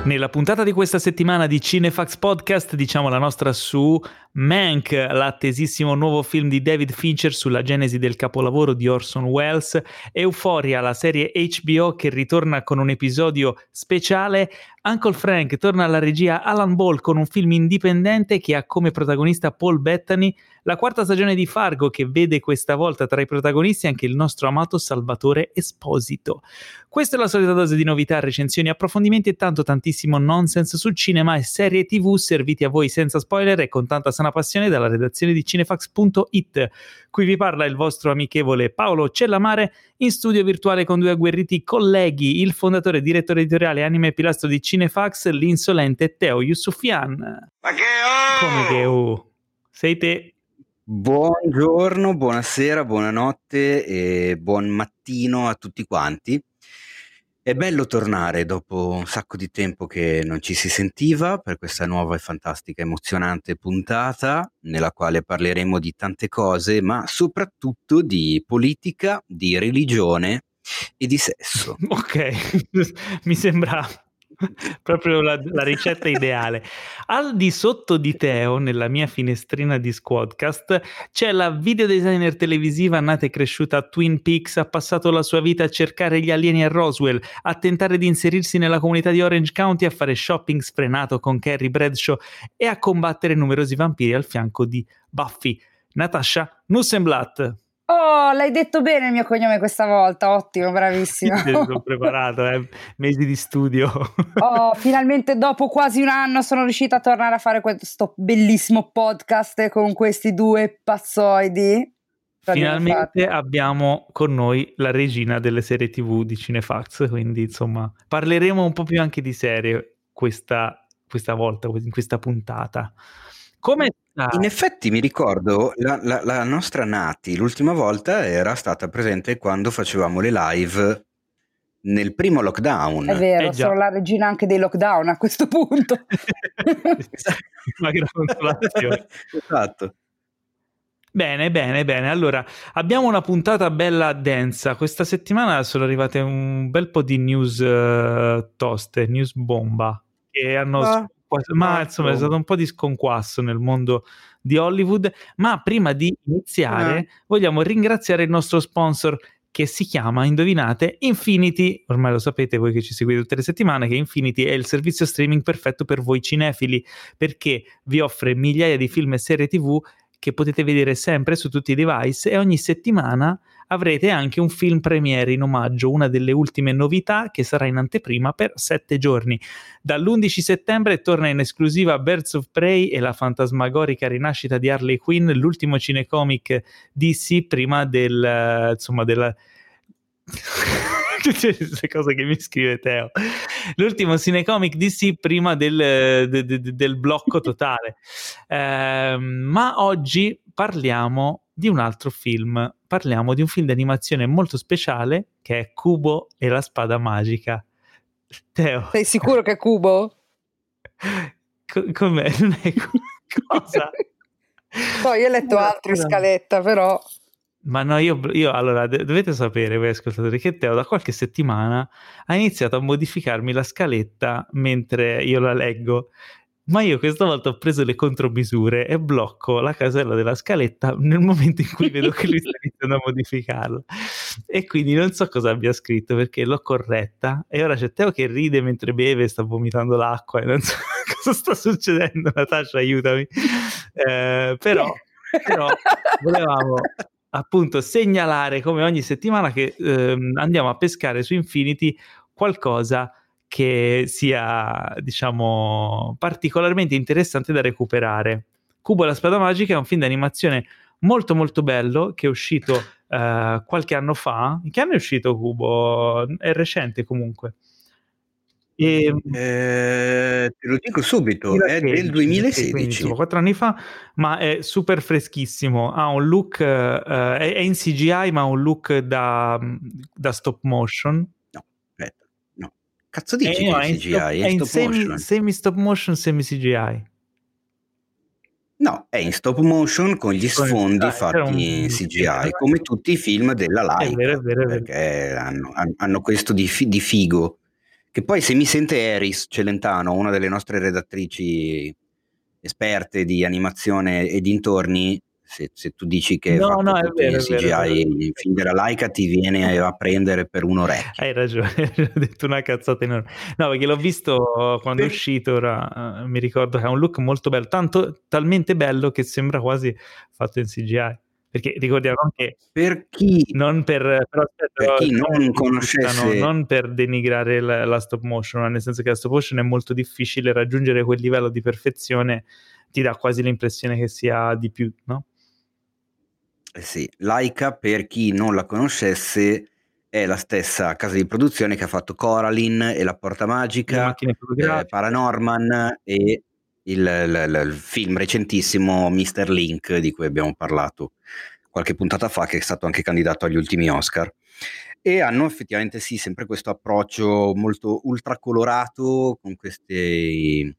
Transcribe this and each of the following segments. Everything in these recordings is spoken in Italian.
Nella puntata di questa settimana di Cinefax Podcast diciamo la nostra su Mank, l'attesissimo nuovo film di David Fincher sulla genesi del capolavoro di Orson Welles, Euphoria, la serie HBO che ritorna con un episodio speciale, Uncle Frank torna alla regia Alan Ball con un film indipendente che ha come protagonista Paul Bettany, la quarta stagione di Fargo che vede questa volta tra i protagonisti anche il nostro amato Salvatore Esposito. Questa è la solita dose di novità, recensioni, approfondimenti e tantissimo nonsense sul cinema e serie TV serviti a voi senza spoiler e con tanta sana passione dalla redazione di cinefax.it. Qui vi parla il vostro amichevole Paolo Cellamare, in studio virtuale con due agguerriti colleghi, il fondatore e direttore editoriale anime e pilastro di Cinefax, l'insolente Teo Yusufian. Ma che Come che sei te? Buongiorno, buonasera, buonanotte e buon mattino a tutti quanti. È bello tornare dopo un sacco di tempo che non ci si sentiva per questa nuova e fantastica, emozionante puntata nella quale parleremo di tante cose, ma soprattutto di politica, di religione e di sesso. Ok, mi sembra proprio la ricetta ideale. Al di sotto di Teo, nella mia finestrina di Squadcast, c'è la videodesigner televisiva nata e cresciuta a Twin Peaks, ha passato la sua vita a cercare gli alieni a Roswell, a tentare di inserirsi nella comunità di Orange County, a fare shopping sfrenato con Carrie Bradshaw e a combattere numerosi vampiri al fianco di Buffy. Natasha Nussenblatt. Oh, l'hai detto bene il mio cognome questa volta, ottimo, bravissimo. L'ho preparato, mesi di studio. Oh, finalmente dopo quasi un anno sono riuscita a tornare a fare questo bellissimo podcast con questi due pazzoidi. Finalmente abbiamo con noi la regina delle serie TV di Cinefax, quindi insomma parleremo un po' più anche di serie questa volta, in questa puntata. Come in effetti mi ricordo la nostra Nati l'ultima volta era stata presente quando facevamo le live nel primo lockdown. È vero, sono la regina anche dei lockdown a questo punto. Una gran consolazione. Esatto. Bene. Allora, abbiamo una puntata bella densa. Questa settimana sono arrivate un bel po' di news toste, news bomba, che hanno... Ma insomma è stato un po' di sconquasso nel mondo di Hollywood, ma prima di iniziare vogliamo ringraziare il nostro sponsor che si chiama, indovinate, Infinity. Ormai lo sapete voi che ci seguite tutte le settimane che Infinity è il servizio streaming perfetto per voi cinefili, perché vi offre migliaia di film e serie TV che potete vedere sempre su tutti i device e ogni settimana avrete anche un film premiere in omaggio, una delle ultime novità che sarà in anteprima per 7 giorni. Dall'11 settembre torna in esclusiva Birds of Prey e la fantasmagorica rinascita di Harley Quinn, l'ultimo cinecomic DC prima della tutte queste cose che mi scrive Teo, l'ultimo cinecomic DC prima del blocco totale, ma oggi parliamo di un altro film, parliamo di un film d'animazione molto speciale che è Kubo e la spada magica. Teo, sei sicuro che è Kubo? Com'è? Non è cosa? No, io ho letto altri in scaletta, però... Ma no, io allora dovete sapere voi ascoltatori che Teo da qualche settimana ha iniziato a modificarmi la scaletta mentre io la leggo, ma io questa volta ho preso le contromisure e blocco la casella della scaletta nel momento in cui vedo che lui sta iniziando a modificarla e quindi non so cosa abbia scritto perché l'ho corretta e ora c'è Teo che ride mentre beve e sta vomitando l'acqua e non so cosa sta succedendo. Natascia, aiutami. Però volevamo appunto segnalare come ogni settimana che andiamo a pescare su Infinity qualcosa che sia, diciamo, particolarmente interessante da recuperare. Kubo e la spada magica è un film d'animazione molto molto bello che è uscito qualche anno fa. In che anno è uscito Kubo? È recente comunque. Te lo dico subito, è del 2016, quindi, insomma, 4 anni fa, ma è super freschissimo, ha un look è in CGI ma ha un look da stop motion. No, aspetta, no, cazzo dici che è CGI? È in semi stop motion, semi CGI. No, è in stop motion con gli sfondi fatti in CGI, come tutti i film della Laika, è vero. perché hanno questo di figo. Che poi, se mi sente Eris Celentano, una delle nostre redattrici esperte di animazione e dintorni, se tu dici che hai fatto è tutto vero, in è vero, è vero. CGI in film della Laika, ti viene a prendere per un orecchio. Hai ragione, ho detto una cazzata enorme. No, perché l'ho visto quando è uscito, ora mi ricordo che ha un look molto bello, talmente bello che sembra quasi fatto in CGI. Perché ricordiamo che per chi non per non conoscesse, non per denigrare la stop motion, nel senso che la stop motion è molto difficile, raggiungere quel livello di perfezione ti dà quasi l'impressione che sia di più, no? Sì, Laika, per chi non la conoscesse, è la stessa casa di produzione che ha fatto Coraline e La Porta Magica, Le macchine fotografiche, Paranorman e il film recentissimo Mr. Link, di cui abbiamo parlato qualche puntata fa, che è stato anche candidato agli ultimi Oscar. E hanno effettivamente sempre questo approccio molto ultracolorato, con questi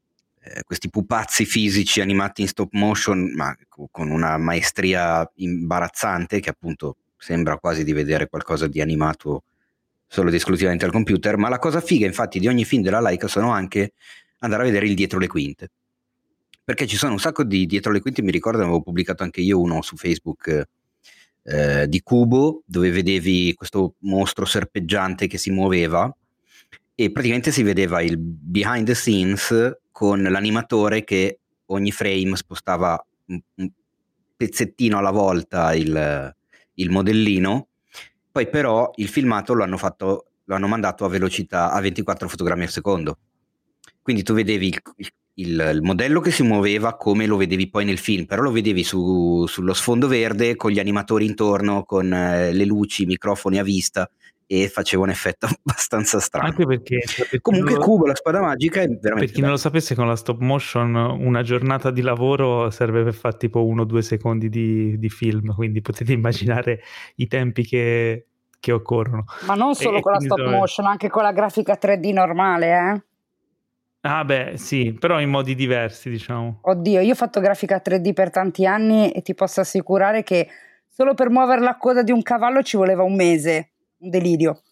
pupazzi fisici animati in stop motion, ma con una maestria imbarazzante, che appunto sembra quasi di vedere qualcosa di animato solo ed esclusivamente al computer. Ma la cosa figa, infatti, di ogni film della Laika sono anche andare a vedere il dietro le quinte, perché ci sono un sacco di dietro le quinte. Mi ricordo, avevo pubblicato anche io uno su Facebook di Kubo, dove vedevi questo mostro serpeggiante che si muoveva e praticamente si vedeva il behind the scenes con l'animatore che ogni frame spostava un pezzettino alla volta il modellino. Poi però il filmato lo hanno mandato a velocità a 24 fotogrammi al secondo, quindi tu vedevi il modello che si muoveva come lo vedevi poi nel film, però lo vedevi sullo sfondo verde con gli animatori intorno, con le luci, i microfoni a vista, e faceva un effetto abbastanza strano. Anche perché comunque Kubo, la spada magica, è veramente per chi non lo sapesse, con la stop motion una giornata di lavoro serve per fare tipo 1 o 2 secondi di film, quindi potete immaginare i tempi che occorrono. Ma non solo con la stop motion, anche con la grafica 3D normale, Ah beh, sì, però in modi diversi, diciamo. Oddio, io ho fatto grafica 3D per tanti anni e ti posso assicurare che solo per muovere la coda di un cavallo ci voleva un mese, un delirio.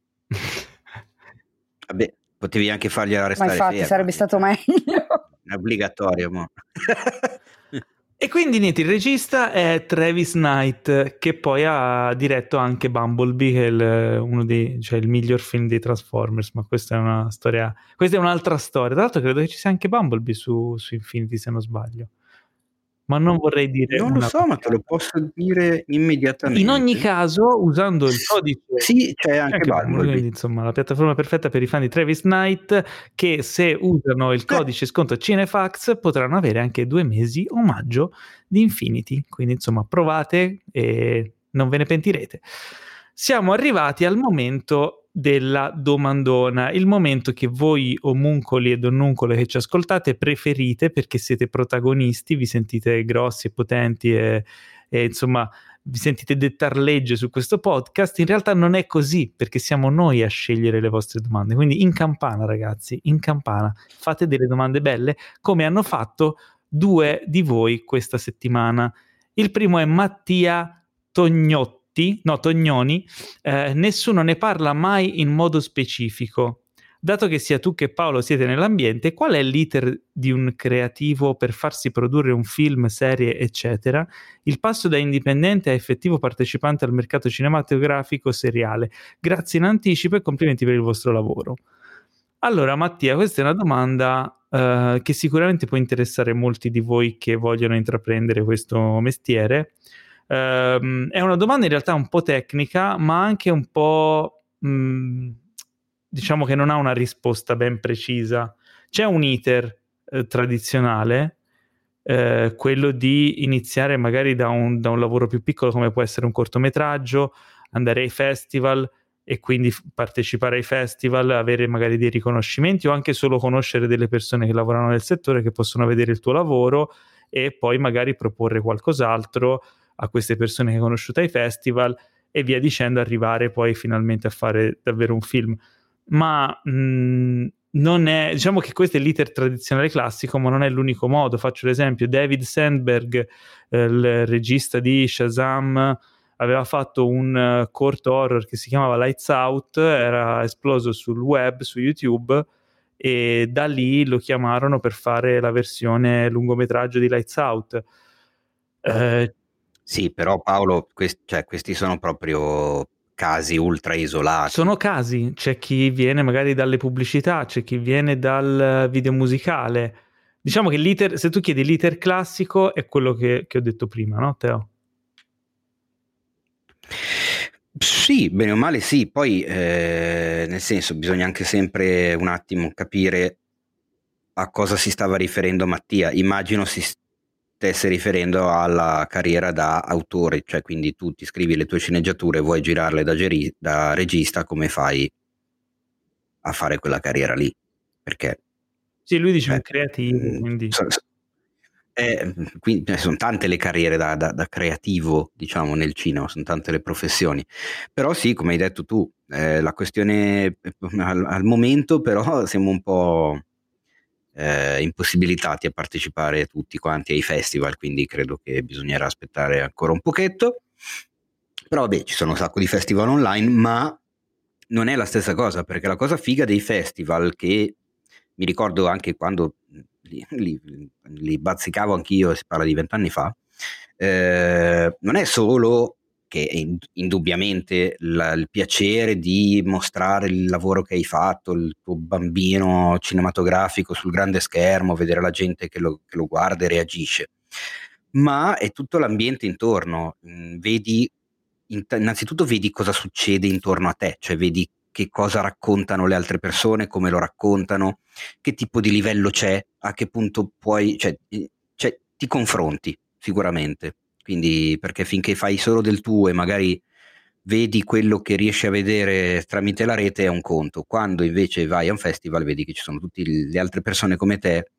Vabbè, potevi anche fargliela restare ferma. Ma infatti sarebbe stato meglio. È obbligatorio, mo. E quindi niente, il regista è Travis Knight, che poi ha diretto anche Bumblebee, che è il miglior film dei Transformers, ma questa è una storia, questa è un'altra storia. Tra l'altro credo che ci sia anche Bumblebee su Infinity, se non sbaglio. Ma non vorrei dire... Non lo so, ma te lo posso dire immediatamente. In ogni caso, usando il codice... Sì, c'è anche Bumblebee. Quindi, insomma, la piattaforma perfetta per i fan di Travis Knight, che se usano il codice sconto Cinefax potranno avere anche 2 mesi omaggio di Infinity. Quindi, insomma, provate e non ve ne pentirete. Siamo arrivati al momento della domandona, il momento che voi omuncoli e donnuncole che ci ascoltate preferite, perché siete protagonisti, vi sentite grossi e potenti e insomma vi sentite dettar legge su questo podcast. In realtà non è così, perché siamo noi a scegliere le vostre domande. Quindi in campana, ragazzi, in campana, fate delle domande belle, come hanno fatto 2 di voi questa settimana. Il primo è Mattia Tognoni. Nessuno ne parla mai in modo specifico. Dato che sia tu che Paolo siete nell'ambiente, qual è l'iter di un creativo per farsi produrre un film, serie, eccetera? Il passo da indipendente a effettivo partecipante al mercato cinematografico seriale. Grazie in anticipo e complimenti per il vostro lavoro. Allora, Mattia, questa è una domanda che sicuramente può interessare molti di voi che vogliono intraprendere questo mestiere. È una domanda in realtà un po' tecnica, ma anche un po' diciamo che non ha una risposta ben precisa. C'è un iter tradizionale, quello di iniziare magari da un lavoro più piccolo, come può essere un cortometraggio, andare ai festival e quindi partecipare ai festival, avere magari dei riconoscimenti o anche solo conoscere delle persone che lavorano nel settore, che possono vedere il tuo lavoro e poi magari proporre qualcos'altro a queste persone che hai conosciuto ai festival e via dicendo, arrivare poi finalmente a fare davvero un film. Ma non è, diciamo che questo è l'iter tradizionale classico, ma non è l'unico modo. Faccio l'esempio: David Sandberg, il regista di Shazam, aveva fatto un corto horror che si chiamava Lights Out, era esploso sul web, su YouTube, e da lì lo chiamarono per fare la versione lungometraggio di Lights Out. Sì, però Paolo, questi sono proprio casi ultra isolati. Sono casi, c'è chi viene magari dalle pubblicità, c'è chi viene dal video musicale. Diciamo che l'iter, se tu chiedi l'iter classico, è quello che ho detto prima, no Teo? Sì, bene o male sì, poi nel senso bisogna anche sempre un attimo capire a cosa si stava riferendo Mattia. Immagino si stesse riferendo alla carriera da autore, cioè quindi tu ti scrivi le tue sceneggiature, vuoi girarle da regista, come fai a fare quella carriera lì? Perché sì, lui dice un creativo, quindi quindi sono tante le carriere da creativo, diciamo, nel cinema, sono tante le professioni, però sì, come hai detto tu, la questione al momento però siamo un po' impossibilitati a partecipare tutti quanti ai festival, quindi credo che bisognerà aspettare ancora un pochetto. Però vabbè, ci sono un sacco di festival online, ma non è la stessa cosa, perché la cosa figa dei festival, che mi ricordo anche quando li bazzicavo anch'io, si parla di 20 anni fa, non è solo che indubbiamente il piacere di mostrare il lavoro che hai fatto, il tuo bambino cinematografico sul grande schermo, vedere la gente che lo guarda e reagisce, ma è tutto l'ambiente intorno. Vedi, innanzitutto vedi cosa succede intorno a te, cioè vedi che cosa raccontano le altre persone, come lo raccontano, che tipo di livello c'è, a che punto puoi, cioè ti confronti sicuramente. Quindi, perché finché fai solo del tuo e magari vedi quello che riesci a vedere tramite la rete, è un conto. Quando invece vai a un festival vedi che ci sono tutte le altre persone come te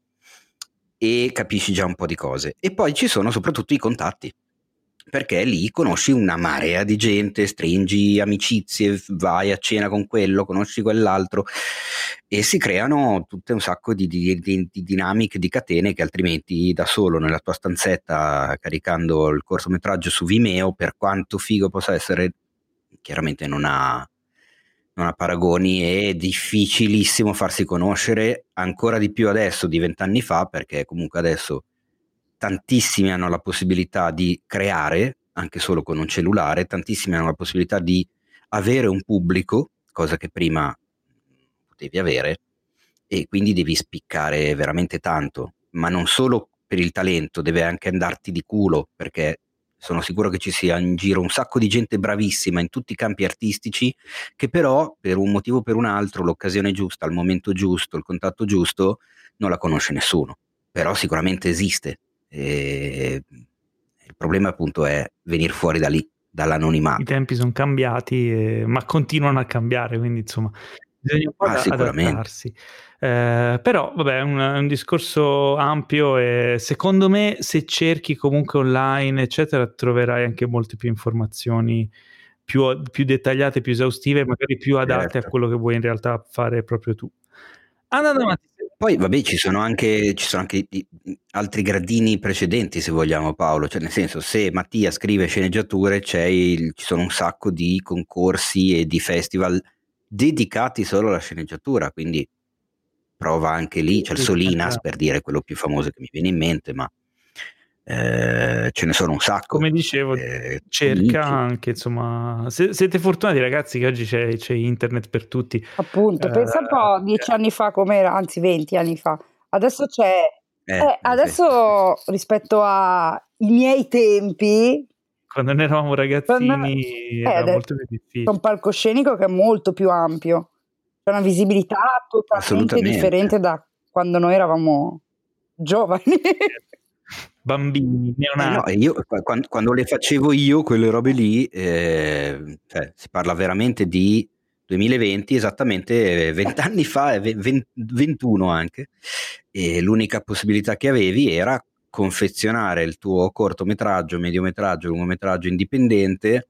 e capisci già un po' di cose. E poi ci sono soprattutto i contatti, perché lì conosci una marea di gente, stringi amicizie, vai a cena con quello, conosci quell'altro e si creano tutte un sacco di dinamiche, di catene che altrimenti da solo nella tua stanzetta caricando il cortometraggio su Vimeo, per quanto figo possa essere, chiaramente non ha paragoni, è difficilissimo farsi conoscere, ancora di più adesso di 20 anni fa, perché comunque adesso tantissimi hanno la possibilità di creare, anche solo con un cellulare, tantissimi hanno la possibilità di avere un pubblico, cosa che prima potevi avere, e quindi devi spiccare veramente tanto, ma non solo per il talento, deve anche andarti di culo, perché sono sicuro che ci sia in giro un sacco di gente bravissima in tutti i campi artistici, che però per un motivo o per un altro, l'occasione giusta, al momento giusto, il contatto giusto, non la conosce nessuno, però sicuramente esiste. E il problema appunto è venire fuori da lì, dall'anonimato. I tempi sono cambiati, ma continuano a cambiare, quindi insomma bisogna un po' adattarsi. Però vabbè, è un discorso ampio e secondo me se cerchi comunque online eccetera troverai anche molte più informazioni più dettagliate, più esaustive, magari più adatte a quello che vuoi in realtà fare proprio tu. Andando avanti. Poi vabbè, ci sono anche altri gradini precedenti, se vogliamo, Paolo, cioè nel senso, se Mattia scrive sceneggiature ci sono un sacco di concorsi e di festival dedicati solo alla sceneggiatura, quindi prova anche lì, c'è il Solinas per dire quello più famoso che mi viene in mente, ma ce ne sono un sacco. Come dicevo, cerca anche, insomma, siete fortunati ragazzi che oggi c'è internet per tutti. Appunto, pensa un po' 10 anni fa com'era, anzi 20 anni fa. Adesso c'è... adesso sì, rispetto ai miei tempi... Quando ne eravamo ragazzini era molto più difficile. C'è un palcoscenico che è molto più ampio. C'è una visibilità totalmente differente da quando noi eravamo giovani. Bambini, neonati. No, io quando le facevo io quelle robe lì, cioè, si parla veramente di 2020, esattamente 20 anni fa, 21 anche, e l'unica possibilità che avevi era confezionare il tuo cortometraggio, mediometraggio, lungometraggio indipendente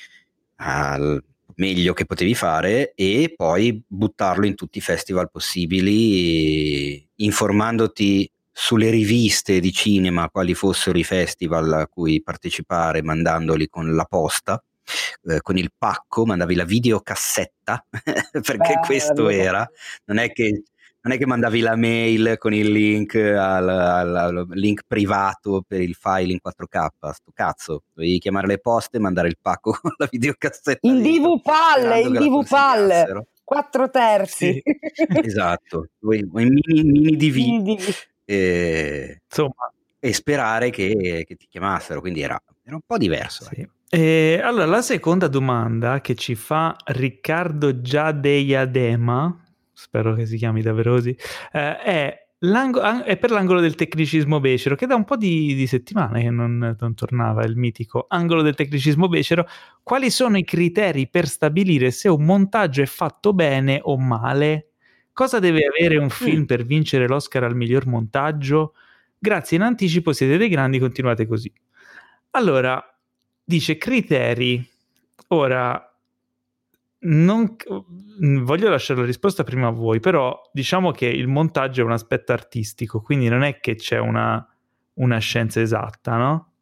al meglio che potevi fare e poi buttarlo in tutti i festival possibili, informandoti sulle riviste di cinema quali fossero i festival a cui partecipare, mandandoli con la posta, con il pacco, mandavi la videocassetta perché questo era, non è che mandavi la mail con il link al link privato per il file in 4K, sto cazzo, dovevi chiamare le poste e mandare il pacco con la videocassetta in DV-PAL 4/3. Sì. Esatto, in mini DV. Insomma, e sperare che ti chiamassero, quindi era un po' diverso. Sì. Allora, la seconda domanda che ci fa Riccardo Giadeiadema, spero che si chiami davvero così, è per l'angolo del tecnicismo becero, che da un po' di settimane che non tornava il mitico angolo del tecnicismo becero. Quali sono i criteri per stabilire se un montaggio è fatto bene o male? Cosa deve avere un film per vincere l'Oscar al miglior montaggio? Grazie in anticipo, siete dei grandi, continuate così. Allora, dice criteri. Ora, non voglio lasciare la risposta prima a voi, però diciamo che il montaggio è un aspetto artistico, quindi non è che c'è una scienza esatta, no?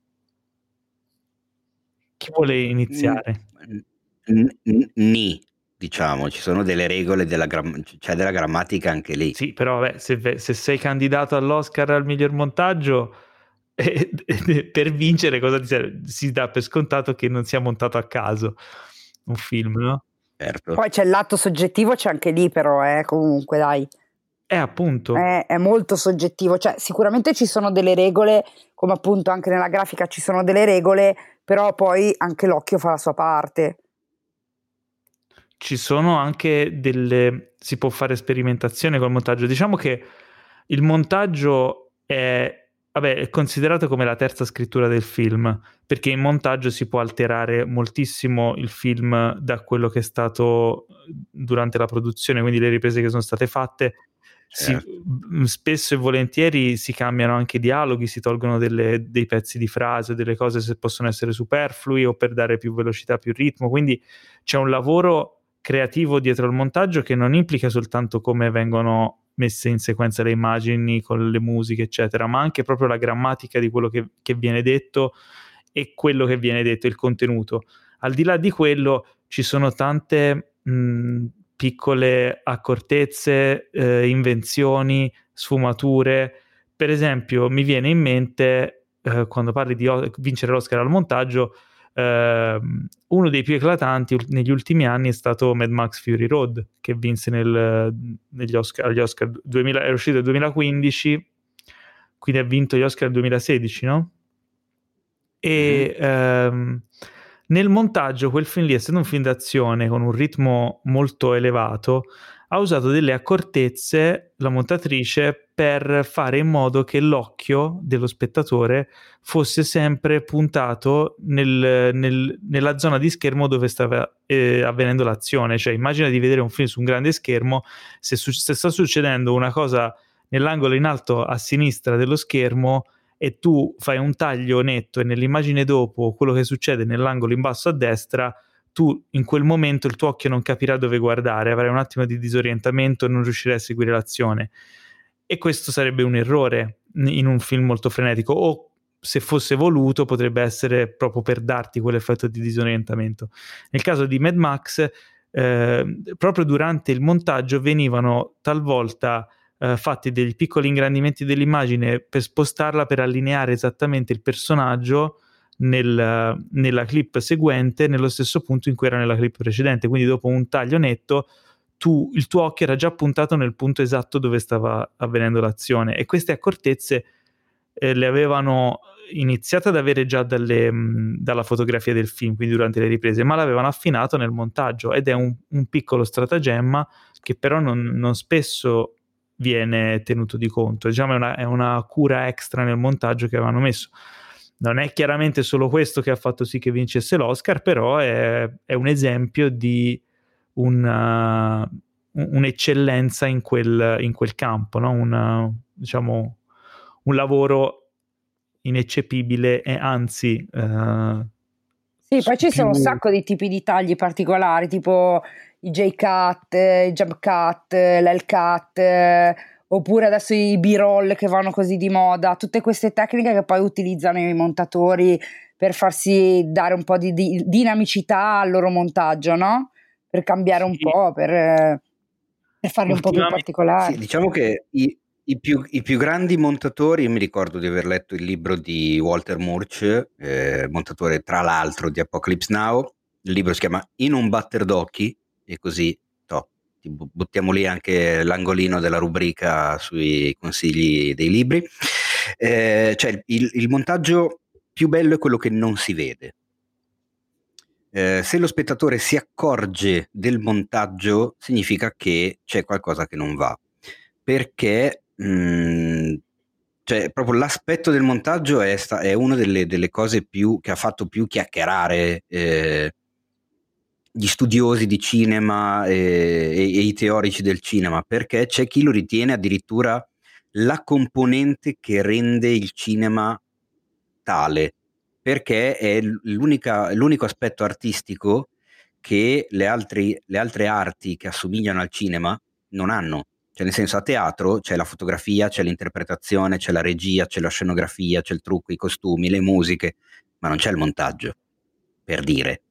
Chi vuole iniziare? Diciamo, ci sono delle regole, c'è della grammatica anche lì. Sì, però vabbè, se sei candidato all'Oscar al miglior montaggio, per vincere cosa ti serve? Si dà per scontato che non sia montato a caso un film, no? Certo. Poi c'è il lato soggettivo, c'è anche lì però, comunque dai. Appunto. È molto soggettivo, cioè sicuramente ci sono delle regole, come appunto anche nella grafica ci sono delle regole, però poi anche l'occhio fa la sua parte. Ci sono anche si può fare sperimentazione col montaggio. Diciamo che il montaggio è considerato come la terza scrittura del film, perché in montaggio si può alterare moltissimo il film da quello che è stato durante la produzione, quindi le riprese che sono state fatte. Certo. Spesso e volentieri si cambiano anche i dialoghi, si tolgono dei pezzi di frase, delle cose se possono essere superflui o per dare più velocità, più ritmo, quindi c'è un lavoro creativo dietro il montaggio che non implica soltanto come vengono messe in sequenza le immagini con le musiche eccetera, ma anche proprio la grammatica di quello che viene detto e quello che viene detto, il contenuto. Al di là di quello ci sono tante piccole accortezze, invenzioni, sfumature. Per esempio mi viene in mente quando parli di vincere l'Oscar al montaggio, uno dei più eclatanti negli ultimi anni è stato Mad Max Fury Road, che vinse agli Oscar 2000, è uscito nel 2015, quindi ha vinto gli Oscar 2016, no? E nel montaggio quel film lì, essendo un film d'azione con un ritmo molto elevato, ha usato delle accortezze, la montatrice, per fare in modo che l'occhio dello spettatore fosse sempre puntato nella zona di schermo dove stava avvenendo l'azione. Cioè immagina di vedere un film su un grande schermo, se sta succedendo una cosa nell'angolo in alto a sinistra dello schermo e tu fai un taglio netto e nell'immagine dopo quello che succede nell'angolo in basso a destra, tu in quel momento il tuo occhio non capirà dove guardare, avrai un attimo di disorientamento e non riuscirai a seguire l'azione. E questo sarebbe un errore in un film molto frenetico, o se fosse voluto potrebbe essere proprio per darti quell'effetto di disorientamento. Nel caso di Mad Max, proprio durante il montaggio venivano talvolta fatti dei piccoli ingrandimenti dell'immagine per spostarla, per allineare esattamente il personaggio nella clip seguente nello stesso punto in cui era nella clip precedente, quindi dopo un taglio netto il tuo occhio era già puntato nel punto esatto dove stava avvenendo l'azione, e queste accortezze le avevano iniziate ad avere già dalla fotografia del film, quindi durante le riprese, ma l'avevano affinato nel montaggio, ed è un piccolo stratagemma che però non spesso viene tenuto di conto. Diciamo è una cura extra nel montaggio che avevano messo. Non è chiaramente solo questo che ha fatto sì che vincesse l'Oscar, però è un esempio di un'eccellenza in quel campo, no? Diciamo un lavoro ineccepibile, e anzi sì, poi ci sono un sacco di tipi di tagli particolari, tipo i J-cut, i jump cut, l'L-cut, oppure adesso i B-roll che vanno così di moda, tutte queste tecniche che poi utilizzano i montatori per farsi dare un po' di dinamicità al loro montaggio, no? Per cambiare un po', per farli un po' più particolari. Sì, diciamo che i più grandi montatori, io mi ricordo di aver letto il libro di Walter Murch, montatore tra l'altro di Apocalypse Now. Il libro si chiama In un batter d'occhi, e così buttiamo lì anche l'angolino della rubrica sui consigli dei libri. Cioè il montaggio più bello è quello che non si vede. Se lo spettatore si accorge del montaggio, significa che c'è qualcosa che non va, perché cioè, proprio l'aspetto del montaggio è una delle cose che ha fatto più chiacchierare gli studiosi di cinema e i teorici del cinema, perché c'è chi lo ritiene addirittura la componente che rende il cinema tale, perché è l'unico aspetto artistico che le altre arti che assomigliano al cinema non hanno. Cioè, nel senso, a teatro c'è la fotografia, c'è l'interpretazione, c'è la regia, c'è la scenografia, c'è il trucco, i costumi, le musiche, ma non c'è il montaggio, per dire.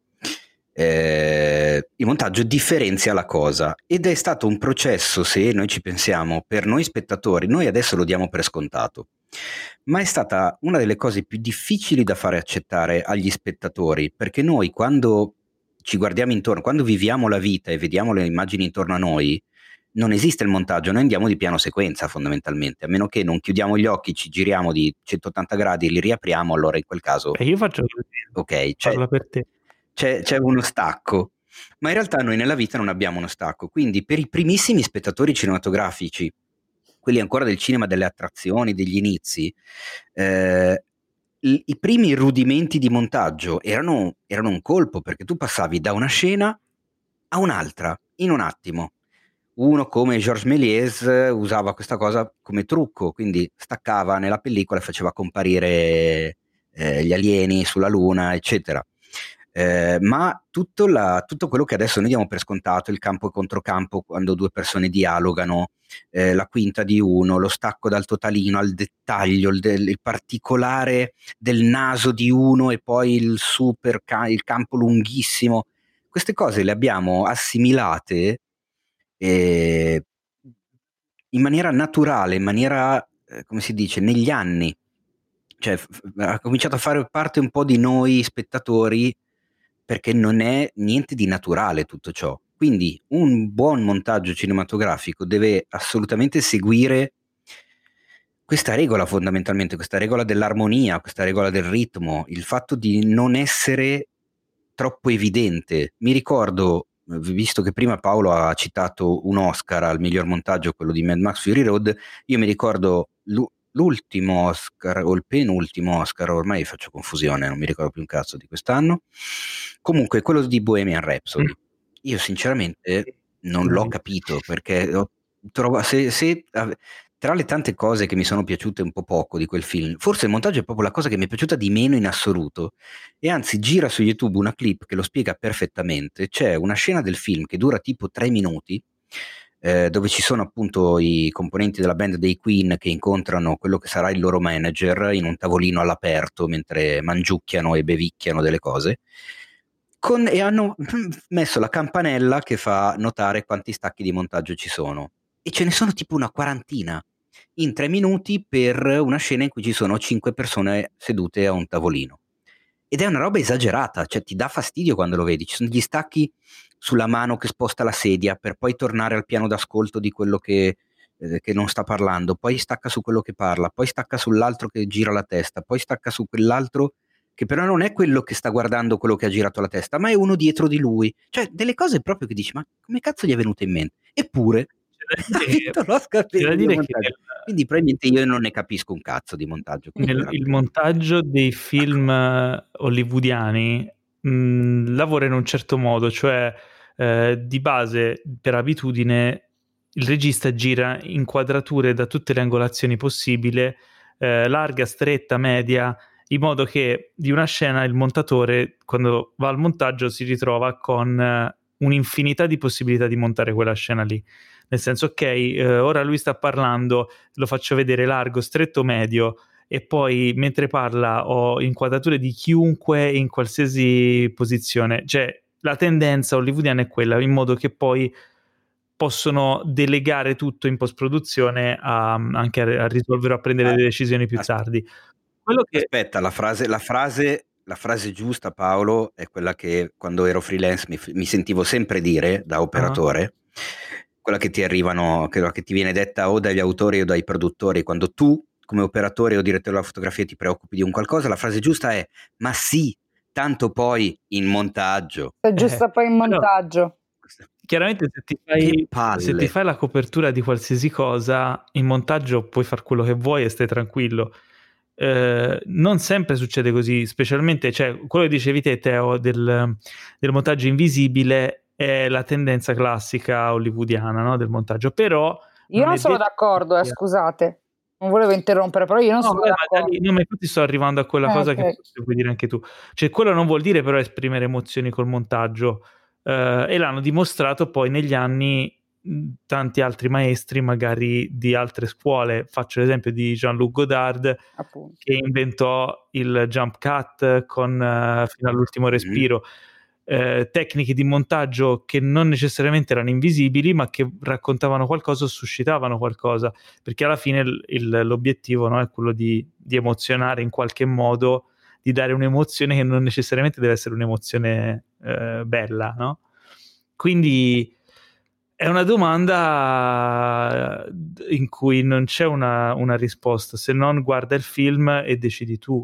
Il montaggio differenzia la cosa, ed è stato un processo, se noi ci pensiamo, per noi spettatori. Noi adesso lo diamo per scontato, ma è stata una delle cose più difficili da fare accettare agli spettatori, perché noi, quando ci guardiamo intorno, quando viviamo la vita e vediamo le immagini intorno a noi, non esiste il montaggio, noi andiamo di piano sequenza fondamentalmente, a meno che non chiudiamo gli occhi, ci giriamo di 180 gradi e li riapriamo, allora in quel caso io faccio ok, parla per te. C'è uno stacco, ma in realtà noi nella vita non abbiamo uno stacco, quindi per i primissimi spettatori cinematografici, quelli ancora del cinema delle attrazioni, degli inizi, i primi rudimenti di montaggio erano un colpo, perché tu passavi da una scena a un'altra in un attimo. Uno come Georges Méliès usava questa cosa come trucco, quindi staccava nella pellicola e faceva comparire gli alieni sulla luna, eccetera. Ma tutto quello che adesso noi diamo per scontato, il campo e controcampo quando due persone dialogano, la quinta di uno, lo stacco dal totalino al dettaglio, il particolare del naso di uno e poi il campo lunghissimo, queste cose le abbiamo assimilate in maniera naturale, in maniera, come si dice, negli anni. Cioè ha cominciato a fare parte un po' di noi spettatori, perché non è niente di naturale tutto ciò. Quindi un buon montaggio cinematografico deve assolutamente seguire questa regola, fondamentalmente, questa regola dell'armonia, questa regola del ritmo, il fatto di non essere troppo evidente. Mi ricordo, visto che prima Paolo ha citato un Oscar al miglior montaggio, quello di Mad Max Fury Road, io mi ricordo l'ultimo Oscar o il penultimo Oscar, ormai faccio confusione, non mi ricordo più un cazzo di quest'anno, comunque quello di Bohemian Rhapsody. Io sinceramente non l'ho capito, perché trovo, se tra le tante cose che mi sono piaciute un po' poco di quel film, forse il montaggio è proprio la cosa che mi è piaciuta di meno in assoluto, e anzi gira su YouTube una clip che lo spiega perfettamente. C'è una scena del film che dura tipo 3 minuti, dove ci sono appunto i componenti della band dei Queen che incontrano quello che sarà il loro manager in un tavolino all'aperto mentre mangiucchiano e bevicchiano delle cose, e hanno messo la campanella che fa notare quanti stacchi di montaggio ci sono, e ce ne sono tipo una quarantina in 3 minuti per una scena in cui ci sono 5 persone sedute a un tavolino, ed è una roba esagerata, cioè ti dà fastidio quando lo vedi. Ci sono gli stacchi sulla mano che sposta la sedia per poi tornare al piano d'ascolto di quello che non sta parlando, poi stacca su quello che parla, poi stacca sull'altro che gira la testa, poi stacca su quell'altro che però non è quello che sta guardando quello che ha girato la testa, ma è uno dietro di lui. Cioè delle cose proprio che dici, ma come cazzo gli è venuto in mente? Eppure ha vinto l'Oscar per il montaggio. Quindi probabilmente io non ne capisco un cazzo di montaggio. Il montaggio dei film hollywoodiani lavora in un certo modo, cioè di base, per abitudine, il regista gira inquadrature da tutte le angolazioni possibili, larga, stretta, media, in modo che di una scena il montatore, quando va al montaggio, si ritrova con un'infinità di possibilità di montare quella scena lì. nel senso, ok, ora lui sta parlando, lo faccio vedere largo, stretto, medio, e poi mentre parla ho inquadrature di chiunque in qualsiasi posizione. Cioè, la tendenza hollywoodiana è quella, in modo che poi possono delegare tutto in post-produzione anche a risolvere o a prendere delle decisioni più tardi. Quello che... Aspetta, la frase giusta, Paolo, è quella che quando ero freelance mi sentivo sempre dire da operatore, quella che ti arrivano, quella che ti viene detta o dagli autori o dai produttori. Quando tu, come operatore o direttore della fotografia, ti preoccupi di un qualcosa, la frase giusta è: ma sì, tanto poi in montaggio. È giusta poi in montaggio. Chiaramente se ti fai la copertura di qualsiasi cosa, in montaggio puoi fare quello che vuoi e stai tranquillo. Non sempre succede così, specialmente, cioè, quello che dicevi te, Teo, del montaggio invisibile è la tendenza classica hollywoodiana, no? Del montaggio, però io non sono d'accordo, scusate, non volevo interrompere, però io non sono d'accordo. Ma infatti sto arrivando a quella cosa che puoi dire anche tu, cioè quello non vuol dire però esprimere emozioni col montaggio, e l'hanno dimostrato poi negli anni tanti altri maestri magari di altre scuole. Faccio l'esempio di Jean-Luc Godard, appunto, che inventò il jump cut fino all'ultimo respiro. Tecniche di montaggio che non necessariamente erano invisibili, ma che raccontavano qualcosa o suscitavano qualcosa, perché alla fine l'obiettivo, no, è quello di emozionare in qualche modo, di dare un'emozione che non necessariamente deve essere un'emozione bella, no? Quindi è una domanda in cui non c'è una risposta, se non guarda il film e decidi tu.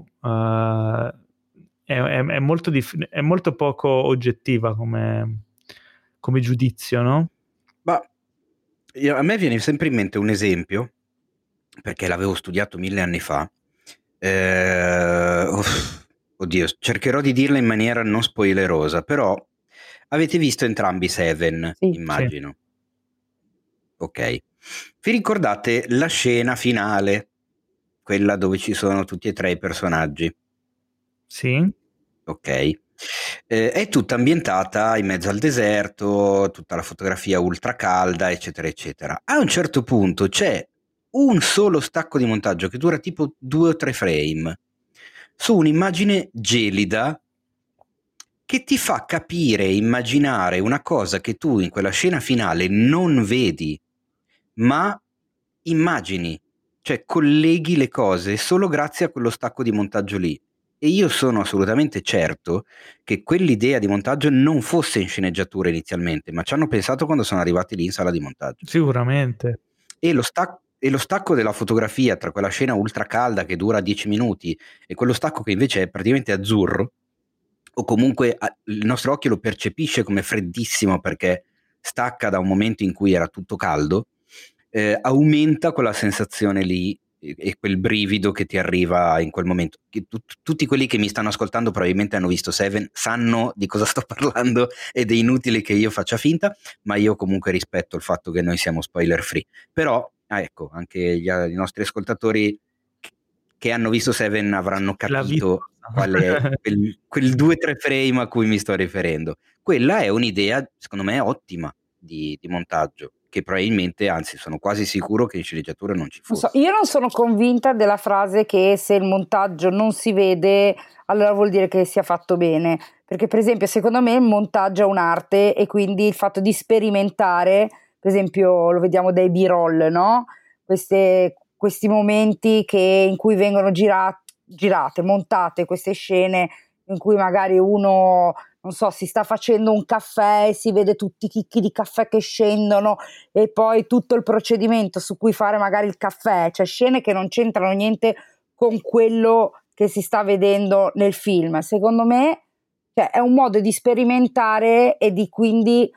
È molto poco oggettiva come giudizio, no? Ma a me viene sempre in mente un esempio, perché l'avevo studiato 1000 anni fa. Oddio, cercherò di dirla in maniera non spoilerosa, però avete visto entrambi Seven, sì, immagino. Sì. Ok. Vi ricordate la scena finale, quella dove ci sono tutti e tre i personaggi? Sì. Ok. È tutta ambientata in mezzo al deserto, tutta la fotografia ultra calda, eccetera, eccetera. A un certo punto c'è un solo stacco di montaggio che dura tipo 2 o 3 frame su un'immagine gelida che ti fa capire e immaginare una cosa che tu in quella scena finale non vedi, ma immagini, cioè colleghi le cose solo grazie a quello stacco di montaggio lì. E io sono assolutamente certo che quell'idea di montaggio non fosse in sceneggiatura inizialmente, ma ci hanno pensato quando sono arrivati lì in sala di montaggio. Sicuramente. E lo stacco della fotografia tra quella scena ultra calda che dura 10 minuti e quello stacco che invece è praticamente azzurro, o comunque il nostro occhio lo percepisce come freddissimo perché stacca da un momento in cui era tutto caldo, aumenta quella sensazione lì e quel brivido che ti arriva in quel momento. Tutti quelli che mi stanno ascoltando probabilmente hanno visto Seven, sanno di cosa sto parlando ed è inutile che io faccia finta, ma io comunque rispetto il fatto che noi siamo spoiler free. Però ecco, anche i nostri ascoltatori che hanno visto Seven avranno capito qual è quel 2-3 frame a cui mi sto riferendo. Quella è un'idea, secondo me, ottima di montaggio, che probabilmente, anzi sono quasi sicuro che in sceneggiatura non ci fosse. Io non sono convinta della frase che se il montaggio non si vede allora vuol dire che sia fatto bene, perché per esempio secondo me il montaggio è un'arte e quindi il fatto di sperimentare, per esempio lo vediamo dai B-roll, no? Questi momenti in cui vengono girate, montate queste scene in cui magari uno, non so, si sta facendo un caffè e si vede tutti i chicchi di caffè che scendono e poi tutto il procedimento su cui fare magari il caffè, cioè scene che non c'entrano niente con quello che si sta vedendo nel film. Secondo me, cioè, è un modo di sperimentare e di quindi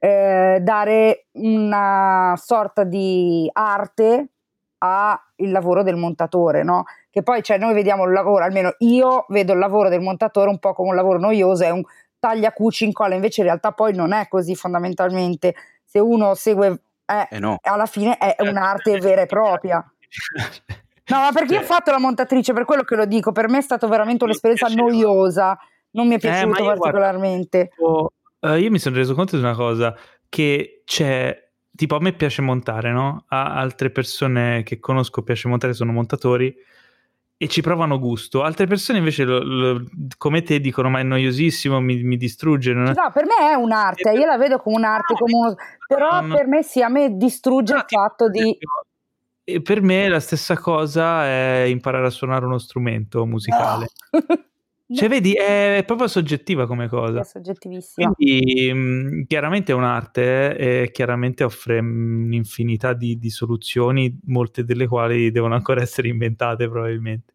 dare una sorta di arte al lavoro del montatore, no? Che poi, cioè, noi vediamo il lavoro, almeno io vedo il lavoro del montatore un po' come un lavoro noioso, è un taglia, cuci, incolla, invece in realtà poi non è così fondamentalmente. Se uno segue, no. alla fine è un'arte vera e propria. No, ma perché io ho fatto la montatrice, per quello che lo dico, per me è stata veramente un'esperienza noiosa, non mi è piaciuto particolarmente. Io mi sono reso conto di una cosa, che c'è tipo a me piace montare, no? A altre persone che conosco piace montare, sono montatori e ci provano gusto. Altre persone invece come te dicono ma è noiosissimo, mi distrugge. No, per me è un'arte, io la vedo come un'arte, però per me sì, a me distrugge il fatto di... E per me la stessa cosa è imparare a suonare uno strumento musicale. Cioè, vedi, è proprio soggettiva come cosa. È soggettivissima. Quindi chiaramente è un'arte e chiaramente offre un'infinità di soluzioni, molte delle quali devono ancora essere inventate probabilmente.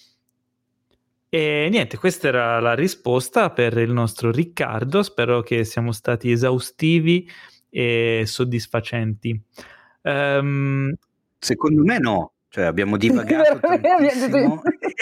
E niente, questa era la risposta per il nostro Riccardo. Spero che siamo stati esaustivi e soddisfacenti. Secondo me no, cioè abbiamo divagato tantissimo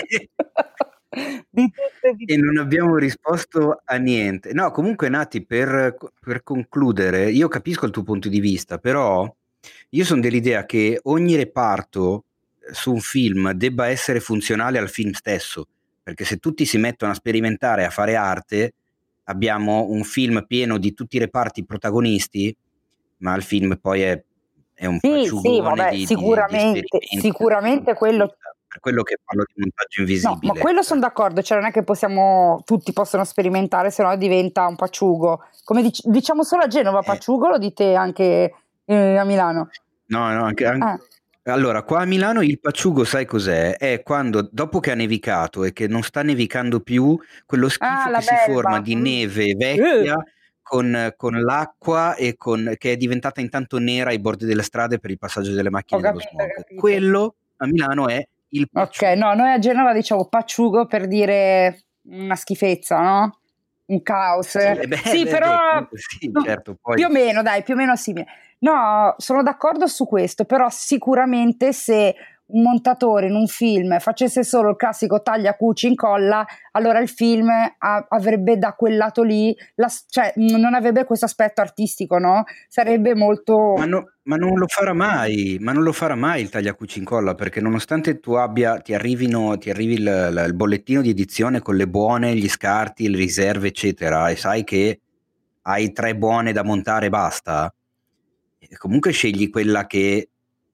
e non abbiamo risposto a niente. No, comunque Nati, per concludere, io capisco il tuo punto di vista, però io sono dell'idea che ogni reparto su un film debba essere funzionale al film stesso, perché se tutti si mettono a sperimentare, a fare arte, abbiamo un film pieno di tutti i reparti protagonisti, ma il film poi è un paciugone di sicuramente quello. Per quello che parlo di montaggio invisibile. No, ma quello sono d'accordo, cioè non è che tutti possono sperimentare, se no diventa un paciugo. Come diciamo solo a Genova paciugo, lo dite anche a Milano? No, anche allora, qua a Milano il paciugo, sai cos'è? È quando, dopo che ha nevicato e che non sta nevicando più, quello schifo che si forma di neve vecchia con l'acqua e che è diventata intanto nera ai bordi delle strade per il passaggio delle macchine dello smog. Quello a Milano è il paciugo. Ok, no, noi a Genova diciamo paciugo per dire una schifezza, no? Un caos. Però sì, certo, poi... più o meno simile. No, sono d'accordo su questo, però sicuramente se un montatore in un film facesse solo il classico taglia, cuci, incolla, allora il film avrebbe da quel lato lì, cioè non avrebbe questo aspetto artistico, no? Sarebbe molto... Ma non lo farà mai il taglia, cuci, incolla, perché nonostante tu ti arrivi il bollettino di edizione con le buone, gli scarti, le riserve, eccetera, e sai che hai 3 buone da montare e basta, comunque scegli quella che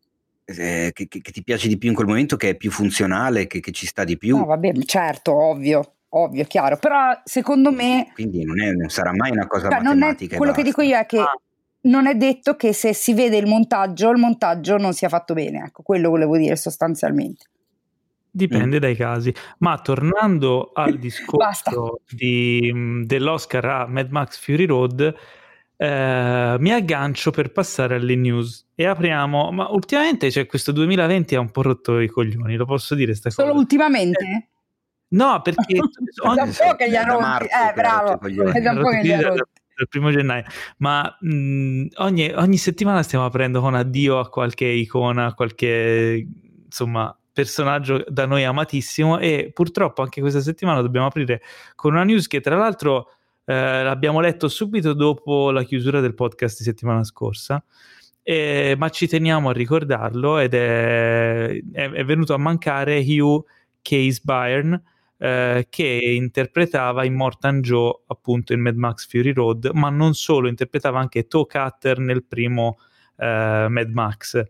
ti piace di più in quel momento, che è più funzionale, che ci sta di più. No, vabbè, certo, ovvio, chiaro, però secondo me... Quindi non sarà mai una cosa matematica. Quello che dico io è che non è detto che se si vede il montaggio non sia fatto bene, ecco, quello volevo dire sostanzialmente. Dipende dai casi. Ma tornando al discorso dell'Oscar a Mad Max Fury Road, mi aggancio per passare alle news e apriamo, ma ultimamente questo 2020 ha un po' rotto i coglioni, lo posso dire sta cosa? Solo ultimamente? No, perché è da un po' che gli ha rotti, bravo, è da un po' che gli ha rotti. Dal 1 gennaio, ma ogni settimana stiamo aprendo con addio a qualche icona, a qualche insomma personaggio da noi amatissimo, e purtroppo anche questa settimana dobbiamo aprire con una news che tra l'altro l'abbiamo letto subito dopo la chiusura del podcast di settimana scorsa, ma ci teniamo a ricordarlo, ed è venuto a mancare Hugh Case Byrne, che interpretava Immortan Joe appunto in Mad Max Fury Road, ma non solo, interpretava anche Toe Cutter nel primo Mad Max.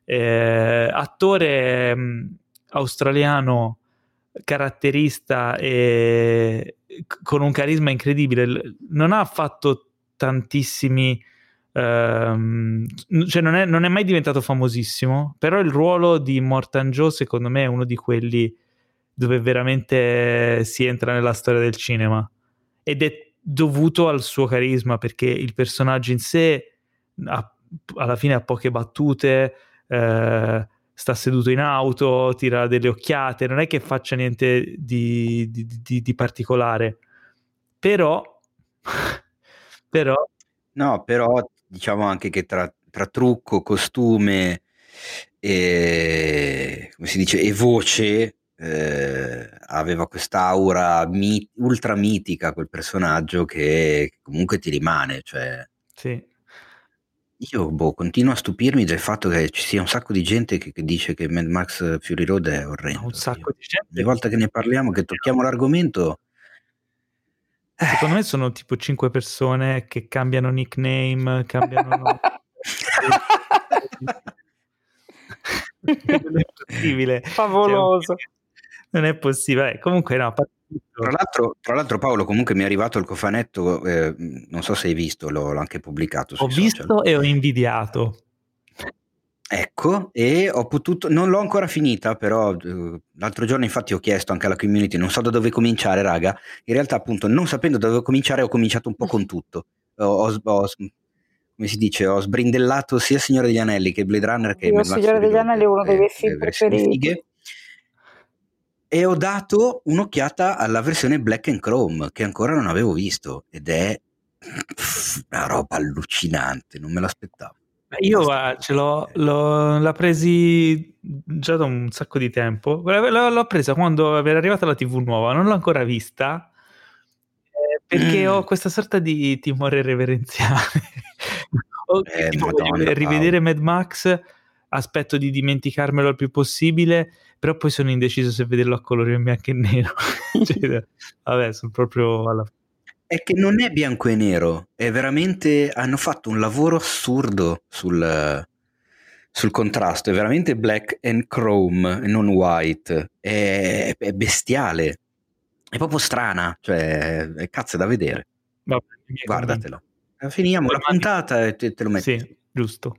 Attore australiano caratterista e con un carisma incredibile. Non ha fatto tantissimi cioè non è mai diventato famosissimo, però il ruolo di Immortan Joe secondo me è uno di quelli dove veramente si entra nella storia del cinema, ed è dovuto al suo carisma, perché il personaggio in sé alla fine ha poche battute, sta seduto in auto, tira delle occhiate, non è che faccia niente di particolare, però no, però diciamo anche che tra trucco, costume e come si dice, e voce, aveva quest'aura ultra mitica quel personaggio, che comunque ti rimane, cioè sì. Io continuo a stupirmi del fatto che ci sia un sacco di gente che dice che Mad Max Fury Road è orrendo. Un sacco di gente. Ogni volta che ne parliamo, che tocchiamo l'argomento, secondo me sono tipo 5 persone che cambiano nickname, cambiano Non è possibile. Favoloso. Non è possibile. Comunque no. Tra l'altro Paolo, comunque mi è arrivato il cofanetto, non so se hai visto, l'ho anche pubblicato sui social. Ho visto e ho invidiato. Ecco, e ho potuto, non l'ho ancora finita, però l'altro giorno infatti ho chiesto anche alla community, non so da dove cominciare, raga. In realtà appunto non sapendo da dove cominciare ho cominciato un po' con tutto. Come si dice, ho sbrindellato sia Signore degli Anelli che Blade Runner che Mad Max Signore degli Anelli è uno dei miei film preferiti. Fighe, e ho dato un'occhiata alla versione Black and Chrome che ancora non avevo visto ed è una roba allucinante, non me l'aspettavo. Io l'ho presi già da un sacco di tempo. L'ho presa quando era arrivata la TV nuova, non l'ho ancora vista perché ho questa sorta di timore reverenziale. Madonna, rivedere Mad Max, aspetto di dimenticarmelo il più possibile, però poi sono indeciso se vederlo a colore bianco e nero. Cioè, vabbè, sono proprio alla... È che non è bianco e nero, è veramente, hanno fatto un lavoro assurdo sul contrasto, è veramente black and chrome e non white, è bestiale, è proprio strana, cioè è cazzo da vedere. Vabbè, guardatelo. Finiamo la puntata e te lo metti. Sì, giusto.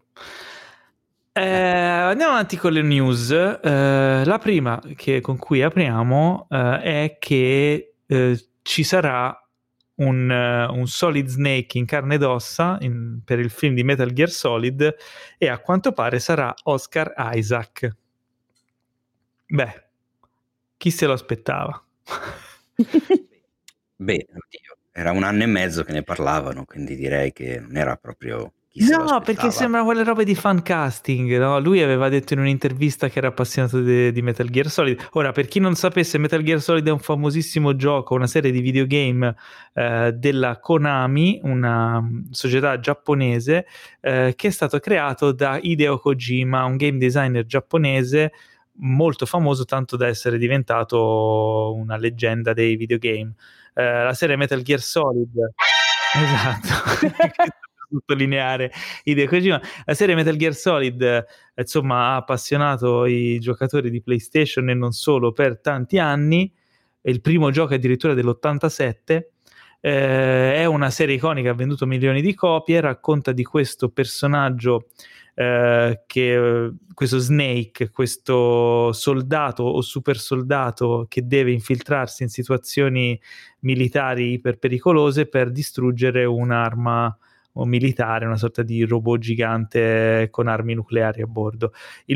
Andiamo avanti con le news. La prima con cui apriamo è che ci sarà un Solid Snake in carne ed ossa per il film di Metal Gear Solid e a quanto pare sarà Oscar Isaac. Beh, chi se lo aspettava? Beh, oddio, era 1 anno e mezzo che ne parlavano, quindi direi che non era proprio... No, perché sembra quelle robe di fan casting, no? Lui aveva detto in un'intervista che era appassionato di Metal Gear Solid. Ora, per chi non sapesse, Metal Gear Solid è un famosissimo gioco, una serie di videogame della Konami, una società giapponese che è stato creato da Hideo Kojima, un game designer giapponese molto famoso, tanto da essere diventato una leggenda dei videogame. La serie Metal Gear Solid, esatto. Sottolineare Hideo Kojima. La serie Metal Gear Solid insomma ha appassionato i giocatori di PlayStation e non solo per tanti anni. Il primo gioco è addirittura dell'87. È una serie iconica, ha venduto milioni di copie, racconta di questo personaggio questo Snake, questo soldato o super soldato che deve infiltrarsi in situazioni militari iperpericolose per distruggere un'arma o militare, una sorta di robot gigante con armi nucleari a bordo.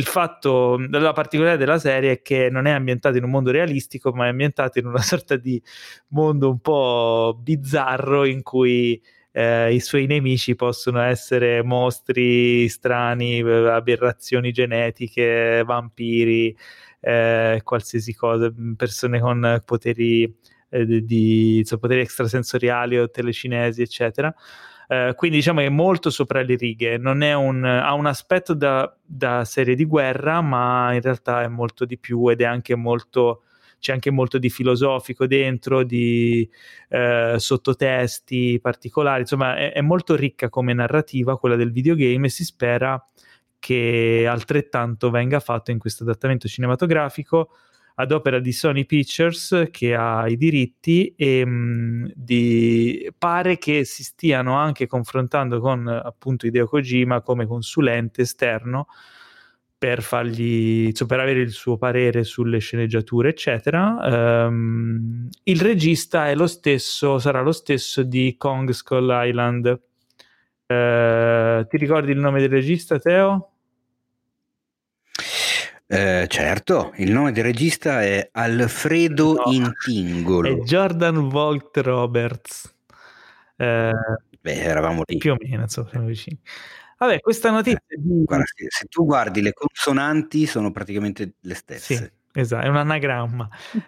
La particolarità della serie è che non è ambientato in un mondo realistico, ma è ambientato in una sorta di mondo un po' bizzarro in cui i suoi nemici possono essere mostri strani, aberrazioni genetiche, vampiri, qualsiasi cosa, persone con poteri poteri extrasensoriali o telecinesi, eccetera. Quindi diciamo che è molto sopra le righe, non è ha un aspetto da serie di guerra, ma in realtà è molto di più ed è anche molto, c'è anche molto di filosofico dentro, di sottotesti particolari, insomma è molto ricca come narrativa quella del videogame e si spera che altrettanto venga fatto in questo adattamento cinematografico ad opera di Sony Pictures, che ha i diritti, e pare che si stiano anche confrontando con appunto Hideo Kojima come consulente esterno per per avere il suo parere sulle sceneggiature, eccetera. Il regista è sarà lo stesso di Kong Skull Island. Ti ricordi il nome del regista, Teo? Certo, il nome del regista è Alfredo Intingolo. È Jordan Vogt Roberts. Eravamo lì. Più o meno, insomma, siamo vicini. Vabbè, questa notizia guarda, se tu guardi le consonanti sono praticamente le stesse. Sì, esatto, è un anagramma.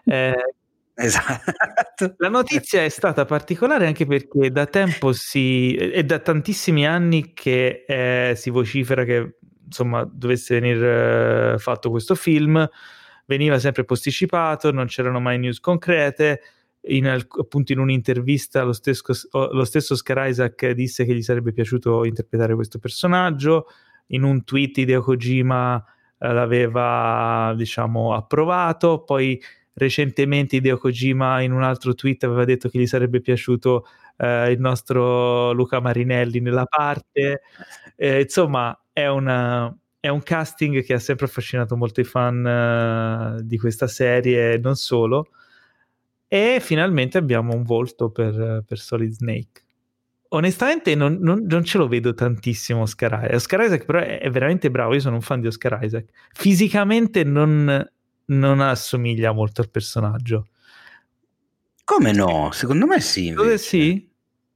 Esatto. La notizia è stata particolare anche perché da tempo è da tantissimi anni che si vocifera che insomma dovesse venire fatto questo film, veniva sempre posticipato, non c'erano mai news concrete. Appunto in un'intervista lo stesso Oscar Isaac disse che gli sarebbe piaciuto interpretare questo personaggio. in un tweet Hideo Kojima l'aveva, diciamo, approvato, poi recentemente Hideo Kojima in un altro tweet aveva detto che gli sarebbe piaciuto il nostro Luca Marinelli nella parte. Insomma, è un casting che ha sempre affascinato molto i fan di questa serie e non solo, e finalmente abbiamo un volto per Solid Snake. Onestamente non ce lo vedo tantissimo Oscar Isaac però è veramente bravo, io sono un fan di Oscar Isaac. Fisicamente non assomiglia molto al personaggio. Come no? Secondo me sì, invece. Sì?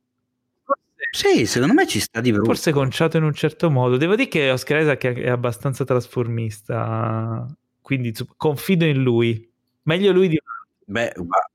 Sì, secondo me ci sta di brutto. Forse conciato in un certo modo. Devo dire che Oscar Isaac è abbastanza trasformista, quindi confido in lui. Meglio lui di... Beh,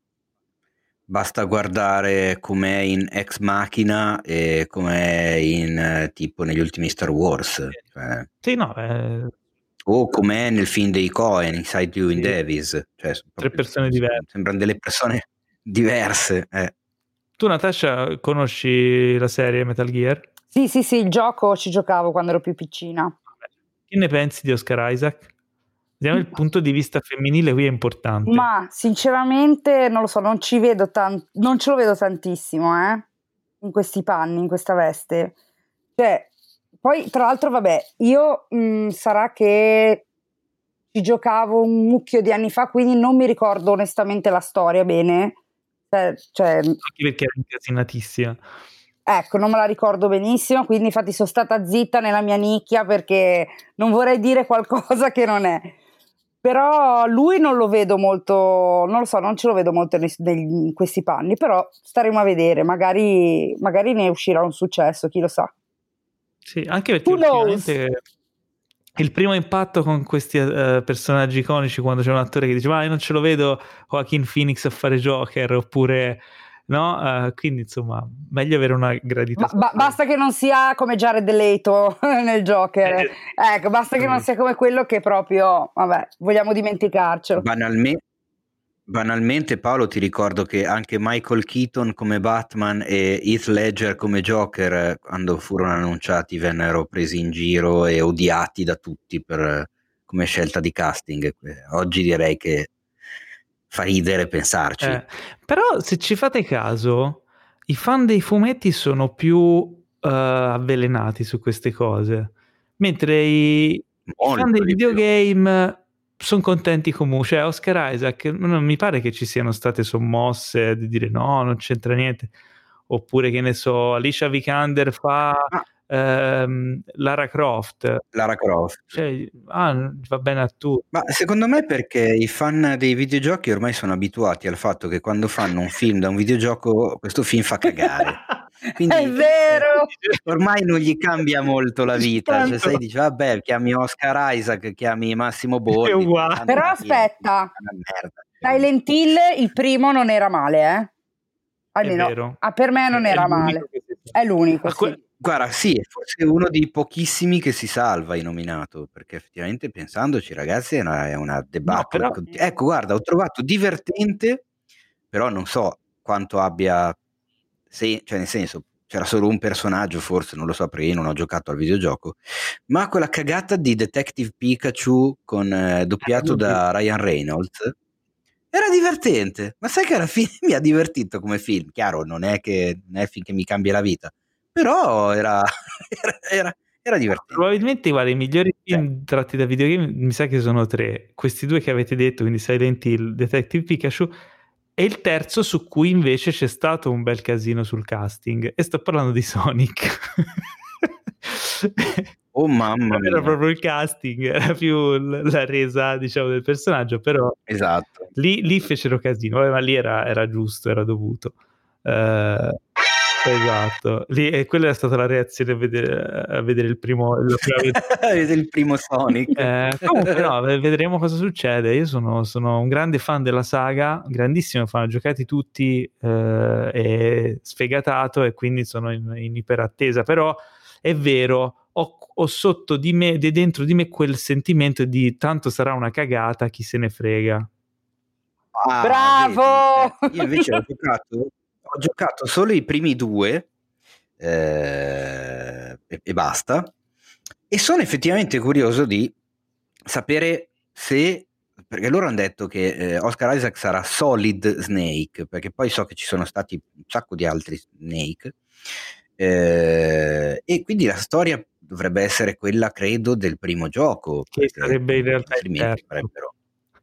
basta guardare com'è in Ex Machina e com'è in tipo negli ultimi Star Wars. Cioè. Sì, no, o com'è nel film dei Coen, Inside Llewyn Davis. Cioè, tre persone diverse. Sembrano delle persone diverse. Tu, Natascia, conosci la serie Metal Gear? Sì, il gioco ci giocavo quando ero più piccina. Che ne pensi di Oscar Isaac? Vediamo il punto di vista femminile, qui è importante. Ma sinceramente non lo so, non ce lo vedo tantissimo, in questi panni, in questa veste. Cioè, poi tra l'altro, vabbè, io sarà che ci giocavo un mucchio di anni fa, quindi non mi ricordo onestamente la storia bene. Cioè, anche perché era incasinatissima. Ecco, non me la ricordo benissimo, quindi infatti sono stata zitta nella mia nicchia perché non vorrei dire qualcosa che non è. Però lui non lo vedo molto, non lo so, non ce lo vedo molto in questi panni, però staremo a vedere, magari ne uscirà un successo, chi lo sa. Sì, anche perché ultimamente il primo impatto con questi personaggi iconici, quando c'è un attore che dice ma io non ce lo vedo Joaquin Phoenix a fare Joker, oppure no, quindi insomma meglio avere una gradita basta che non sia come Jared Leto nel Joker, ecco, basta che non sia come quello che proprio, vabbè, vogliamo dimenticarcelo. Banalmente, Paolo, ti ricordo che anche Michael Keaton come Batman e Heath Ledger come Joker, quando furono annunciati, vennero presi in giro e odiati da tutti come scelta di casting. Oggi direi che fa ridere pensarci. Però se ci fate caso, i fan dei fumetti sono più avvelenati su queste cose, mentre i fan dei videogame sono contenti comunque. Cioè Oscar Isaac non mi pare che ci siano state sommosse di dire no, non c'entra niente, oppure che ne so, Alicia Vikander fa Lara Croft, cioè, va bene a tutti. Ma secondo me perché i fan dei videogiochi ormai sono abituati al fatto che quando fanno un film da un videogioco, questo film fa cagare. Quindi, è vero! Ormai non gli cambia molto la vita. Cioè, sai, dice, vabbè, chiami Oscar Isaac, chiami Massimo Borghi. Però aspetta, Silent Hill il primo non era male, almeno per me non era male. È l'unico, sì. Guarda, sì, è forse uno dei pochissimi che si salva in nominato, perché effettivamente pensandoci, ragazzi, è una debacle. No, però... Ecco, guarda, ho trovato divertente, però non so quanto abbia, cioè nel senso, c'era solo un personaggio, forse, non lo so, perché io non ho giocato al videogioco, ma quella cagata di Detective Pikachu con doppiato da Ryan Reynolds era divertente, ma sai che alla fine mi ha divertito come film. Chiaro, non è un film che mi cambia la vita, però era divertente. Probabilmente, guarda, i migliori film tratti da videogame mi sa che sono 3. Questi 2 che avete detto, quindi Silent Hill, Detective Pikachu, e il terzo su cui invece c'è stato un bel casino sul casting, e sto parlando di Sonic. Oh mamma mia. Era proprio il casting, era più la resa, diciamo, del personaggio, però esatto. Lì fecero casino, ma lì era giusto, era dovuto. Esatto, lì, quella è stata la reazione a vedere il primo il primo Sonic. Comunque no, vedremo cosa succede. Io sono un grande fan della saga, grandissimo fan, ho giocati tutti e sfegatato, e quindi sono in iperattesa. Però è vero, ho sotto di me, dentro di me, quel sentimento di tanto sarà una cagata, chi se ne frega. Bravo! Io invece ho giocato solo i primi 2 e basta, E sono effettivamente curioso di sapere se, perché loro hanno detto che Oscar Isaac sarà Solid Snake, perché poi so che ci sono stati un sacco di altri Snake, e quindi la storia dovrebbe essere quella, credo, del primo gioco, che perché sarebbe in realtà il altrimenti terzo. farebbero...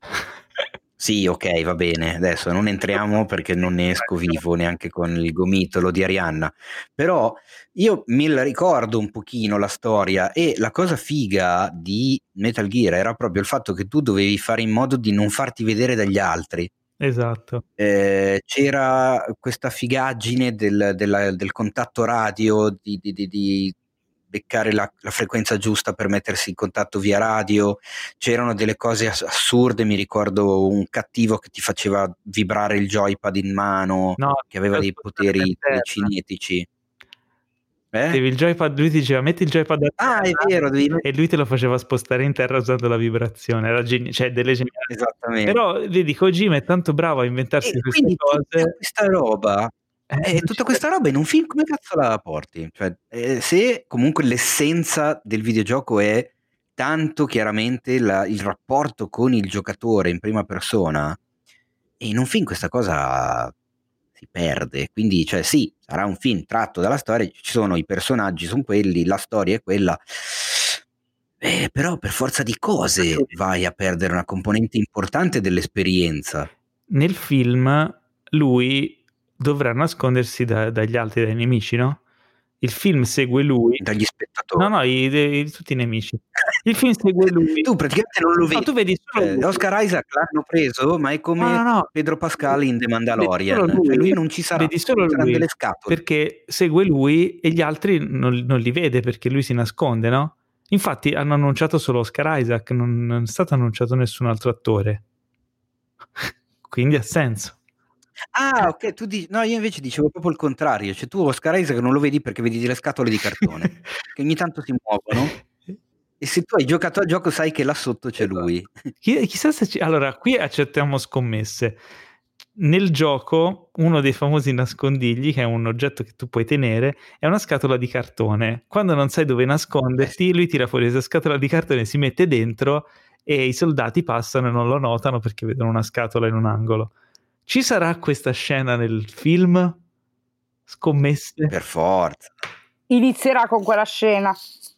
Sì, ok, va bene, adesso non entriamo perché non ne esco vivo neanche con il gomitolo di Arianna, però io me la ricordo un pochino la storia, e la cosa figa di Metal Gear era proprio il fatto che tu dovevi fare in modo di non farti vedere dagli altri. Esatto. C'era questa figaggine del contatto radio, di beccare la frequenza giusta per mettersi in contatto via radio. C'erano delle cose assurde, mi ricordo un cattivo che ti faceva vibrare il joypad in mano, No, che aveva dei poteri telecinetici. Devi il joypad, lui ti diceva metti il joypad a terra, è vero, e lui te lo faceva spostare in terra usando la vibrazione. Era cioè delle geniali. Esattamente. Però vedi, Kojima è tanto bravo a inventarsi E queste quindi cose. tutta questa roba tutta questa roba in un film come cazzo la porti? Cioè, se comunque l'essenza del videogioco è tanto chiaramente il rapporto con il giocatore in prima persona, e in un film questa cosa si perde. Quindi, cioè, sì, sarà un film tratto dalla storia, ci sono i personaggi, sono quelli, la storia è quella, però per forza di cose vai a perdere una componente importante dell'esperienza. Nel film lui dovrà nascondersi dagli altri, dai nemici, no? Il film segue lui. Dagli spettatori. No, tutti i nemici. Il film segue lui. Tu praticamente non lo vedi. No, tu vedi solo lui. Oscar Isaac l'hanno preso, ma è come No. Pedro Pascal in The Mandalorian. Vedi solo lui. Cioè lui non ci sarà. Vedi solo Saranno lui, delle scatole. perché segue lui e gli altri non li vede perché lui si nasconde, no? Infatti hanno annunciato solo Oscar Isaac, non è stato annunciato nessun altro attore. Quindi ha senso. Ah, ok, tu dici... No, io invece dicevo proprio il contrario. Cioè tu Oscar Isaac non lo vedi perché vedi delle scatole di cartone che ogni tanto si muovono, e se tu hai giocato al gioco sai che là sotto c'è lui. Chissà se allora, qui accettiamo scommesse. Nel gioco uno dei famosi nascondigli, che è un oggetto che tu puoi tenere, è una scatola di cartone. Quando non sai dove nasconderti, lui tira fuori questa scatola di cartone, si mette dentro e i soldati passano e non lo notano perché vedono una scatola in un angolo. Ci sarà questa scena nel film? Scommesse? Per forza. Inizierà con quella scena.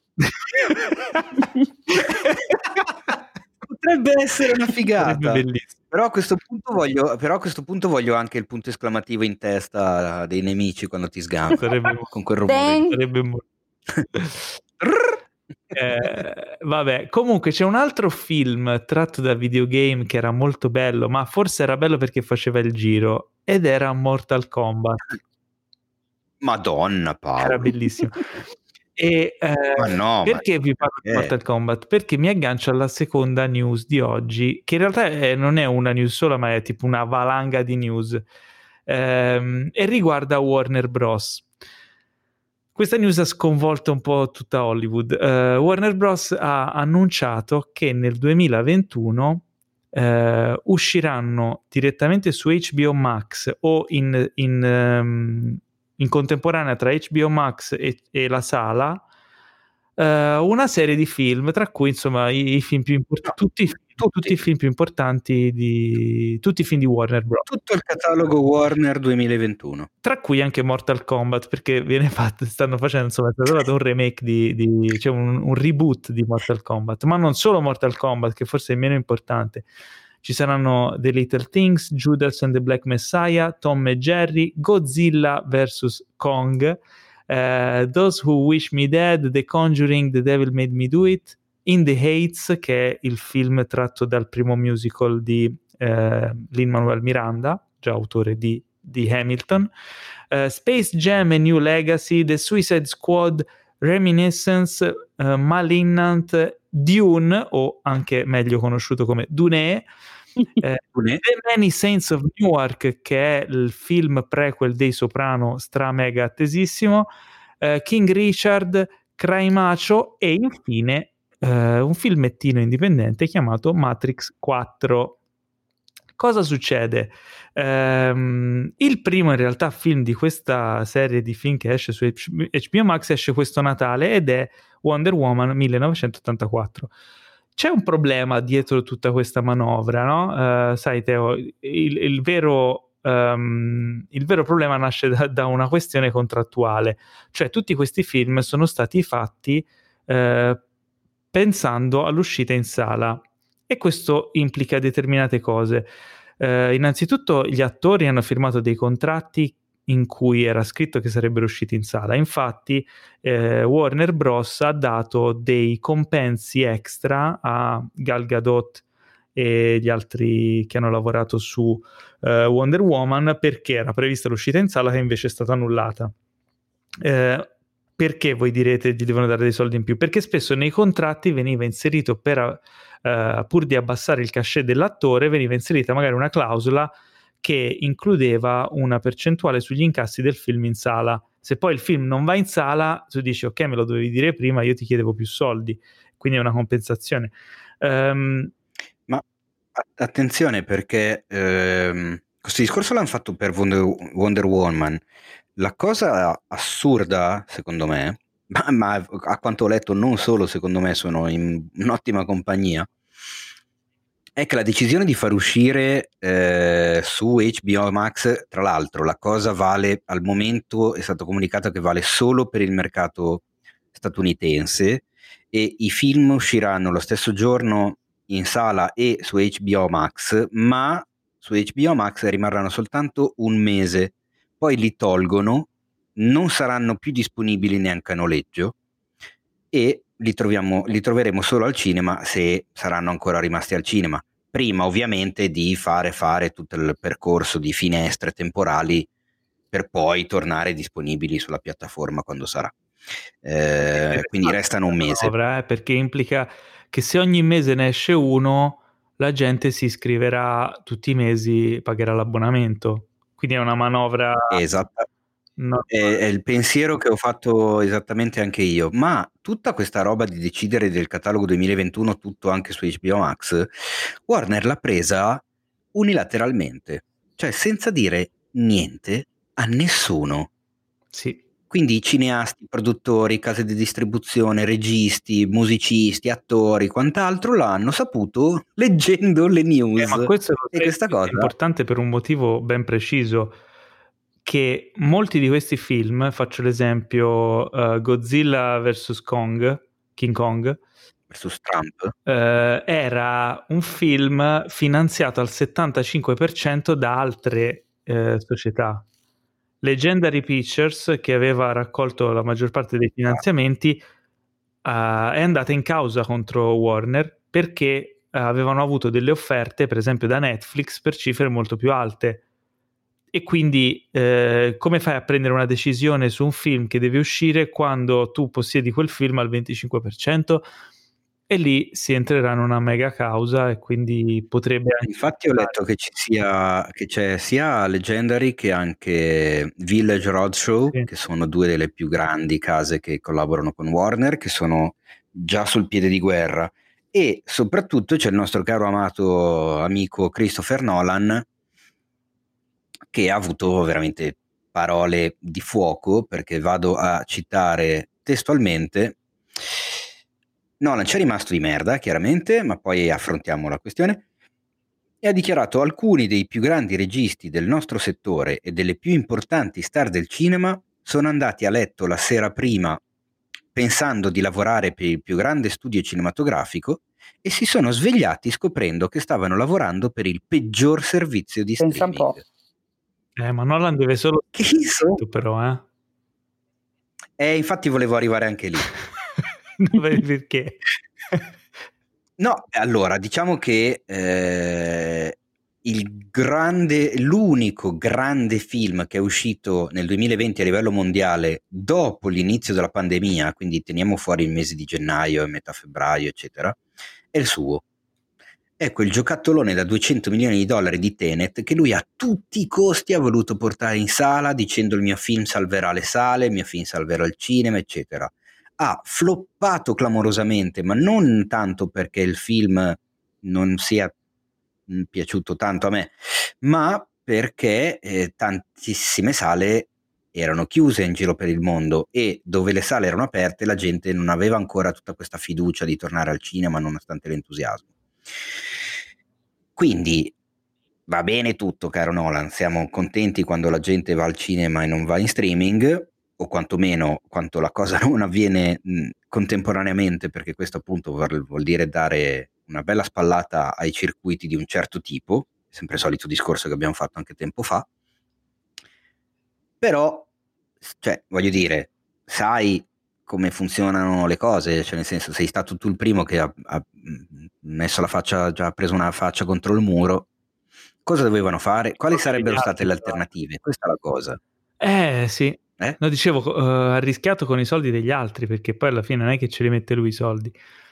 Potrebbe essere una figata. Sarebbe bellissimo. Però a questo punto voglio anche il punto esclamativo in testa dei nemici quando ti sgamano con quel rumore. Sarebbe vabbè, comunque c'è un altro film tratto da videogame che era molto bello, ma forse era bello perché faceva il giro, ed era Mortal Kombat. Madonna Paolo. Era bellissimo. E perché vi parlo di Mortal Kombat? Perché mi aggancio alla seconda news di oggi, che in realtà non è una news sola, ma è tipo una valanga di news, e riguarda Warner Bros. Questa news ha sconvolto un po' tutta Hollywood. Warner Bros. Ha annunciato che nel 2021 usciranno direttamente su HBO Max o in contemporanea tra HBO Max e la sala una serie di film, tra cui insomma i film più importanti, tutti i film più importanti tutti i film di Warner Bros. Tutto il catalogo Warner 2021. Tra cui anche Mortal Kombat, perché stanno facendo, insomma, è stato un remake cioè un reboot di Mortal Kombat, ma non solo Mortal Kombat, che forse è meno importante. Ci saranno The Little Things, Judas and the Black Messiah, Tom e Jerry, Godzilla vs. Kong, Those Who Wish Me Dead, The Conjuring, The Devil Made Me Do It, In the Heights, che è il film tratto dal primo musical di Lin-Manuel Miranda, già autore di Hamilton, Space Jam e New Legacy, The Suicide Squad, Reminiscence, Malignant, Dune, o anche meglio conosciuto come Dune, The Many Saints of Newark, che è il film prequel dei Soprano, stra mega attesissimo, King Richard, Cry Macho, e infine un filmettino indipendente chiamato Matrix 4. Cosa succede? Il primo in realtà film di questa serie di film che esce su HBO Max esce questo Natale ed è Wonder Woman 1984. C'è un problema dietro tutta questa manovra, no? Sai Teo, il vero problema nasce da una questione contrattuale, cioè tutti questi film sono stati fatti pensando all'uscita in sala e questo implica determinate cose. Innanzitutto gli attori hanno firmato dei contratti in cui era scritto che sarebbero usciti in sala, infatti Warner Bros. Ha dato dei compensi extra a Gal Gadot e gli altri che hanno lavorato su Wonder Woman perché era prevista l'uscita in sala che invece è stata annullata. Perché voi direte gli devono dare dei soldi in più? Perché spesso nei contratti veniva inserito pur di abbassare il cachet dell'attore, veniva inserita magari una clausola che includeva una percentuale sugli incassi del film in sala. Se poi il film non va in sala, tu dici ok, me lo dovevi dire prima, io ti chiedevo più soldi, quindi è una compensazione. Ma attenzione perché questo discorso l'hanno fatto per Wonder Woman. La cosa assurda, secondo me, ma a quanto ho letto non solo secondo me, sono in un'ottima compagnia, è che la decisione di far uscire su HBO Max, tra l'altro la cosa vale, al momento è stato comunicato che vale solo per il mercato statunitense e i film usciranno lo stesso giorno in sala e su HBO Max, ma su HBO Max rimarranno soltanto un mese, poi li tolgono, non saranno più disponibili neanche a noleggio e li troveremo solo al cinema se saranno ancora rimasti al cinema, prima ovviamente di fare tutto il percorso di finestre temporali per poi tornare disponibili sulla piattaforma quando sarà. Quindi restano un mese. Perché implica che se ogni mese ne esce uno, la gente si iscriverà tutti i mesi, pagherà l'abbonamento. Quindi è una manovra. Esatto. È il pensiero che ho fatto esattamente anche io, ma tutta questa roba di decidere del catalogo 2021 tutto anche su HBO Max, Warner l'ha presa unilateralmente, cioè senza dire niente a nessuno. Sì. Quindi cineasti, produttori, case di distribuzione, registi, musicisti, attori, quant'altro l'hanno saputo leggendo le news. Ma questo e questa cosa è importante per un motivo ben preciso, che molti di questi film, faccio l'esempio Godzilla vs King Kong versus Trump, era un film finanziato al 75% da altre società. Legendary Pictures, che aveva raccolto la maggior parte dei finanziamenti, è andata in causa contro Warner perché avevano avuto delle offerte, per esempio da Netflix, per cifre molto più alte. E quindi come fai a prendere una decisione su un film che deve uscire quando tu possiedi quel film al 25%? E lì si entrerà in una mega causa e quindi potrebbe anche. Infatti ho letto che c'è sia Legendary che anche Village Roadshow, Sì. che sono due delle più grandi case che collaborano con Warner, che sono già sul piede di guerra, e soprattutto c'è il nostro caro amato amico Christopher Nolan, che ha avuto veramente parole di fuoco, perché vado a citare testualmente: Nolan c'è rimasto di merda, chiaramente, ma poi affrontiamo la questione, e ha dichiarato: alcuni dei più grandi registi del nostro settore e delle più importanti star del cinema sono andati a letto la sera prima pensando di lavorare per il più grande studio cinematografico e si sono svegliati scoprendo che stavano lavorando per il peggior servizio di Pensa un po'. streaming. Ma Nolan deve solo Che insomma, però infatti volevo arrivare anche lì. perché? No, allora diciamo che l'unico grande film che è uscito nel 2020 a livello mondiale dopo l'inizio della pandemia, quindi teniamo fuori il mese di gennaio e metà febbraio, eccetera, è il suo. È quel giocattolone da $200 milioni di Tenet che lui a tutti i costi ha voluto portare in sala dicendo: il mio film salverà le sale, il mio film salverà il cinema, eccetera. Ha floppato clamorosamente, ma non tanto perché il film non piaciuto tanto a me, ma perché tantissime sale erano chiuse in giro per il mondo, e dove le sale erano aperte la gente non aveva ancora tutta questa fiducia di tornare al cinema nonostante l'entusiasmo. Quindi va bene tutto, caro Nolan, siamo contenti quando la gente va al cinema e non va in streaming, o quantomeno quanto la cosa non avviene contemporaneamente, perché questo appunto vuol dire dare una bella spallata ai circuiti di un certo tipo, sempre il solito discorso che abbiamo fatto anche tempo fa. Però, cioè, voglio dire, sai come funzionano le cose, cioè nel senso, sei stato tu il primo che ha messo la faccia, già ha preso una faccia contro il muro. Cosa dovevano fare? Quali sarebbero state le alternative? Questa è la cosa. Sì. No, dicevo, ha rischiato con i soldi degli altri, perché poi alla fine non è che ce li mette lui i soldi.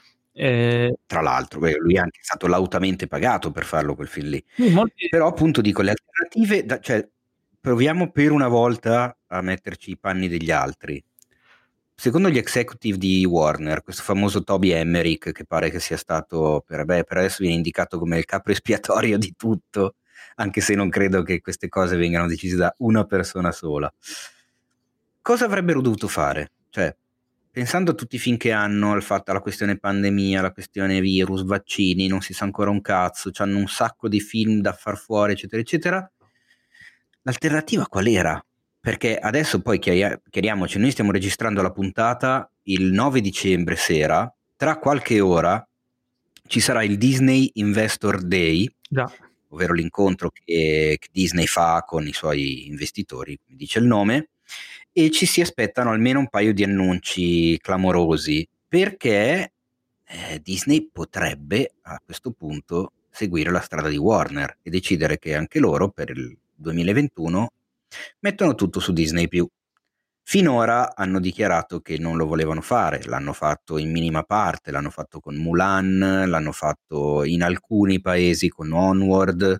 Tra l'altro, lui è anche stato lautamente pagato per farlo quel film lì. Però appunto dico, le alternative, cioè proviamo per una volta a metterci i panni degli altri. Secondo gli executive di Warner, questo famoso Toby Emmerich, che pare che sia stato, per adesso viene indicato come il capo espiatorio di tutto, anche se non credo che queste cose vengano decise da una persona sola. Cosa avrebbero dovuto fare? Cioè, pensando a tutti i film che hanno, al fatto, alla questione pandemia, la questione virus, vaccini, non si sa ancora un cazzo, hanno un sacco di film da far fuori, eccetera, eccetera. L'alternativa qual era? Perché adesso poi chiariamoci, noi stiamo registrando la puntata il 9 dicembre sera, tra qualche ora ci sarà il Disney Investor Day, ovvero l'incontro che Disney fa con i suoi investitori, come dice il nome, e ci si aspettano almeno un paio di annunci clamorosi, perché Disney potrebbe a questo punto seguire la strada di Warner e decidere che anche loro per il 2021 mettono tutto su Disney+. Finora hanno dichiarato che non lo volevano fare, l'hanno fatto in minima parte, l'hanno fatto con Mulan, l'hanno fatto in alcuni paesi con Onward,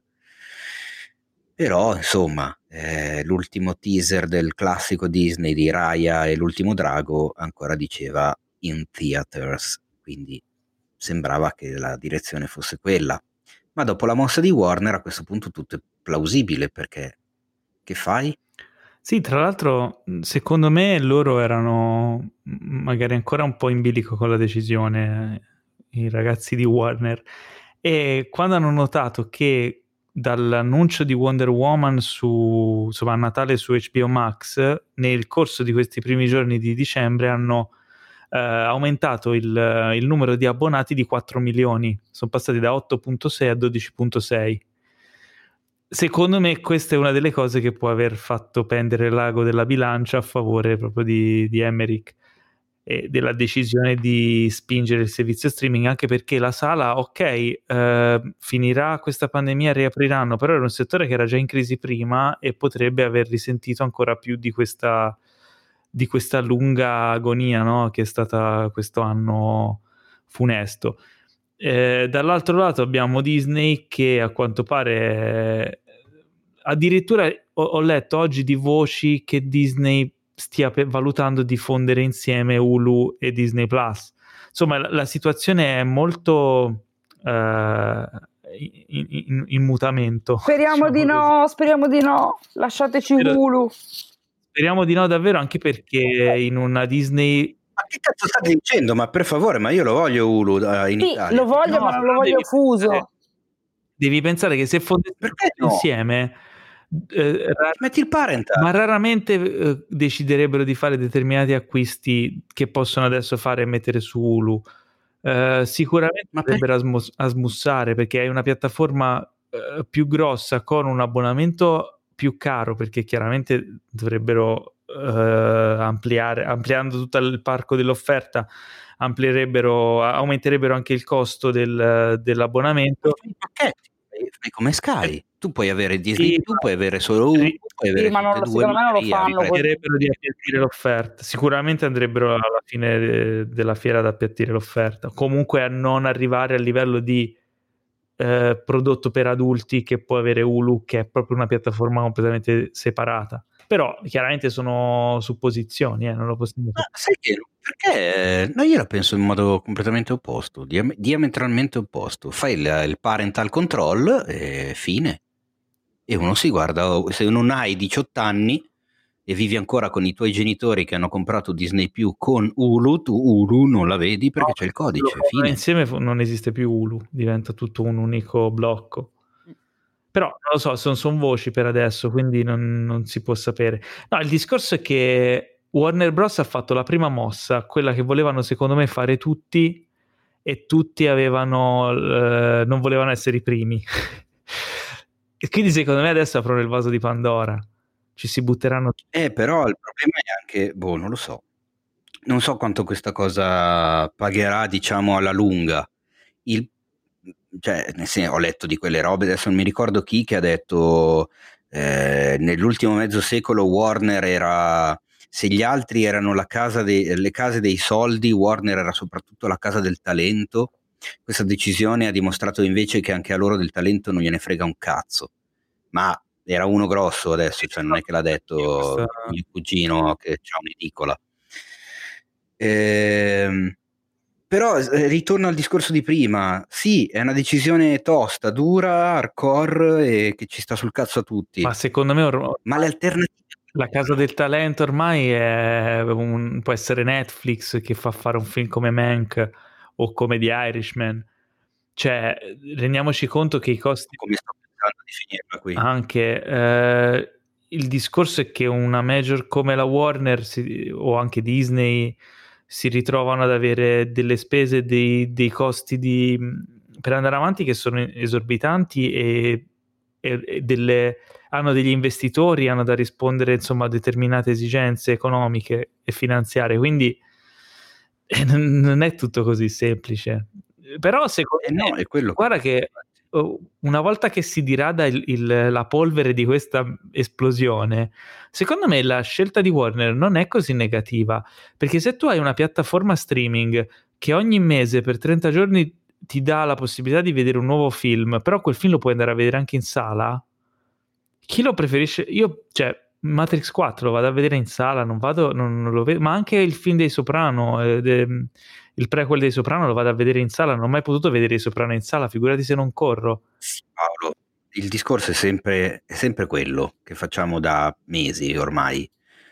però insomma l'ultimo teaser del classico Disney di Raya e l'ultimo drago ancora diceva in theaters, quindi sembrava che la direzione fosse quella. Ma dopo la mossa di Warner a questo punto tutto è plausibile, perché che fai? Sì, tra l'altro secondo me loro erano magari ancora un po' in bilico con la decisione, i ragazzi di Warner, e quando hanno notato che dall'annuncio di Wonder Woman a Natale su HBO Max, nel corso di questi primi giorni di dicembre hanno aumentato il numero di abbonati di 4 milioni, sono passati da 8.6 a 12.6. Secondo me questa è una delle cose che può aver fatto pendere l'ago della bilancia a favore proprio di Emmerich e della decisione di spingere il servizio streaming, anche perché la sala, finirà questa pandemia, riapriranno, però era un settore che era già in crisi prima e potrebbe aver risentito ancora più di questa lunga agonia, no? Che è stata questo anno funesto. Dall'altro lato abbiamo Disney che a quanto pare addirittura ho letto oggi di voci che Disney stia valutando di fondere insieme Hulu e Disney Plus. Insomma, la situazione è molto in mutamento. Speriamo di no, lasciateci Hulu. Speriamo di no davvero, anche perché in una Disney... Ma che cazzo state dicendo? Ma per favore, ma io lo voglio Hulu in Italia. Lo voglio, ma non lo voglio fuso. Devi pensare che se fondessero insieme... metti il parental. Ma raramente deciderebbero di fare determinati acquisti che possono adesso fare e mettere su Hulu. Sicuramente dovrebbero a smussare, perché hai una piattaforma più grossa con un abbonamento più caro, perché chiaramente dovrebbero ampliando tutto il parco dell'offerta, aumenterebbero anche il costo dell'abbonamento. Fai come Sky, tu puoi avere Disney, tu puoi avere solo uno, puoi avere ma secondo me non lo fanno. Andrebbero di appiattire l'offerta, sicuramente andrebbero alla fine della fiera ad appiattire l'offerta, comunque a non arrivare al livello di prodotto per adulti che può avere Hulu, che è proprio una piattaforma completamente separata. Però chiaramente sono supposizioni, non lo possiamo dire. Sai che Perché no, io la penso in modo completamente opposto, diametralmente opposto. Fai il parental control e fine. E uno si guarda, se non hai 18 anni e vivi ancora con i tuoi genitori che hanno comprato Disney Più con Hulu, tu Hulu non la vedi perché c'è il codice, fine. Insieme non esiste più Hulu, diventa tutto un unico blocco. Però non lo so, sono voci per adesso, quindi non si può sapere. No, il discorso è che Warner Bros. Ha fatto la prima mossa, quella che volevano secondo me fare tutti, e tutti avevano non volevano essere i primi. E quindi secondo me adesso aprono il vaso di Pandora, ci si butteranno. Però il problema è anche, non lo so. Non so quanto questa cosa pagherà, diciamo, alla lunga. Ho letto di quelle robe, adesso non mi ricordo chi, che ha detto nell'ultimo mezzo secolo Warner era, se gli altri erano le case dei soldi, Warner era soprattutto la casa del talento. Questa decisione ha dimostrato invece che anche a loro del talento non gliene frega un cazzo. Ma era uno grosso adesso, cioè non è che l'ha detto mio cugino che c'ha un'edicola. Però ritorno al discorso di prima, sì, è una decisione tosta, dura, hardcore e che ci sta sul cazzo a tutti. Ma secondo me ma le alternative, la casa del talento ormai può essere Netflix che fa fare un film come Mank o come The Irishman. Cioè, rendiamoci conto che i costi, come sto pensando di finirla qui, anche il discorso è che una major come la Warner o anche Disney si ritrovano ad avere delle spese, dei costi per andare avanti che sono esorbitanti, e hanno degli investitori, hanno da rispondere insomma a determinate esigenze economiche e finanziarie, quindi non è tutto così semplice. Però secondo me, è quello guarda che una volta che si dirada la polvere di questa esplosione, secondo me la scelta di Warner non è così negativa, perché se tu hai una piattaforma streaming che ogni mese per 30 giorni ti dà la possibilità di vedere un nuovo film, però quel film lo puoi andare a vedere anche in sala, chi lo preferisce? Io, cioè, Matrix 4 lo vado a vedere in sala, non lo vedo, ma anche il film dei Soprano, il prequel dei Soprano lo vado a vedere in sala, non ho mai potuto vedere i Soprano in sala, figurati se non corro. Paolo, il discorso è sempre quello che facciamo da mesi ormai.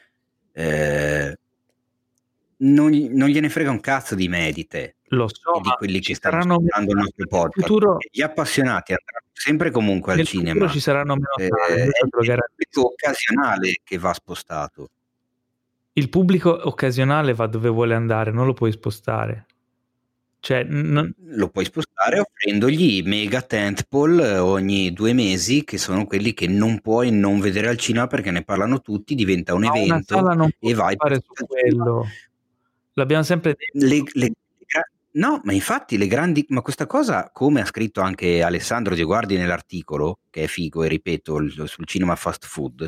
Non gliene frega un cazzo di me, di te, Lo so, e di ma quelli ci che stanno saranno ascoltando il nostro podcast. futuro, Gli appassionati andranno sempre comunque al nel cinema. futuro ci saranno meno sale, È questo te lo il garantisco. pubblico occasionale che va spostato. Il pubblico occasionale va dove vuole andare, non lo puoi spostare. Cioè, Lo puoi spostare offrendogli mega tentpole ogni 2 mesi, che sono quelli che non puoi non vedere al cinema perché ne parlano tutti, diventa un ma una evento sala non può e vai per fare su quello. L'abbiamo sempre detto. No, ma infatti le grandi, ma questa cosa, come ha scritto anche Alessandro Geguardi nell'articolo, che è figo, e ripeto, sul cinema fast food,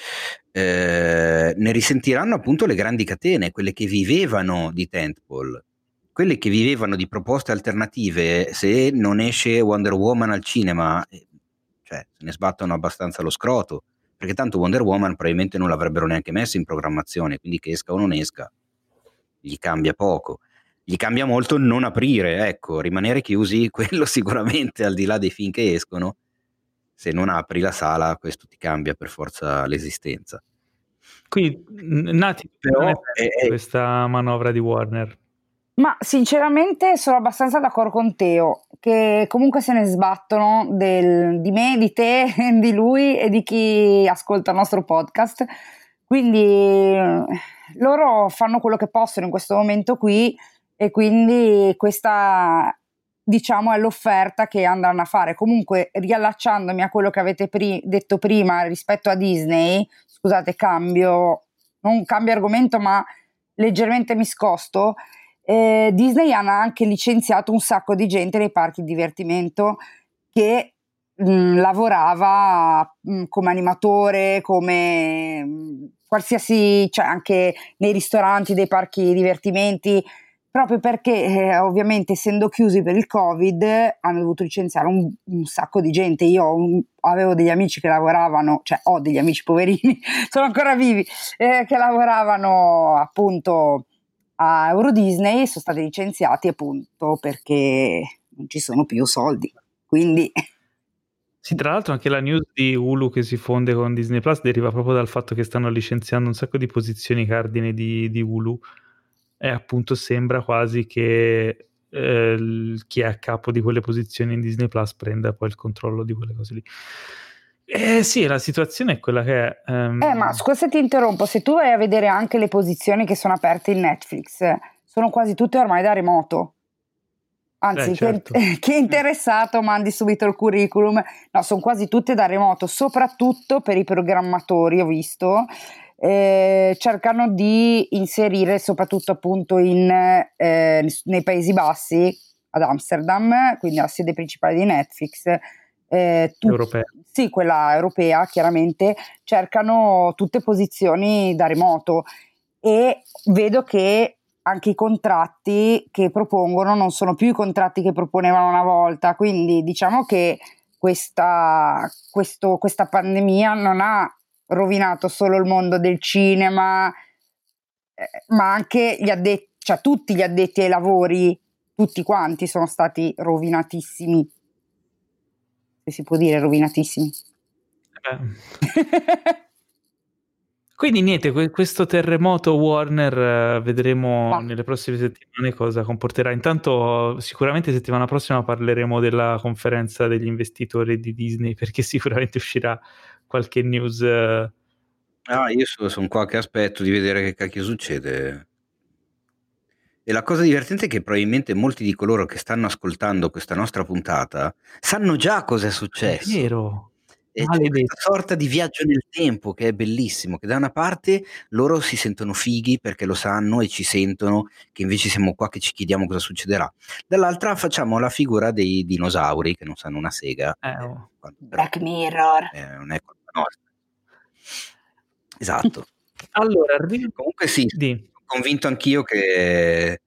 ne risentiranno appunto le grandi catene, quelle che vivevano di tentpole, quelle che vivevano di proposte alternative. Se non esce Wonder Woman al cinema, cioè se ne sbattono abbastanza lo scroto, perché tanto Wonder Woman probabilmente non l'avrebbero neanche messo in programmazione, quindi che esca o non esca gli cambia poco. Gli cambia molto non aprire, ecco, rimanere chiusi, quello sicuramente, al di là dei film che escono. Se non apri la sala, questo ti cambia per forza l'esistenza. Quindi, Nati, però questa manovra di Warner? Ma sinceramente sono abbastanza d'accordo con Teo, che comunque se ne sbattono di me, di te, di lui e di chi ascolta il nostro podcast. Quindi loro fanno quello che possono in questo momento qui, e quindi questa, diciamo, è l'offerta che andranno a fare. Comunque, riallacciandomi a quello che avete detto prima rispetto a Disney, scusate, non cambio argomento, ma leggermente mi scosto. Disney ha anche licenziato un sacco di gente nei parchi di divertimento che lavorava come animatore, come qualsiasi, cioè anche nei ristoranti dei parchi di divertimenti, proprio perché ovviamente essendo chiusi per il Covid hanno dovuto licenziare un sacco di gente. Io avevo degli amici che lavoravano, cioè ho degli amici poverini, sono ancora vivi, che lavoravano appunto a Euro Disney sono stati licenziati appunto perché non ci sono più soldi, quindi Sì, tra l'altro anche la news di Hulu che si fonde con Disney Plus deriva proprio dal fatto che stanno licenziando un sacco di posizioni cardine di Hulu, e appunto sembra quasi che chi è a capo di quelle posizioni in Disney Plus prenda poi il controllo di quelle cose lì. Sì, la situazione è quella che è. ma scusa se ti interrompo, se tu vai a vedere anche le posizioni che sono aperte in Netflix, sono quasi tutte ormai da remoto. Anzi, certo. chi è interessato mandi subito il curriculum. No, sono quasi tutte da remoto, soprattutto per i programmatori, ho visto. Cercano di inserire soprattutto appunto nei Paesi Bassi, ad Amsterdam, quindi la sede principale di Netflix, Europea. sì, quella europea, chiaramente, cercano tutte posizioni da remoto e vedo che anche i contratti che propongono non sono più i contratti che proponevano una volta, quindi diciamo che questa pandemia non ha rovinato solo il mondo del cinema, ma anche cioè tutti gli addetti ai lavori, tutti quanti sono stati rovinatissimi, se si può dire rovinatissimi. Quindi niente, questo terremoto Warner vedremo nelle prossime settimane cosa comporterà. Intanto sicuramente settimana prossima parleremo della conferenza degli investitori di Disney, perché sicuramente uscirà qualche news. Io sono qua che aspetto di vedere che cacchio succede. E la cosa divertente è che probabilmente molti di coloro che stanno ascoltando questa nostra puntata sanno già cosa è successo. È vero. E c'è questa sorta di viaggio nel tempo che è bellissimo, che da una parte loro si sentono fighi perché lo sanno e ci sentono, che invece siamo qua che ci chiediamo cosa succederà. Dall'altra facciamo la figura dei dinosauri che non sanno una sega. Black Mirror. Non è colpa nostra. Esatto. Allora, comunque sì, sono convinto anch'io che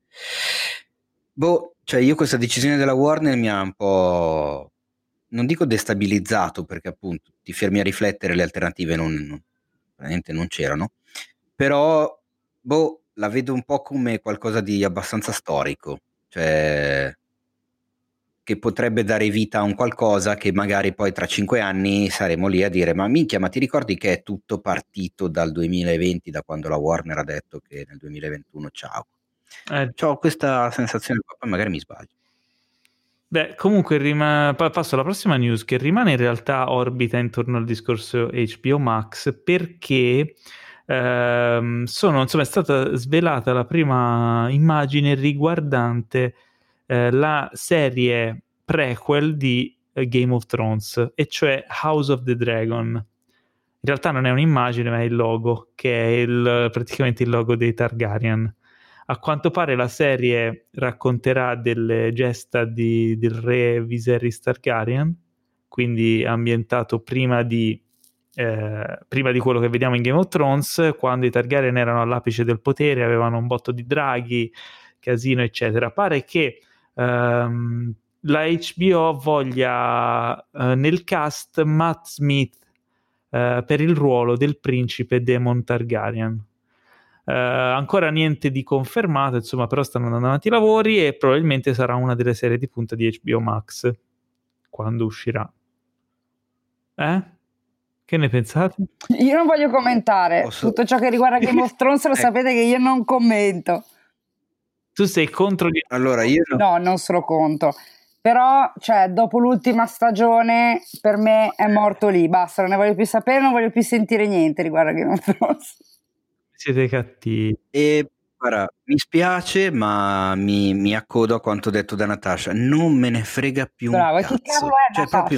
cioè io questa decisione della Warner mi ha un po', non dico destabilizzato, perché appunto ti fermi a riflettere, le alternative veramente non c'erano, però la vedo un po' come qualcosa di abbastanza storico, cioè che potrebbe dare vita a un qualcosa che magari poi tra 5 anni saremo lì a dire: ma minchia, ma ti ricordi che è tutto partito dal 2020, da quando la Warner ha detto che nel 2021 ciao. C'ho questa sensazione, poi magari mi sbaglio. Beh, comunque passo alla prossima news, che rimane in realtà orbita intorno al discorso HBO Max, perché è stata svelata la prima immagine riguardante la serie prequel di Game of Thrones, e cioè House of the Dragon. In realtà non è un'immagine, ma è il logo, che è praticamente il logo dei Targaryen. A quanto pare la serie racconterà delle gesta del re Viserys Targaryen, quindi ambientato prima di quello che vediamo in Game of Thrones, quando i Targaryen erano all'apice del potere, avevano un botto di draghi, casino, eccetera. Pare che la HBO voglia nel cast Matt Smith per il ruolo del principe Daemon Targaryen. Ancora niente di confermato, insomma, però stanno andando avanti i lavori e probabilmente sarà una delle serie di punta di HBO Max quando uscirà. Che ne pensate? Io non voglio commentare tutto ciò che riguarda Game of Thrones, lo sapete che io non commento. Tu sei contro Game of Thrones? Allora io no, non sono contro, però cioè dopo l'ultima stagione per me è morto lì, basta, non ne voglio più sapere, non voglio più sentire niente riguardo Game of Thrones. Siete cattivi. E guarda, mi spiace, ma mi accodo a quanto detto da Natasha. Non me ne frega più un cazzo. Chi cavolo è cioè, Natasha?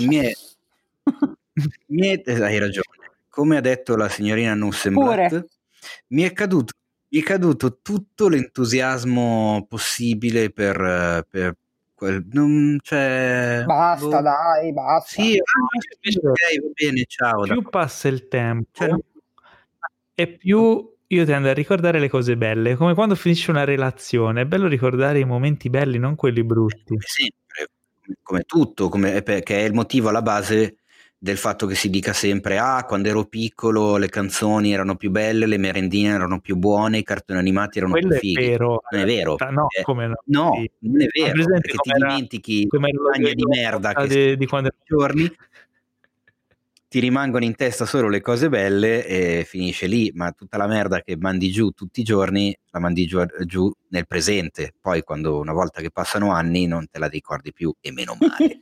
Proprio hai ragione. Come ha detto la signorina Nussenblatt, mi è caduto tutto l'entusiasmo possibile per quel. Basta, dai, basta. Sì, ok, va bene, ciao. Più passa il tempo e più io tendo a ricordare le cose belle, come quando finisce una relazione. È bello ricordare i momenti belli, non quelli brutti. Sempre, come tutto, perché è il motivo alla base del fatto che si dica sempre quando ero piccolo le canzoni erano più belle, le merendine erano più buone, i cartoni animati erano Quello più è fighi. vero. Non è vero. No, come no? No, Sì. non è Ma vero, presente perché ti com'era- dimentichi come era lo bagno di yo-yo merda che di quando giorni, ti rimangono in testa solo le cose belle e finisce lì, ma tutta la merda che mandi giù tutti i giorni la mandi giù nel presente, poi quando una volta che passano anni non te la ricordi più, e meno male.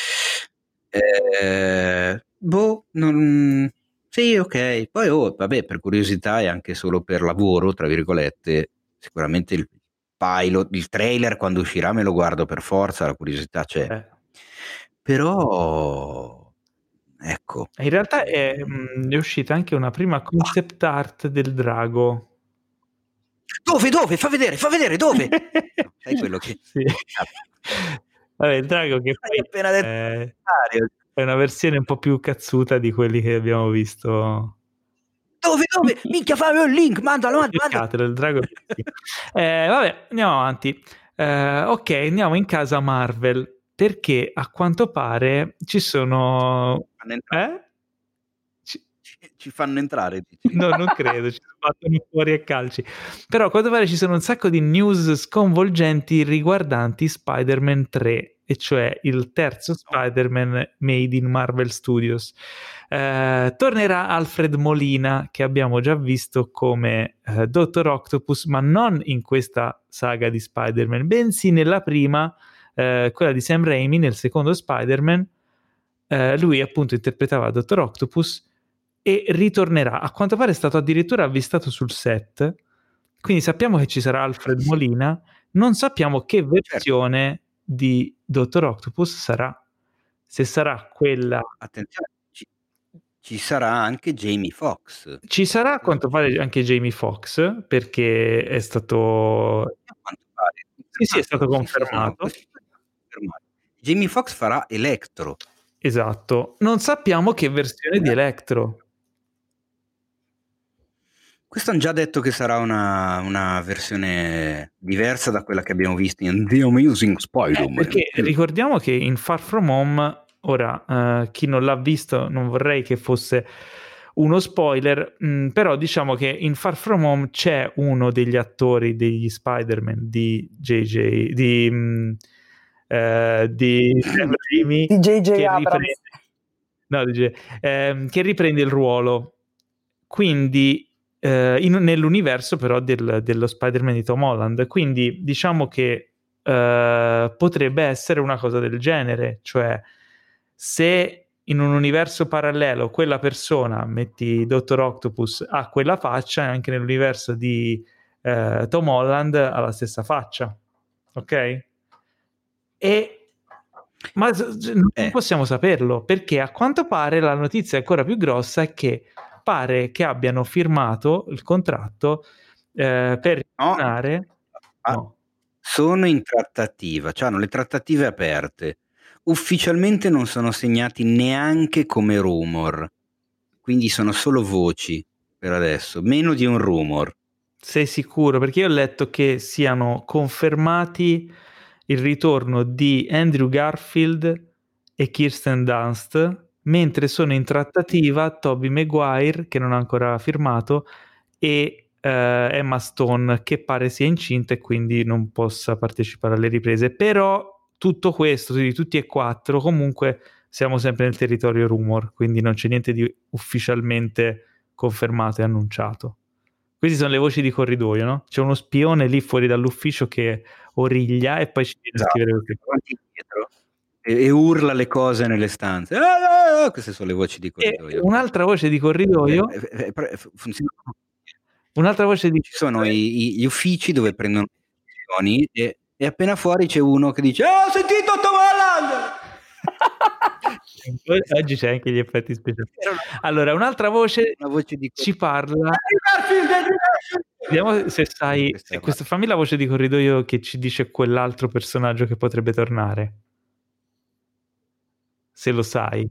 Sì, ok, poi vabbè, per curiosità e anche solo per lavoro, tra virgolette, sicuramente il pilot, il trailer quando uscirà me lo guardo per forza, la curiosità c'è. Però ecco, In realtà è uscita anche una prima concept art del drago. Dove? Fa vedere, dove? Sai quello che... Sì. Vabbè, il drago che Hai appena detto è una versione un po' più cazzuta di quelli che abbiamo visto. Dove? Minchia, fammi un link, mandalo. Cercatelo, il drago. Vabbè, andiamo avanti. Ok, andiamo in casa Marvel, perché a quanto pare ci sono... Ci fanno entrare, dici? No, non credo, ci battono fuori a calci. Però a quanto pare ci sono un sacco di news sconvolgenti riguardanti Spider-Man 3, e cioè il terzo Spider-Man made in Marvel Studios. Tornerà Alfred Molina, che abbiamo già visto come Dr. Octopus, ma non in questa saga di Spider-Man, bensì nella prima, quella di Sam Raimi, nel secondo Spider-Man. Lui appunto interpretava Dr. Octopus e ritornerà. A quanto pare è stato addirittura avvistato sul set, quindi sappiamo che ci sarà Alfred Molina, non sappiamo che versione di Dr. Octopus sarà. Se sarà quella... Attenzione, ci sarà anche Jamie Foxx. Ci sarà a quanto pare anche Jamie Foxx, perché è stato... A quanto pare. Sì, è stato confermato. Jamie Foxx farà Electro. Esatto. Non sappiamo che versione di Electro. Questo hanno già detto che sarà una versione diversa da quella che abbiamo visto in The Amazing Spider-Man. Perché ricordiamo che in Far From Home, ora chi non l'ha visto, non vorrei che fosse uno spoiler, però diciamo che in Far From Home c'è uno degli attori degli Spider-Man di JJ, di Sam Raimi, di JJ Abrams. Che riprende il ruolo. Quindi nell'universo però dello Spider-Man di Tom Holland, quindi diciamo che potrebbe essere una cosa del genere, cioè se in un universo parallelo quella persona, metti Dr. Octopus, ha quella faccia, anche nell'universo di Tom Holland ha la stessa faccia, ok? Ma non possiamo saperlo, perché a quanto pare la notizia ancora più grossa è che pare che abbiano firmato il contratto per ritornare. No. Sono in trattativa, cioè hanno le trattative aperte. Ufficialmente non sono segnati neanche come rumor, quindi sono solo voci per adesso, meno di un rumor. Sei sicuro? Perché io ho letto che siano confermati il ritorno di Andrew Garfield e Kirsten Dunst, mentre sono in trattativa Tobey Maguire, che non ha ancora firmato, e Emma Stone, che pare sia incinta e quindi non possa partecipare alle riprese. Però tutto questo, di tutti e quattro, comunque siamo sempre nel territorio rumor, quindi non c'è niente di ufficialmente confermato e annunciato. Queste sono le voci di corridoio, no? C'è uno spione lì fuori dall'ufficio che origlia e poi ci viene a scrivere dietro e urla le cose nelle stanze. Queste sono le voci di corridoio. E un'altra voce di corridoio funziona. Un'altra voce di... Ci sono gli uffici dove prendono decisioni e appena fuori c'è uno che dice ho sentito Tom Holland! Oggi c'è anche gli effetti speciali. Allora, un'altra voce ci parla. Vediamo se sai. Fammi la voce di corridoio che ci dice quell'altro personaggio che potrebbe tornare. Se lo sai.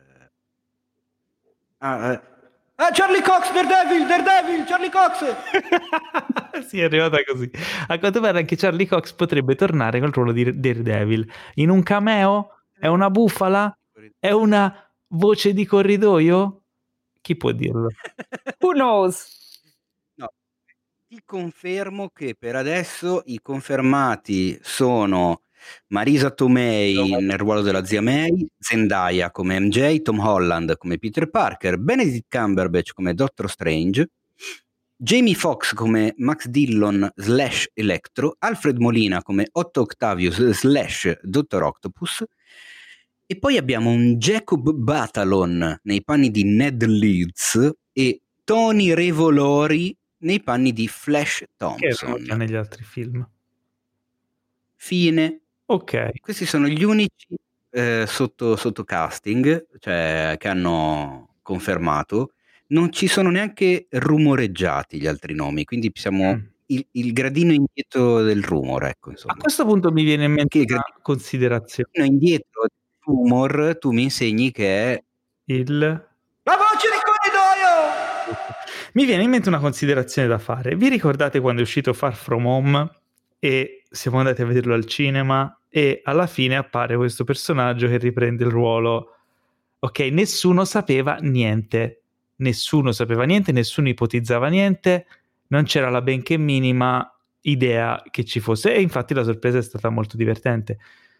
Charlie Cox, Daredevil, Charlie Cox! Sì, è arrivata così. A quanto pare anche Charlie Cox potrebbe tornare col ruolo di Daredevil. In un cameo? È una bufala? È una Voce di corridoio? Chi può dirlo? Who knows? No, ti confermo che per adesso i confermati sono Marisa Tomei nel ruolo della zia May, Zendaya come MJ, Tom Holland come Peter Parker, Benedict Cumberbatch come Doctor Strange, Jamie Foxx come Max Dillon / Electro, Alfred Molina come Otto Octavius / Dottor Octopus, e poi abbiamo un Jacob Batalon nei panni di Ned Leeds e Tony Revolori nei panni di Flash Che erano già Thompson. negli altri film. Fine. Ok. Questi sono gli unici sotto casting, cioè che hanno confermato. Non ci sono neanche rumoreggiati gli altri nomi, quindi siamo il gradino indietro del rumor, ecco, A insomma. questo punto mi viene in mente Che una considerazione. gradino indietro del rumor tu mi insegni che è la voce di corridoio! Mi viene in mente una considerazione da fare. Vi ricordate quando è uscito Far From Home e siamo andati a vederlo al cinema e alla fine appare questo personaggio che riprende il ruolo? Ok, nessuno sapeva niente, nessuno ipotizzava niente, non c'era la benché minima idea che ci fosse, e infatti la sorpresa è stata molto divertente.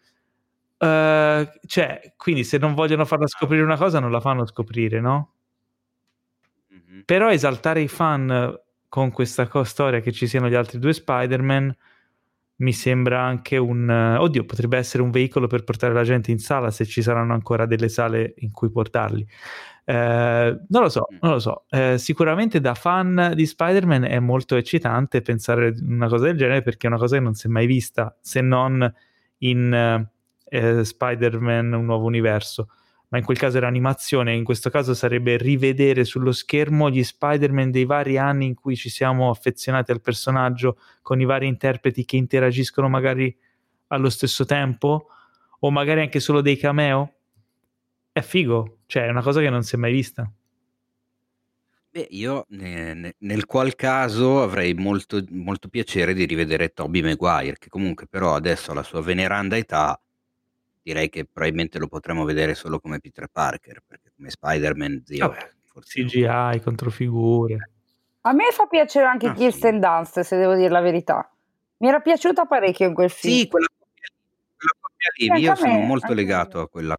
Cioè, quindi se non vogliono farla scoprire una cosa non la fanno scoprire, no? Però esaltare i fan con questa storia che ci siano gli altri due Spider-Man mi sembra anche oddio, potrebbe essere un veicolo per portare la gente in sala, se ci saranno ancora delle sale in cui portarli. Non lo so. Sicuramente da fan di Spider-Man è molto eccitante pensare una cosa del genere, perché è una cosa che non si è mai vista, se non in Spider-Man Un Nuovo Universo. Ma in quel caso era animazione, in questo caso sarebbe rivedere sullo schermo gli Spider-Man dei vari anni in cui ci siamo affezionati al personaggio, con i vari interpreti che interagiscono magari allo stesso tempo, o magari anche solo dei cameo. È figo, cioè è una cosa che non si è mai vista. Beh, io nel qual caso avrei molto, molto piacere di rivedere Tobey Maguire, che comunque però adesso alla sua veneranda età direi che probabilmente lo potremo vedere solo come Peter Parker, perché come Spider-Man, zio, Vabbè, forse CGI, controfigure. A me fa piacere anche Kirsten Dunst, se devo dire la verità. Mi era piaciuta parecchio in quel film. Sì, quella coppia lì, io sono molto legato a quella.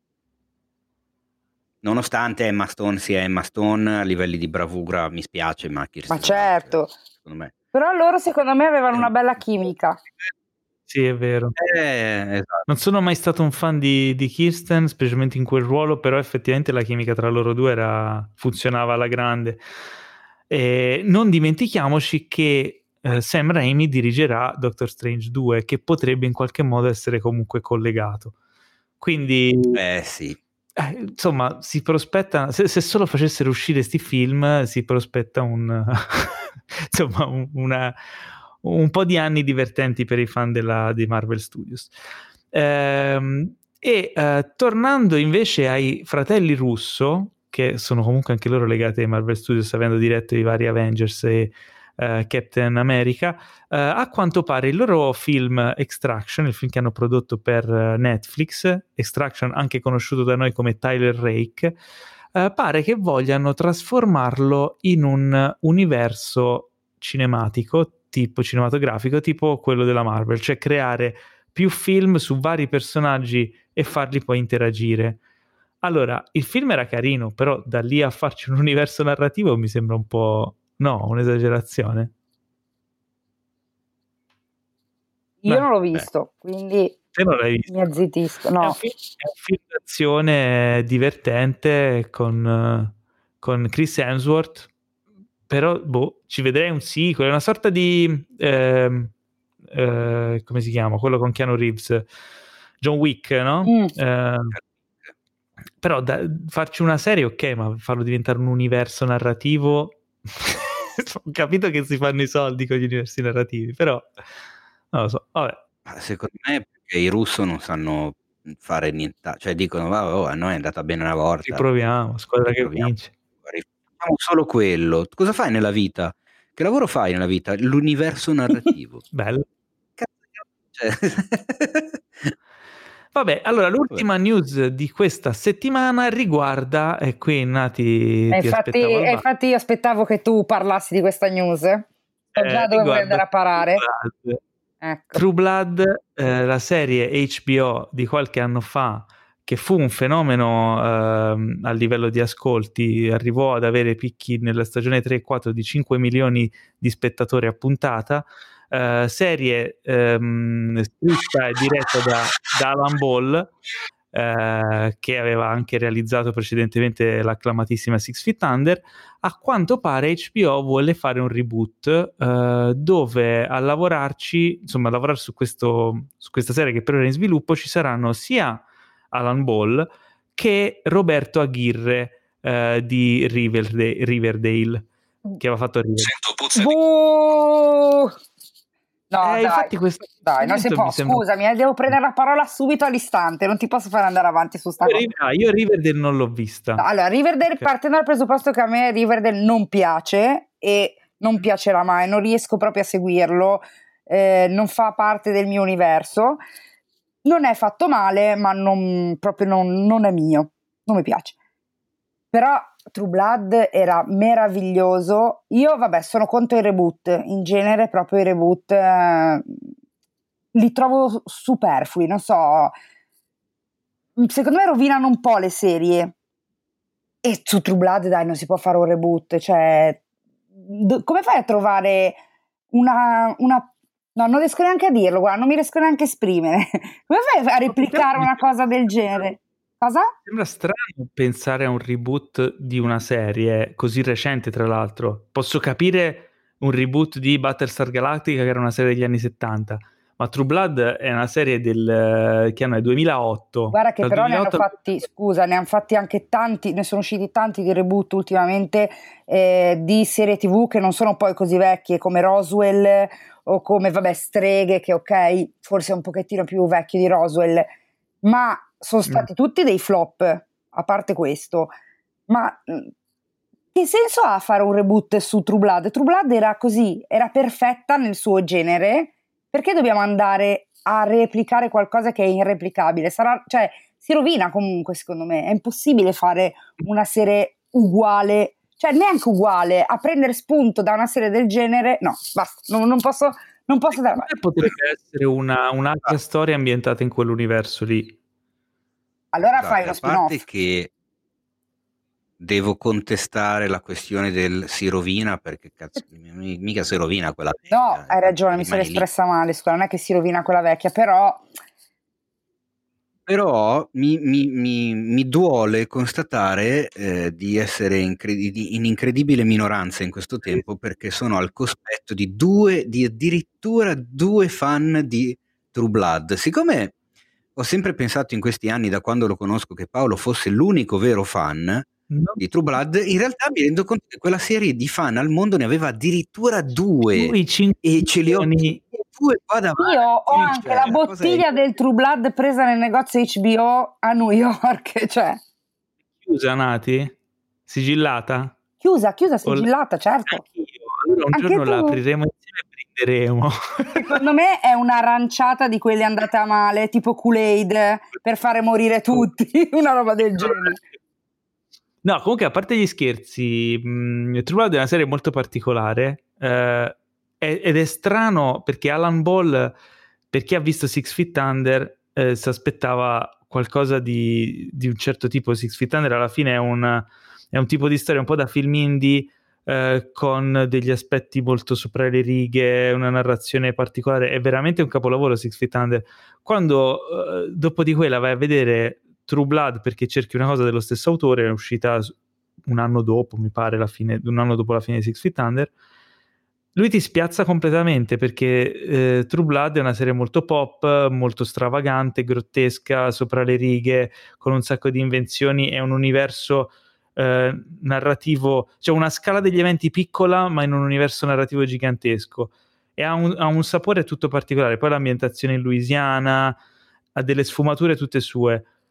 Nonostante Emma Stone sia Emma Stone, a livelli di bravura mi spiace, ma Kirsten Ma certo, Dunst, secondo me. Però loro secondo me avevano una bella chimica. Sì, è vero. Esatto. Non sono mai stato un fan di Kirsten, specialmente in quel ruolo, però effettivamente la chimica tra loro due funzionava alla grande. E non dimentichiamoci che Sam Raimi dirigerà Doctor Strange 2, che potrebbe in qualche modo essere comunque collegato. Quindi sì. Insomma, si prospetta, se solo facessero uscire sti film, si prospetta insomma, un po' di anni divertenti per i fan di Marvel Studios. Tornando invece ai fratelli Russo, che sono comunque anche loro legati ai Marvel Studios, avendo diretto i vari Avengers e Captain America, a quanto pare il loro film Extraction, il film che hanno prodotto per Netflix, Extraction anche conosciuto da noi come Tyler Rake, pare che vogliano trasformarlo in un universo cinematografico tipo quello della Marvel, cioè creare più film su vari personaggi e farli poi interagire. Allora, il film era carino, però da lì a farci un universo narrativo mi sembra un po'... No, un'esagerazione. Io non l'ho visto, quindi te non l'hai visto. Mi azzittisco. No. È un film d'azione divertente con Chris Hemsworth, però ci vedrei un sequel, è una sorta di come si chiama? Quello con Keanu Reeves, John Wick, no? Però farci una serie, ok, ma farlo diventare un universo narrativo... Ho capito che si fanno i soldi con gli universi narrativi, però non lo so, vabbè. Secondo me perché i russo non sanno fare niente, cioè dicono a noi è andata bene una volta, riproviamo, squadra che vince, facciamo solo quello. Cosa fai nella vita? Che lavoro fai nella vita? L'universo narrativo. Bello. Cazzo, Vabbè, allora l'ultima news di questa settimana riguarda, e qui Nati ti aspettavo al bar. Infatti io aspettavo che tu parlassi di questa news. So già dove vuoi andare a parare. True Blood, la serie HBO di qualche anno fa, che fu un fenomeno a livello di ascolti, arrivò ad avere picchi nella stagione 3 e 4 di 5 milioni di spettatori a puntata. Serie scritta e diretta da Alan Ball, che aveva anche realizzato precedentemente l'acclamatissima Six Feet Under. A quanto pare HBO vuole fare un reboot dove a lavorarci, insomma a lavorare su questa serie che per ora è in sviluppo, ci saranno sia Alan Ball che Roberto Aguirre di Riverdale, che aveva fatto Riverdale. No, dai, infatti dai, non si può, scusami, devo prendere la parola subito all'istante, non ti posso fare andare avanti su sta cosa. Io Riverdale non l'ho vista. No, allora, Riverdale, partendo dal presupposto che a me Riverdale non piace e non piacerà mai, non riesco proprio a seguirlo, non fa parte del mio universo, non è fatto male, ma non è mio, non mi piace. Però True Blood era meraviglioso. Io, vabbè, sono contro i reboot. In genere, proprio i reboot li trovo superflui. Non so, secondo me rovinano un po' le serie. E su True Blood, dai, non si può fare un reboot. Cioè, come fai a trovare una... No, non riesco neanche a dirlo, guarda, non mi riesco neanche a esprimere. Come fai a replicare una cosa del genere? Cosa? Sembra strano pensare a un reboot di una serie così recente, tra l'altro. Posso capire un reboot di Battlestar Galactica, che era una serie degli anni 70, ma True Blood è una serie che hanno nel 2008. Guarda che però 2008... ne hanno fatti anche tanti, ne sono usciti tanti di reboot ultimamente di serie TV che non sono poi così vecchie, come Roswell o come, vabbè, Streghe, che ok, forse è un pochettino più vecchio di Roswell, ma sono stati tutti dei flop, a parte questo. Ma che senso ha fare un reboot su True Blood? True Blood era così, era perfetta nel suo genere, perché dobbiamo andare a replicare qualcosa che è irreplicabile? Cioè, si rovina comunque, secondo me. È impossibile fare una serie uguale, cioè neanche uguale, a prendere spunto da una serie del genere. No, basta, non posso andare avanti. Potrebbe essere un'altra storia ambientata in quell'universo lì. Allora fai uno spin-off. A parte che devo contestare la questione del si rovina, perché cazzo, mica si rovina quella vecchia. No, hai ragione, mi sono espressa male, scusa, non è che si rovina quella vecchia, però mi duole constatare di essere in incredibile minoranza in questo tempo, perché sono al cospetto di addirittura due fan di True Blood. Siccome ho sempre pensato in questi anni, da quando lo conosco, che Paolo fosse l'unico vero fan di True Blood, in realtà mi rendo conto che quella serie di fan al mondo ne aveva addirittura due, e ce li ho due qua davanti. Io ho anche la bottiglia del True Blood presa nel negozio HBO a New York, cioè. Chiusa, Nati? Sigillata? Chiusa, sigillata, certo. Allora un giorno la apriremo insieme e prenderemo. Secondo me è un'aranciata di quelle andate a male, tipo Kool-Aid, per fare morire tutti, una roba del genere. No, comunque, a parte gli scherzi, True Blood è una serie molto particolare, ed è strano perché Alan Ball, per chi ha visto Six Feet Under, si aspettava qualcosa di un certo tipo. Six Feet Under alla fine è un tipo di storia un po' da film indie, con degli aspetti molto sopra le righe, una narrazione particolare. È veramente un capolavoro Six Feet Under. Quando dopo di quella vai a vedere True Blood, perché cerchi una cosa dello stesso autore, è uscita un anno dopo, mi pare, un anno dopo la fine di Six Feet Under, lui ti spiazza completamente, perché True Blood è una serie molto pop, molto stravagante, grottesca, sopra le righe, con un sacco di invenzioni, è un universo narrativo, cioè una scala degli eventi piccola, ma in un universo narrativo gigantesco, e ha un sapore tutto particolare. Poi l'ambientazione in Louisiana ha delle sfumature tutte sue.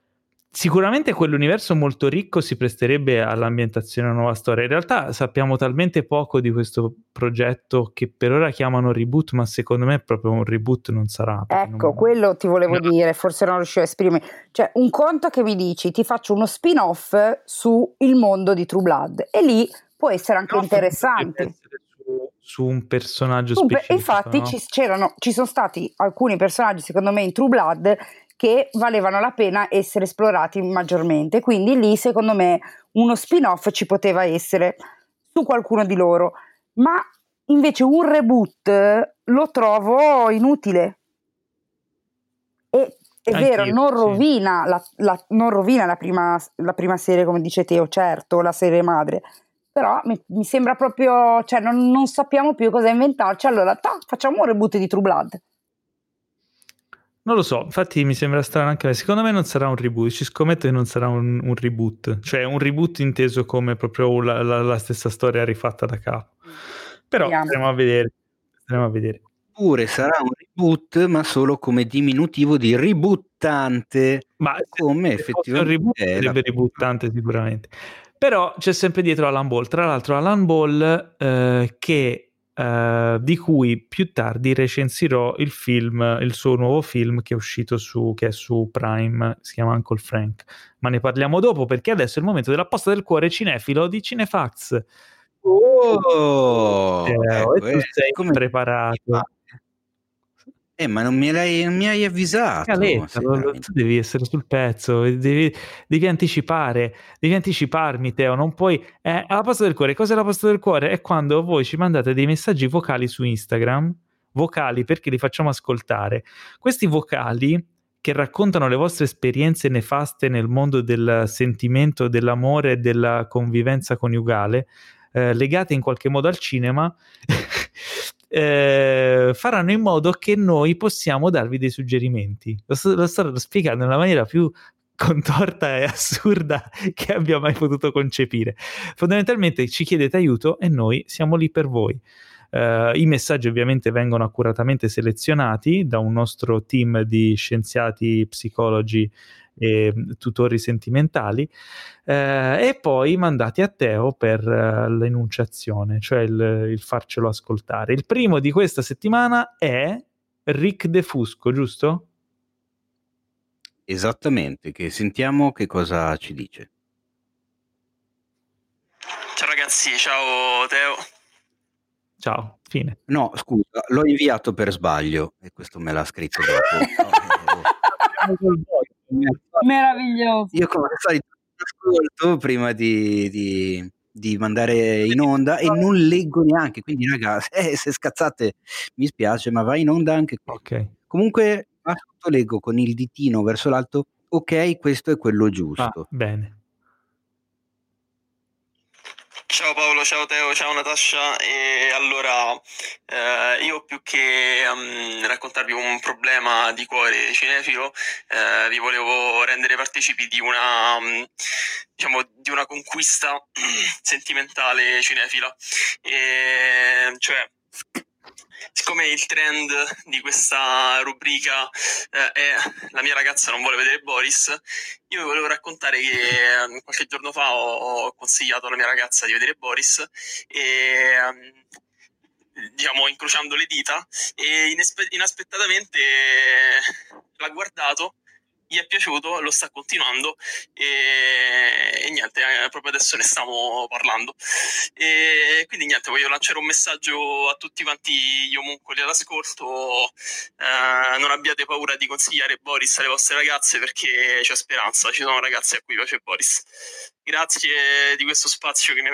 Sicuramente quell'universo molto ricco si presterebbe all'ambientazione a una nuova storia. In realtà sappiamo talmente poco di questo progetto che per ora chiamano reboot, ma secondo me proprio un reboot non sarà. Ecco, quello ti volevo dire, forse non riuscivo a esprimere. Cioè, un conto che mi dici, ti faccio uno spin-off su il mondo di True Blood, e lì può essere anche interessante. Su un personaggio specifico. Infatti, no? ci sono stati alcuni personaggi, secondo me, in True Blood che valevano la pena essere esplorati maggiormente, quindi lì secondo me uno spin-off ci poteva essere su qualcuno di loro, ma invece un reboot lo trovo inutile. E è vero, non rovina, non rovina la prima serie, come dice Teo, certo, la serie madre, però mi sembra proprio, cioè non sappiamo più cosa inventarci, allora facciamo un reboot di True Blood. Non lo so, infatti mi sembra strano anche a me. Secondo me non sarà un reboot, ci scommetto che non sarà un reboot, cioè un reboot inteso come proprio la stessa storia rifatta da capo. Però staremo a vedere. Oppure sarà un reboot, ma solo come diminutivo di ributtante. Ma come se fosse un reboot sarebbe ributtante sicuramente. Però c'è sempre dietro Alan Ball. Tra l'altro Alan Ball di cui più tardi recensirò il suo nuovo film che è uscito che è su Prime, si chiama Uncle Frank, ma ne parliamo dopo, perché adesso è il momento della posta del cuore cinefilo di Cinefax. Tu sei preparato? Ma non mi hai avvisato. Tu devi essere sul pezzo, devi anticiparmi, Teo. Non puoi. Alla posta del cuore, cos'è la posta del cuore? È quando voi ci mandate dei messaggi vocali su Instagram, vocali perché li facciamo ascoltare. Questi vocali che raccontano le vostre esperienze nefaste nel mondo del sentimento, dell'amore e della convivenza coniugale, legate in qualche modo al cinema. Faranno in modo che noi possiamo darvi dei suggerimenti. Lo sto spiegando in una maniera più contorta e assurda che abbia mai potuto concepire. Fondamentalmente ci chiedete aiuto e noi siamo lì per voi. I messaggi ovviamente vengono accuratamente selezionati da un nostro team di scienziati, psicologi e tutori sentimentali, e poi mandati a Teo per l'enunciazione, cioè il farcelo ascoltare. Il primo di questa settimana è Rick De Fusco, giusto? Esattamente, che sentiamo che cosa ci dice. Ciao ragazzi, ciao Teo. Ciao, fine. No, scusa, l'ho inviato per sbaglio e questo me l'ha scritto dopo. Meraviglioso. Io come al solito ascolto prima di mandare in onda e non leggo neanche, quindi raga, se scazzate mi spiace, ma va in onda anche qui. Okay. Comunque leggo con il ditino verso l'alto, ok, questo è quello giusto. Bene. Ciao Paolo, ciao Teo, ciao Natascia. E allora io più che raccontarvi un problema di cuore cinefilo, vi volevo rendere partecipi di una di una conquista sentimentale cinefila, e cioè, siccome il trend di questa rubrica è la mia ragazza non vuole vedere Boris, io vi volevo raccontare che qualche giorno fa ho consigliato alla mia ragazza di vedere Boris e diciamo incrociando le dita, e inaspettatamente l'ha guardato, gli è piaciuto, lo sta continuando e niente, proprio adesso ne stiamo parlando. E quindi niente, voglio lanciare un messaggio a tutti quanti gli omuncoli all'ascolto: non abbiate paura di consigliare Boris alle vostre ragazze, perché c'è speranza, ci sono ragazze a cui piace Boris. Grazie di questo spazio che mi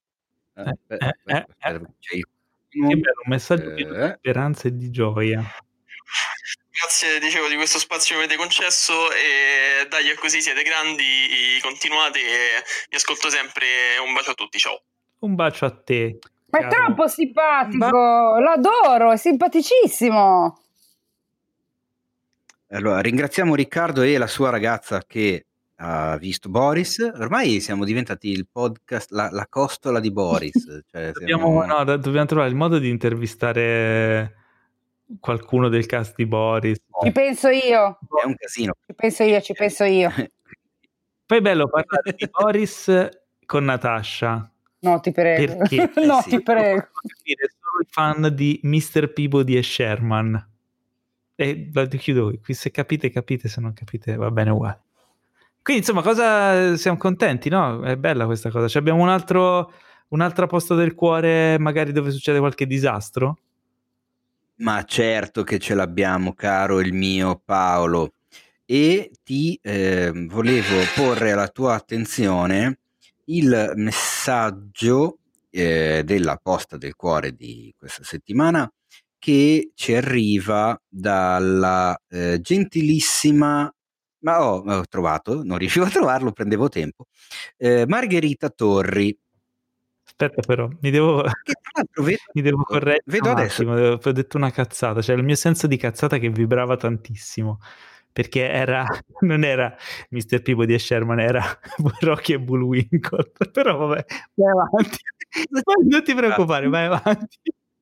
avete. Che bello, un messaggio pieno di speranza e di gioia. Grazie, dicevo, di questo spazio che mi avete concesso, e dai, è così, siete grandi, continuate, vi ascolto sempre. Un bacio a tutti, ciao. Un bacio a te. Ma è troppo simpatico, lo adoro, è simpaticissimo. Allora, ringraziamo Riccardo e la sua ragazza che ha visto Boris. Ormai siamo diventati il podcast, la costola di Boris. Cioè, dobbiamo trovare il modo di intervistare qualcuno del cast di Boris. Ci penso io. È un casino. Ci penso io. Poi è bello parlare di Boris con Natasha. No, ti prego. Perché? No, sì. ti prego. Capire solo i fan di Mr. Peabody e Sherman. E lo chiudo qui. Se capite, capite. Se non capite, va bene uguale. Quindi, insomma, cosa siamo contenti, no? È bella questa cosa. Cioè, abbiamo un'altra posta del cuore, magari dove succede qualche disastro? Ma certo che ce l'abbiamo, caro il mio Paolo. E ti volevo porre alla tua attenzione il messaggio della posta del cuore di questa settimana, che ci arriva dalla gentilissima, ma ho trovato, non riuscivo a trovarlo, prendevo tempo, Margherita Torri. Aspetta però, mi devo Che tra l'altro correggere vedo un adesso. attimo, ho detto una cazzata, cioè il mio senso di cazzata che vibrava tantissimo, perché non era Mr. Peabody e Sherman, era Rocky e Bullwinkle, però vabbè, vai avanti, non ti preoccupare, vai avanti.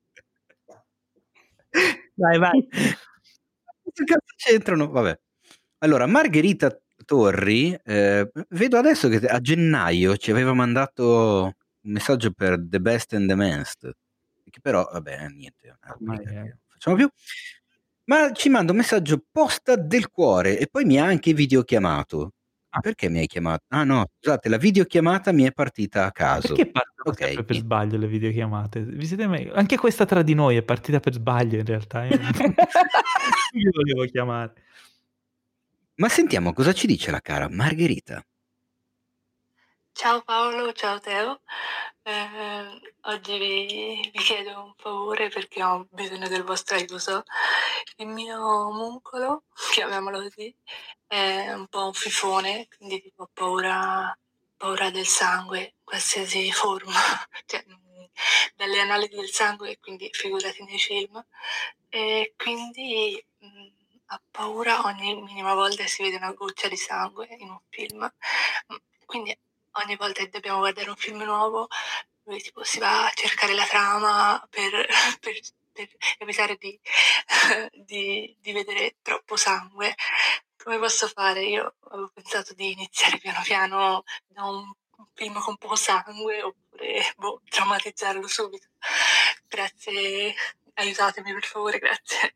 Vai. Che cazzo c'entrano? Vabbè. Allora, Margherita Torri, vedo adesso che a gennaio ci aveva mandato un messaggio per The Best and the Best, che però, vabbè, niente, è una rubrica che non facciamo più. Ma ci manda un messaggio posta del cuore e poi mi ha anche videochiamato. Perché mi hai chiamato? Ah no, scusate, la videochiamata mi è partita a caso. Perché partono Ok, sempre per sbaglio le videochiamate? Vi siete mai... Anche questa tra di noi è partita per sbaglio in realtà. Io volevo chiamare. ma sentiamo cosa ci dice la cara Margherita. Ciao Paolo, ciao Teo. Oggi vi chiedo un favore perché ho bisogno del vostro aiuto. Il mio omuncolo, chiamiamolo così, è un po' un fifone, quindi tipo ho paura del sangue, qualsiasi forma, cioè, dalle analisi del sangue, quindi figurati nei film. E quindi ha paura ogni minima volta che si vede una goccia di sangue in un film. Quindi ogni volta che dobbiamo guardare un film nuovo, lui tipo si va a cercare la trama per evitare di vedere troppo sangue. Come posso fare? Io avevo pensato di iniziare piano piano da un film con poco sangue oppure traumatizzarlo subito. Grazie, aiutatemi per favore, grazie.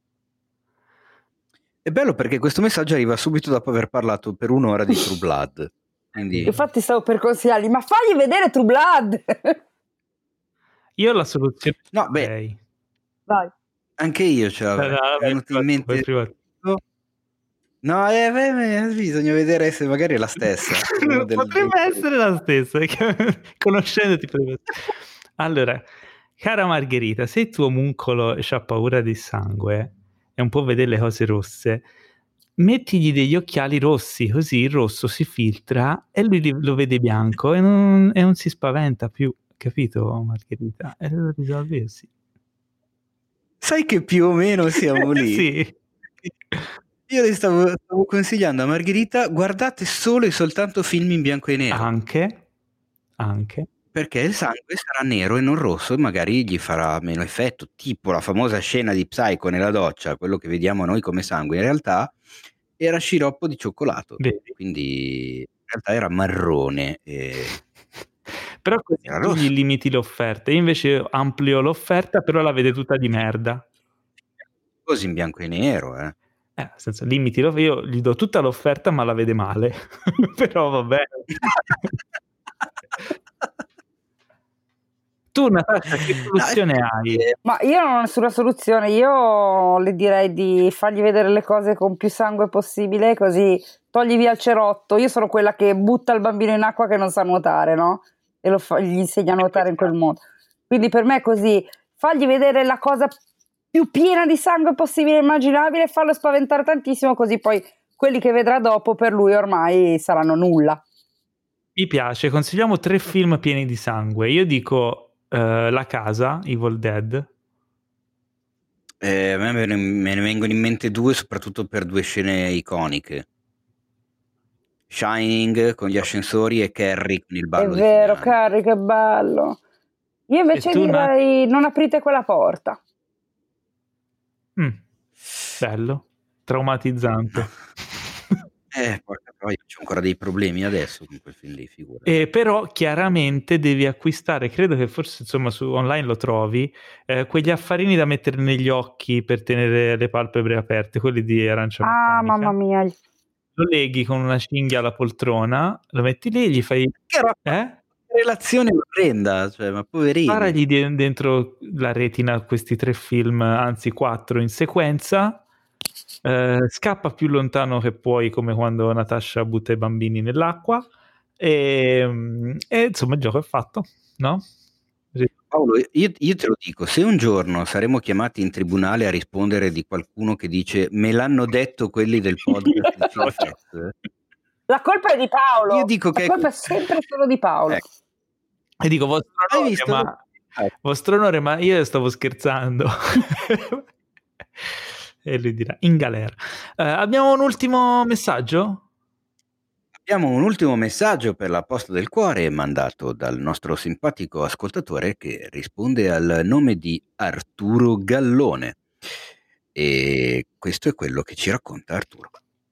È bello perché questo messaggio arriva subito dopo aver parlato per un'ora di True Blood. Quindi... Infatti stavo per consigliargli, ma fagli vedere True Blood! Io ho la soluzione. No, beh, Vai. anche io ce l'avevo. È venuto in mente... No, bisogna vedere se magari è la stessa. Potrebbe essere la stessa, conoscendoti. Allora, cara Margherita, se il tuo omuncolo ha paura di sangue e un po' vede le cose rosse, mettigli degli occhiali rossi, così il rosso si filtra e lui lo vede bianco e non si spaventa più, capito Margherita? E lo risolvi così. Sai che più o meno siamo lì? Sì. Io le stavo consigliando a Margherita, guardate solo e soltanto film in bianco e nero. Anche. Perché il sangue sarà nero e non rosso e magari gli farà meno effetto, tipo la famosa scena di Psycho nella doccia, quello che vediamo noi come sangue, in realtà era sciroppo di cioccolato. Vedi? Quindi in realtà era marrone. Però così tu gli limiti l'offerta. Io invece amplio l'offerta, però la vede tutta di merda. Così in bianco e nero, senza limiti, io gli do tutta l'offerta, ma la vede male. Però va bene. Tu, Natascia, che soluzione hai? Ma io non ho nessuna soluzione. Io le direi di fargli vedere le cose con più sangue possibile, così togli via il cerotto. Io sono quella che butta il bambino in acqua che non sa nuotare, no? E gli insegna a nuotare in quel modo. Quindi per me è così, fagli vedere la cosa più piena di sangue possibile e immaginabile, farlo spaventare tantissimo, così poi quelli che vedrà dopo per lui ormai saranno nulla. Mi piace, consigliamo 3 film pieni di sangue. Io dico La Casa, Evil Dead. A me me ne vengono in mente 2, soprattutto per 2 scene iconiche. Shining con gli ascensori e Carrie con il ballo. È vero, Carrie, che bello. Io invece direi non aprite quella porta. Bello, traumatizzante. Porca troia, c'ho ancora dei problemi adesso con quel film lì, figurati. Però chiaramente devi acquistare, credo che forse insomma su online lo trovi, quegli affarini da mettere negli occhi per tenere le palpebre aperte, quelli di arancia Ah, meccanica. mamma mia. Lo leghi con una cinghia alla poltrona, lo metti lì, gli fai... Che relazione orrenda, cioè, ma poverini. Sparagli dentro la retina questi 3 film, anzi 4 in sequenza, scappa più lontano che puoi, come quando Natasha butta i bambini nell'acqua, e insomma il gioco è fatto, no? Paolo, io te lo dico, se un giorno saremo chiamati in tribunale a rispondere di qualcuno che dice me l'hanno detto quelli del podcast di Cinefest, La colpa è di Paolo. Io dico la colpa è sempre solo di Paolo. Ecco. E dico, vostro onore, ma io stavo scherzando. E lui dirà, in galera. Abbiamo un ultimo messaggio? Abbiamo un ultimo messaggio per la posta del cuore mandato dal nostro simpatico ascoltatore che risponde al nome di Arturo Gallone. E questo è quello che ci racconta Arturo.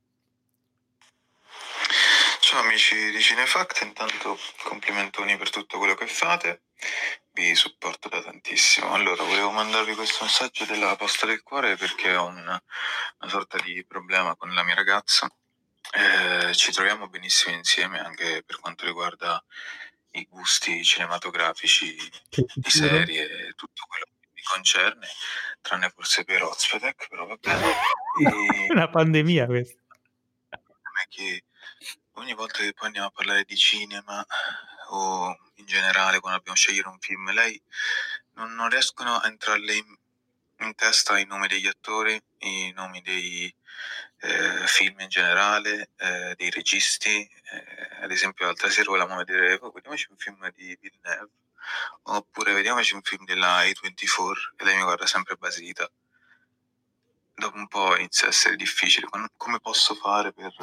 Ciao amici di Cinefact, intanto complimentoni per tutto quello che fate, vi supporto da tantissimo. Allora, volevo mandarvi questo messaggio della posta del cuore perché ho una sorta di problema con la mia ragazza. Ci troviamo benissimo insieme anche per quanto riguarda i gusti cinematografici, di serie e tutto quello che mi concerne, tranne forse per Ozpetek, però va bene. Una pandemia questa. È che ogni volta che poi andiamo a parlare di cinema o in generale quando dobbiamo scegliere un film, lei non riescono a entrarle in testa i nomi degli attori, i nomi dei film in generale, dei registi. Ad esempio l'altra sera volevamo vedere, vediamoci un film di Villeneuve oppure vediamoci un film della A24 e lei mi guarda sempre basita. Dopo un po' inizia a essere difficile. Come posso fare per...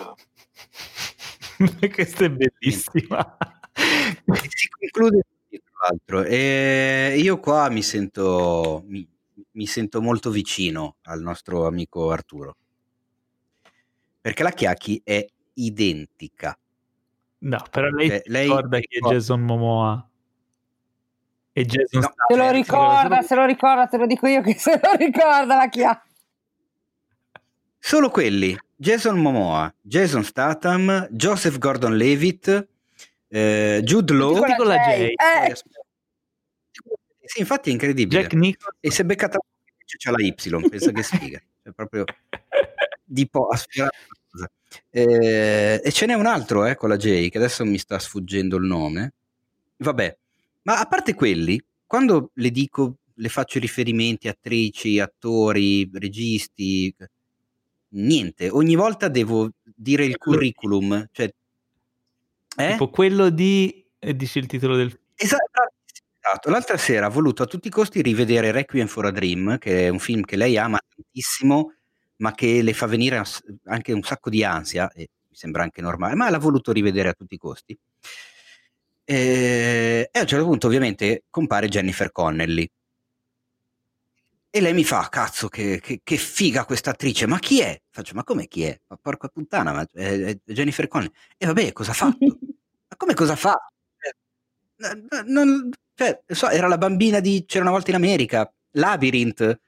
Questa è bellissima. Si conclude tra l'altro. Io qua mi sento molto vicino al nostro amico Arturo, perché la Chiacchi è identica. No, però lei ricorda che è Jason Momoa e Jason Statham. Se lo ricorda, te lo dico io che se lo ricorda la Chiacchi. Solo quelli: Jason Momoa, Jason Statham, Joseph Gordon-Levitt, Jude Law con la J. Sì, infatti è incredibile. Jack Nicholson. E se beccata c'è la Y, pensa che sfiga. È proprio di po' a sfidare una cosa. E ce n'è un altro con la J, che adesso mi sta sfuggendo il nome. Vabbè, ma a parte quelli, quando le dico, le faccio riferimenti a attrici, attori, registi, niente, ogni volta devo dire il curriculum, cioè tipo quello di dici il titolo del esatto. L'altra sera ha voluto a tutti i costi rivedere Requiem for a Dream, che è un film che lei ama tantissimo ma che le fa venire anche un sacco di ansia, e mi sembra anche normale, ma l'ha voluto rivedere a tutti i costi. E a un certo punto ovviamente compare Jennifer Connelly e lei mi fa: cazzo, che figa questa attrice, ma chi è? Faccio: ma come chi è? Ma porca puttana, ma è Jennifer Connelly. E vabbè, cosa ha fatto? Ma come cosa fa? Era la bambina di C'era una volta in America, Labyrinth,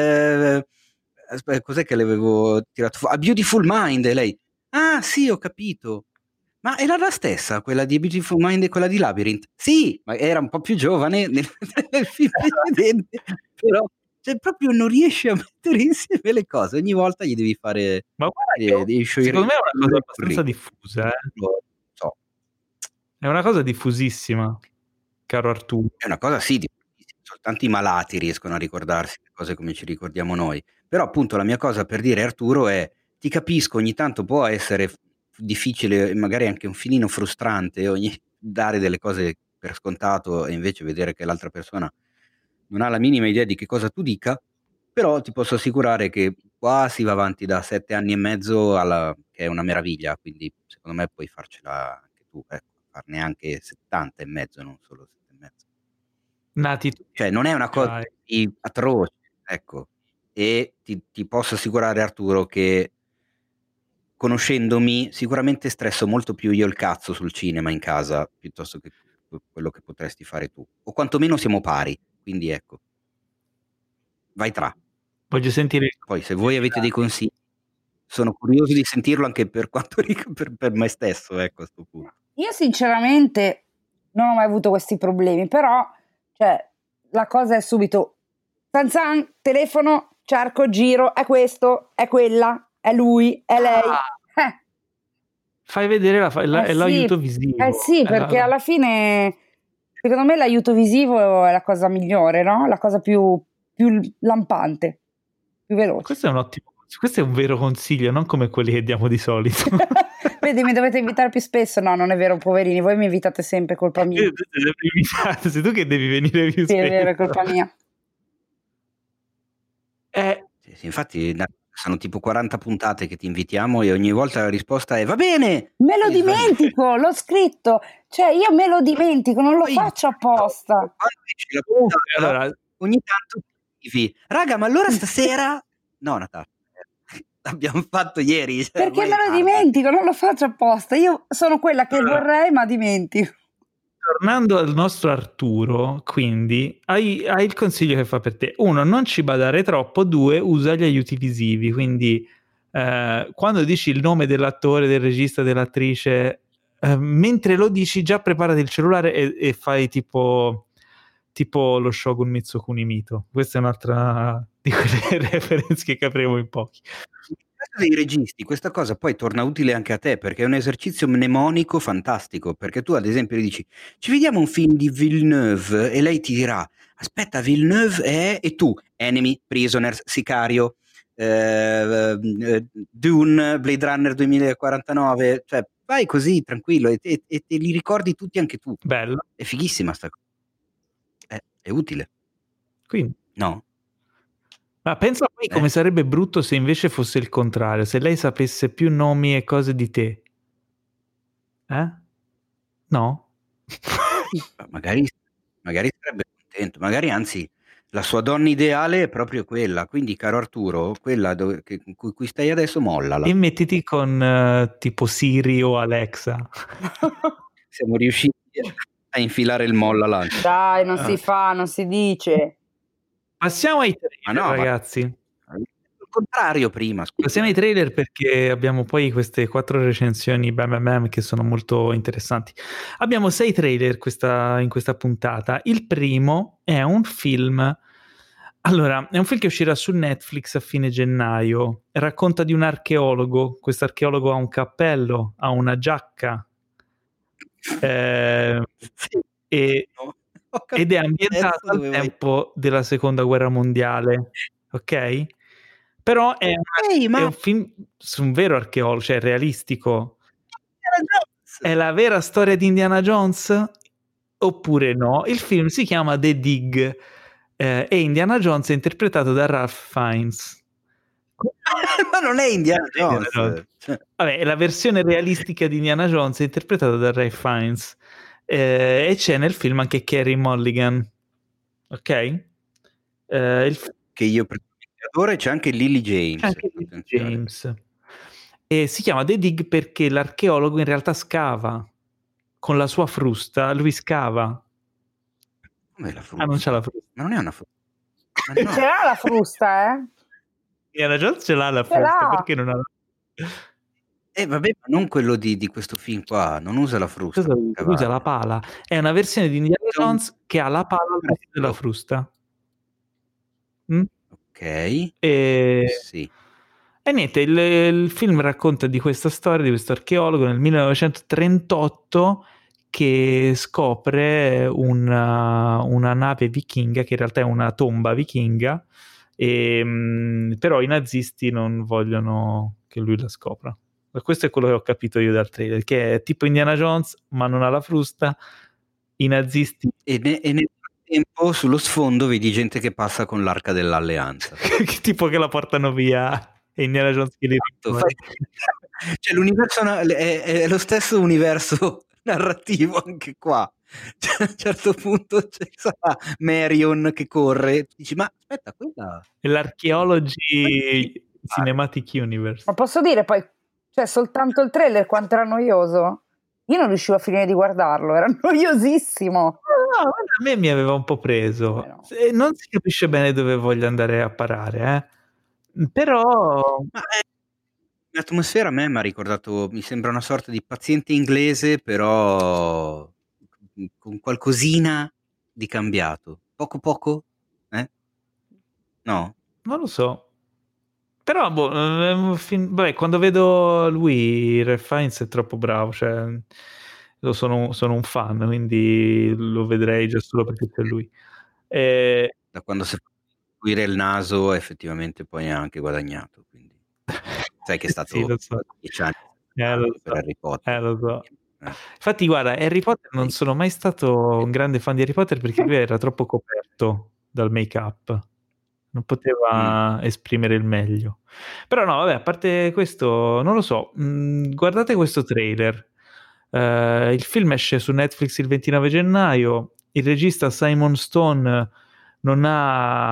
cos'è che le avevo tirato fuori? A Beautiful Mind. E lei: ah sì, ho capito. Ma era la stessa quella di Beautiful Mind e quella di Labyrinth? Sì, ma era un po' più giovane nel film precedente, però proprio non riesce a mettere insieme le cose. Ogni volta gli devi fare devi secondo me è una cosa abbastanza diffusa. So. È una cosa diffusissima, caro Arturo. È una cosa diffusissima. Soltanto i malati riescono a ricordarsi le cose come ci ricordiamo noi. Però appunto la mia cosa per dire Arturo è: ti capisco, ogni tanto può essere difficile, magari anche un filino frustrante, dare delle cose per scontato e invece vedere che l'altra persona non ha la minima idea di che cosa tu dica. Però ti posso assicurare che qua si va avanti da 7 anni e mezzo che è una meraviglia, quindi secondo me puoi farcela anche tu, farne anche 70 e mezzo, non solo 7 e mezzo. Nati tutti, cioè non è una cosa atroce, ecco. E ti posso assicurare Arturo che conoscendomi, sicuramente stresso molto più io il cazzo sul cinema in casa piuttosto che quello che potresti fare tu, o quantomeno siamo pari, quindi ecco, vai tra. Voglio sentire. Poi se voi avete dei consigli, sono curioso di sentirlo anche per quanto per me stesso, ecco, a sto punto. Io sinceramente non ho mai avuto questi problemi, però cioè, la cosa è subito Zanzan, telefono, cerco, giro, è questo, è quella, è lui, è lei. Fai vedere Sì, l'aiuto visivo. sì, perché alla fine secondo me l'aiuto visivo è la cosa migliore, no? La cosa più lampante, più veloce. Questo è un vero consiglio, non come quelli che diamo di solito. Vedi, mi dovete invitare più spesso. No, non è vero, poverini, voi mi invitate sempre, colpa mia. Sei tu che devi venire più Sì, spesso. è vero, è colpa mia. Sì, infatti sono tipo 40 puntate che ti invitiamo e ogni volta la risposta è va bene! Me lo dimentico, l'ho scritto. Cioè, io me lo dimentico, non lo faccio apposta. Quando dici la puntata, Allora, ogni tanto scrivi, raga, ma allora stasera... No, Natascia, l'abbiamo fatto ieri. Perché me lo dimentico, non lo faccio apposta. Io sono quella che vorrei, ma dimentico. Tornando al nostro Arturo, quindi hai il consiglio che fa per te. 1, non ci badare troppo. 2, usa gli aiuti visivi. Quindi quando dici il nome dell'attore, del regista, dell'attrice, mentre lo dici già preparati il cellulare e fai tipo lo Shogun Mitsukuni Mito. Questa è un'altra di quelle reference che capiamo in pochi. Dei registi, questa cosa poi torna utile anche a te perché è un esercizio mnemonico fantastico, perché tu ad esempio gli dici ci vediamo un film di Villeneuve e lei ti dirà aspetta, Villeneuve è... e tu Enemy, Prisoners, Sicario, Dune, Blade Runner 2049, cioè vai così tranquillo e te li ricordi tutti anche tu. Bello. È fighissima sta cosa, è utile. Quindi no? Ma pensa poi come sarebbe brutto se invece fosse il contrario, se lei sapesse più nomi e cose di te. No? magari sarebbe contento, magari anzi la sua donna ideale è proprio quella, quindi caro Arturo, quella con cui stai adesso mollala. E mettiti con tipo Siri o Alexa. Siamo riusciti a infilare il molla. Dai, non si fa, non si dice. Passiamo ai trailer, ragazzi. Il contrario prima, scusa. Passiamo ai trailer perché abbiamo poi queste 4 recensioni che sono molto interessanti. Abbiamo 6 trailer in questa puntata. Il primo è un film... Allora, è un film che uscirà su Netflix a fine gennaio. Racconta di un archeologo. Questo archeologo ha un cappello, ha una giacca. Ed è ambientato al tempo della seconda guerra mondiale, ok? Però è un film su un vero archeologo, cioè realistico. È la vera storia di Indiana Jones? Oppure no? Il film si chiama The Dig e Indiana Jones è interpretato da Ralph Fiennes. Ma non è Indiana Jones. Vabbè, è la versione realistica di Indiana Jones è interpretata da Ralph Fiennes. E c'è nel film anche Carey Mulligan, ok? Che io adoro, e c'è anche Lily James. E si chiama The Dig perché l'archeologo in realtà scava con la sua frusta, lui scava. Come la frusta? Non c'ha la frusta. Ma non è una frusta. No. Ce l'ha la frusta, Indiana Jones ce l'ha la frusta, perché non ha la... vabbè, ma non quello di questo film qua, non usa la frusta. Usa la pala. È una versione di Indiana Jones che ha la pala della frusta. Ok. Sì. E niente, il film racconta di questa storia di questo archeologo nel 1938 che scopre una nave vichinga che in realtà è una tomba vichinga, però i nazisti non vogliono che lui la scopra. Questo è quello che ho capito io dal trailer, che è tipo Indiana Jones ma non ha la frusta, i nazisti... E nel frattempo sullo sfondo vedi gente che passa con l'arca dell'alleanza. Tipo che la portano via e Indiana Jones che li cioè l'universo è lo stesso universo narrativo anche qua. Cioè, a un certo punto c'è Marion che corre, dici ma aspetta, quella è l'Archaeology Cinematic Universe. Ma posso dire poi, Cioè, soltanto il trailer quanto era noioso? Io non riuscivo a finire di guardarlo, era noiosissimo. No, a me mi aveva un po' preso. No. Non si capisce bene dove voglia andare a parare, però... Ma l'atmosfera a me mi ha ricordato, mi sembra una sorta di Paziente inglese, però con qualcosina di cambiato. Poco? No? Non lo so. Però, vabbè, quando vedo lui, Ralph Fiennes è troppo bravo, cioè, sono un fan, quindi lo vedrei già solo perché c'è lui. Da quando si fa costruire il naso, effettivamente poi ha anche guadagnato. Quindi. Sai che è stato Sì, lo so. 10 anni Lo per so. Harry Potter. Lo so. Infatti, guarda, Harry Potter non sono mai stato un grande fan di Harry Potter perché lui era troppo coperto dal make-up. Non poteva esprimere il meglio. Però no, vabbè, a parte questo, non lo so. Guardate questo trailer. Il film esce su Netflix il 29 gennaio. Il regista Simon Stone non ha...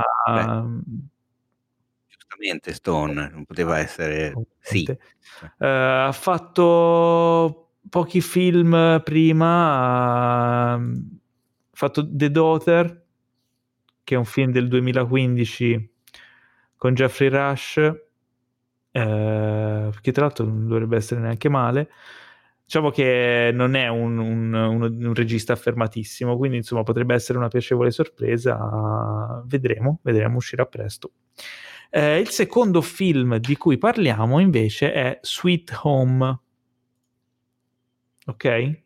giustamente Stone, non poteva essere... Sì. Ha fatto pochi film prima. Ha fatto The Daughter, che è un film del 2015 con Jeffrey Rush, che tra l'altro non dovrebbe essere neanche male. Diciamo che non è un regista affermatissimo, quindi insomma potrebbe essere una piacevole sorpresa. Vedremo, uscirà presto. Il secondo film di cui parliamo invece è Sweet Home. Ok?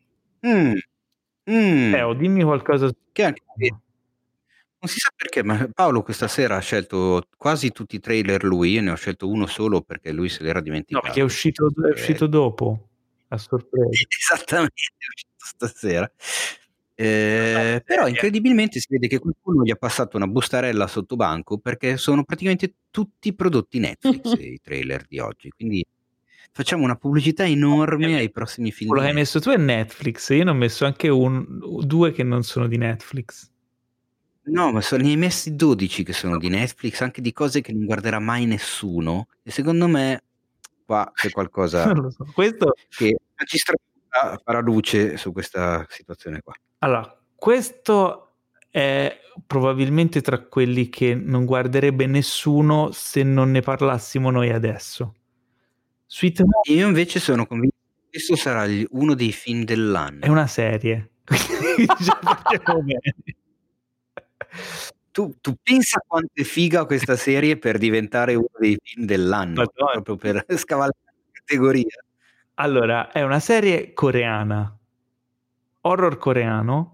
Teo, dimmi qualcosa. Che anche non si sa perché, ma Paolo questa sera ha scelto quasi tutti i trailer lui, io ne ho scelto uno solo perché lui se l'era dimenticato. No, perché è uscito dopo, a sorpresa. Esattamente, è uscito stasera. Però incredibilmente si vede che qualcuno gli ha passato una bustarella sotto banco perché sono praticamente tutti prodotti Netflix i trailer di oggi, quindi facciamo una pubblicità enorme ai prossimi film. Quello che hai messo tu è Netflix, io ne ho messo anche due che non sono di Netflix. No, ma ne hai messi 12 che sono di Netflix, anche di cose che non guarderà mai nessuno, e secondo me qua c'è qualcosa Non lo so. Questo... che la magistratura farà luce su questa situazione qua. Allora, questo è probabilmente tra quelli che non guarderebbe nessuno se non ne parlassimo noi adesso. Sweet Home... Io invece sono convinto che questo sarà uno dei film dell'anno. È una serie. Tu pensa quanto è figa questa serie per diventare uno dei film dell'anno, proprio per scavalcare la categoria. Allora, è una serie coreana, horror coreano,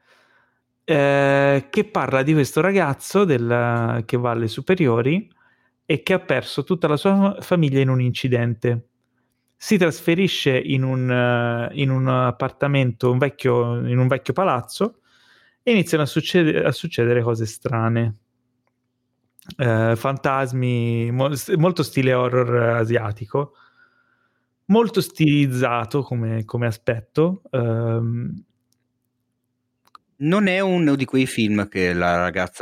che parla di questo ragazzo che va alle superiori e che ha perso tutta la sua famiglia in un incidente. Si trasferisce in un appartamento, in un vecchio palazzo, e iniziano a succedere cose strane. Fantasmi, molto stile horror asiatico, molto stilizzato come aspetto. Non è uno di quei film che la ragazza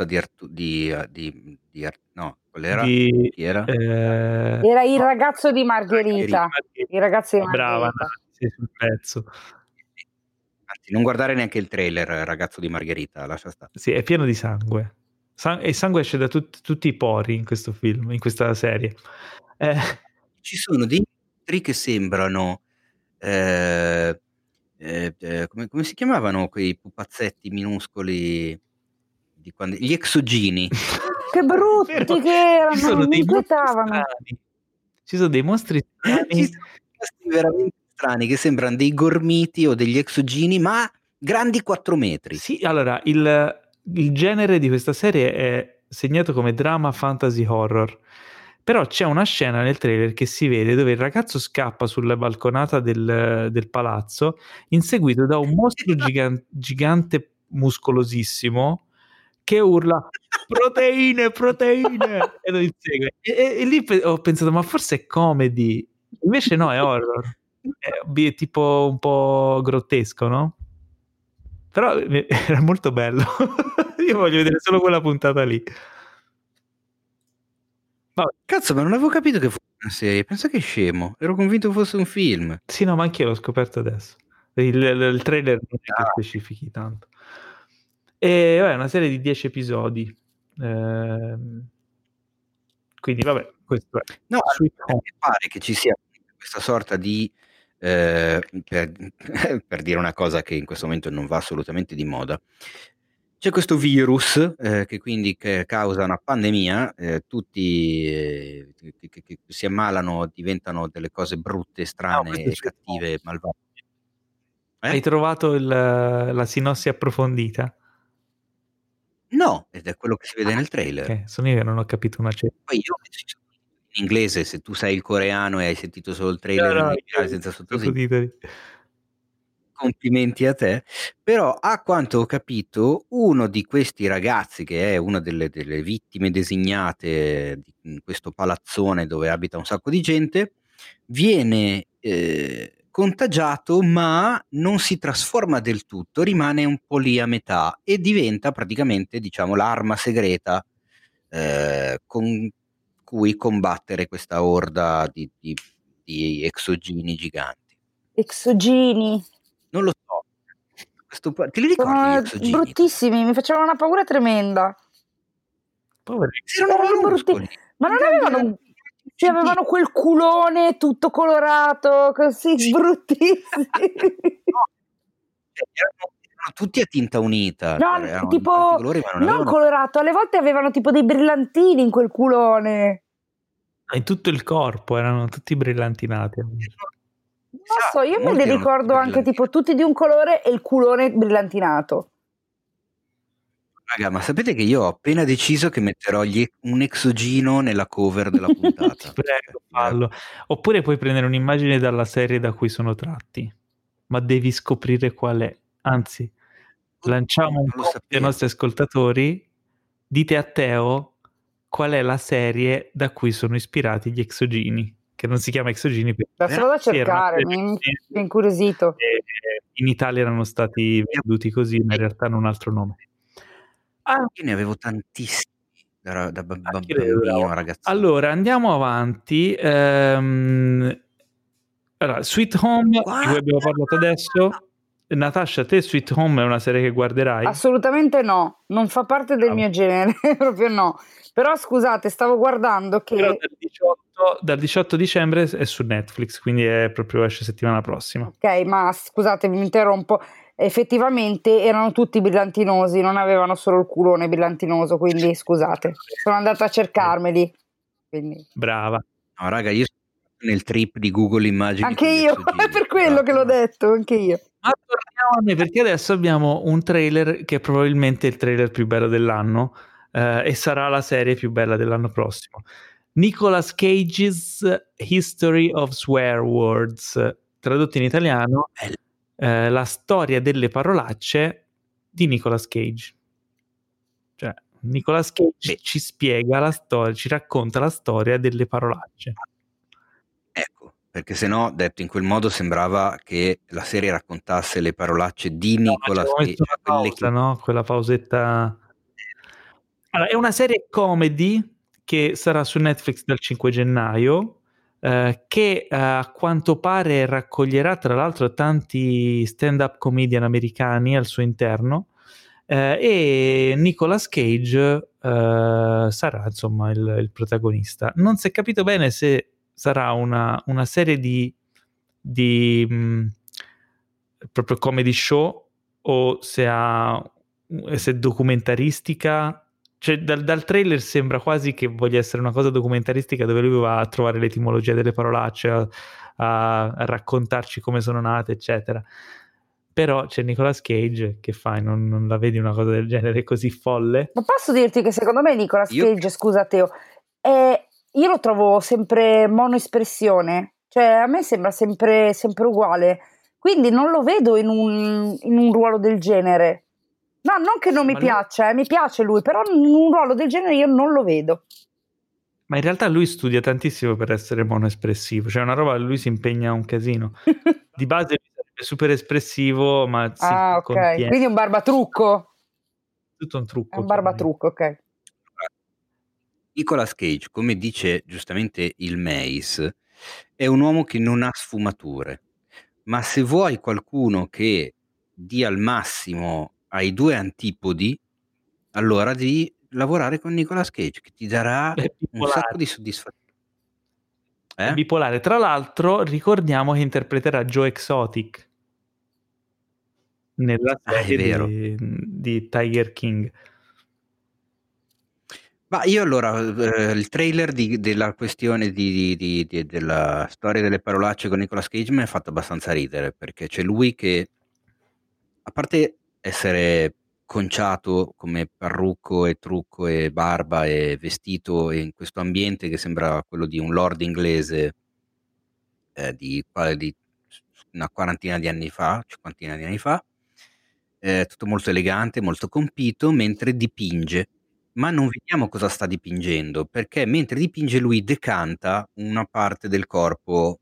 no, qual era? Chi era? Era Il ragazzo di Margherita. Il ragazzo di Brava, Margherita. sei sul pezzo. Anzi, non guardare neanche il trailer, Ragazzo di Margherita, lascia stare. Sì, è pieno di sangue. E sangue esce da tutti i pori in questo film, in questa serie. Ci sono dei mostri che sembrano come si chiamavano quei pupazzetti minuscoli di quando... Gli exogini. Che brutti che erano, mi inquietavano. Ci sono dei mostri strani. Ci sono mostri veramente strani che sembrano dei gormiti o degli exogini, ma grandi 4 metri. Sì, allora, il genere di questa serie è segnato come drama fantasy horror. Però c'è una scena nel trailer che si vede dove il ragazzo scappa sulla balconata del palazzo, inseguito da un mostro gigante muscolosissimo che urla proteine e lo insegue. E lì ho pensato, ma forse è comedy. Invece no, è horror. È tipo un po' grottesco, no? Però era molto bello. Io voglio vedere solo quella puntata lì. Vabbè. Cazzo, ma non avevo capito che fosse una serie. Pensa che scemo. Ero convinto fosse un film. Sì, no, ma anch'io l'ho scoperto adesso. Il trailer non è che specifichi tanto. E vabbè, è una serie di 10 episodi. Quindi vabbè, questo è. No, Sweet Home. mi pare che ci sia questa sorta di per dire una cosa che in questo momento non va assolutamente di moda, c'è questo virus che quindi causa una pandemia, tutti che si ammalano diventano delle cose brutte, strane questo e Sweet cattive, malvagie. Hai trovato la sinossi approfondita? No, ed è quello che si vede nel trailer. Ok, sono io che non ho capito una certa. Poi io in inglese, se tu sai il coreano e hai sentito solo il trailer in originale senza sottotitoli, complimenti a te. Però a quanto ho capito uno di questi ragazzi, che è una delle vittime designate in questo palazzone dove abita un sacco di gente, viene contagiato, ma non si trasforma del tutto, rimane un po' lì a metà e diventa praticamente, diciamo, l'arma segreta con cui combattere questa orda di exogeni giganti. Exogeni. Non lo so. Te li ricordi gli exogeni? Bruttissimi, mi facevano una paura tremenda. Poveri. Erano brutti, ma non avevano, avevano quel culone tutto colorato, così bruttissimi. Erano tutti a tinta unita. No, tipo colori, ma non colorato, alle volte avevano tipo dei brillantini in quel culone. In tutto il corpo erano tutti brillantinati. Non so, io me li ricordo anche tipo tutti di un colore e il culone brillantinato. Raga, ma sapete che io ho appena deciso che metterò un exogino nella cover della puntata. Ti prego, fallo. Oppure puoi prendere un'immagine dalla serie da cui sono tratti, ma devi scoprire qual è. Anzi, lanciamo un compito ai nostri ascoltatori. Dite a Teo qual è la serie da cui sono ispirati gli exogini, che non si chiama exogini perché la vado a cercare, mi è incuriosito. In Italia erano stati venduti così, ma in realtà hanno un altro nome. Io ne avevo tantissimi da bambino, ragazzo. Allora, andiamo avanti. Allora, Sweet Home, di cui abbiamo parlato adesso. Natascia, te Sweet Home è una serie che guarderai? Assolutamente no, non fa parte del mio genere, proprio no. Però scusate, stavo guardando che... Però dal 18 dicembre è su Netflix, quindi è proprio esce settimana prossima. Ok, ma scusate, mi interrompo. Effettivamente erano tutti brillantinosi, non avevano solo il culone brillantinoso, quindi scusate, sono andata a cercarmeli. Quindi. Brava. No, raga, io sono nel trip di Google Immagini. Anche io, è per quello che l'ho detto, anche io. Ma torniamo a me, perché adesso abbiamo un trailer che è probabilmente il trailer più bello dell'anno e sarà la serie più bella dell'anno prossimo. Nicolas Cage's History of Swear Words, tradotto in italiano, la storia delle parolacce di Nicolas Cage. Cioè, Nicolas Cage ci spiega la storia, ci racconta la storia delle parolacce. Ecco, perché sennò, detto in quel modo, sembrava che la serie raccontasse le parolacce di Nicolas Cage. No? Quella pausetta. Allora, è una serie comedy che sarà su Netflix dal 5 gennaio, che a quanto pare raccoglierà tra l'altro tanti stand-up comedian americani al suo interno, e Nicolas Cage sarà insomma il protagonista. Non si è capito bene se sarà una serie di proprio comedy show o se è documentaristica. Cioè, dal trailer sembra quasi che voglia essere una cosa documentaristica dove lui va a trovare l'etimologia delle parolacce, a raccontarci come sono nate, eccetera. Però c'è Nicolas Cage, che fai? Non la vedi una cosa del genere così folle? Ma posso dirti che secondo me Nicolas Cage, scusa Teo, io lo trovo sempre monoespressione, cioè a me sembra sempre uguale, quindi non lo vedo in un ruolo del genere. No, non che non mi piaccia, mi piace lui, però in un ruolo del genere io non lo vedo. Ma in realtà lui studia tantissimo per essere monoespressivo, cioè una roba, lui si impegna un casino. Di base è super espressivo, ma si contiene. Quindi è un barbatrucco? Tutto un trucco. È un barbatrucco, ok. Nicolas Cage, come dice giustamente il Mace, è un uomo che non ha sfumature, ma se vuoi qualcuno che dia il massimo ai due antipodi, allora devi lavorare con Nicolas Cage, che ti darà È un sacco bipolare. di soddisfazione. È bipolare. Tra l'altro, ricordiamo che interpreterà Joe Exotic nella Ah, è serie vero. di Tiger King. Ma io allora, il trailer della questione della storia delle parolacce con Nicolas Cage mi ha fatto abbastanza ridere, perché c'è lui che, a parte essere conciato come parrucco e trucco e barba e vestito in questo ambiente che sembra quello di un lord inglese di una quarantina di anni fa, cinquantina di anni fa, tutto molto elegante, molto compito, mentre dipinge. Ma non vediamo cosa sta dipingendo, perché mentre dipinge lui decanta una parte del corpo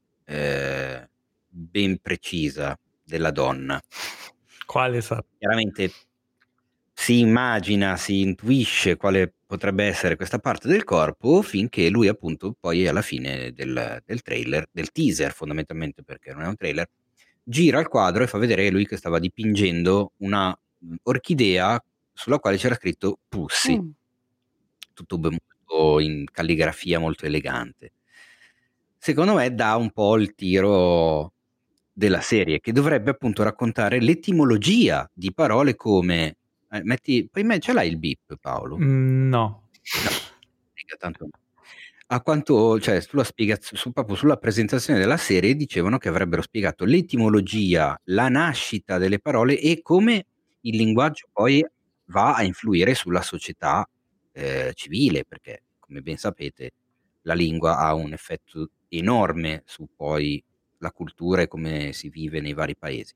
ben precisa della donna. Quale sarà? Chiaramente si immagina, si intuisce quale potrebbe essere questa parte del corpo, finché lui appunto poi alla fine del trailer, del teaser fondamentalmente, perché non è un trailer, gira il quadro e fa vedere lui che stava dipingendo una orchidea sulla quale c'era scritto Pussy, tutto molto in calligrafia molto elegante. Secondo me dà un po' il tiro della serie, che dovrebbe appunto raccontare l'etimologia di parole come ce l'hai il beep, Paolo? No. Tanto a quanto, cioè, proprio sulla presentazione della serie dicevano che avrebbero spiegato l'etimologia, la nascita delle parole e come il linguaggio poi va a influire sulla società civile, perché come ben sapete la lingua ha un effetto enorme su poi la cultura e come si vive nei vari paesi.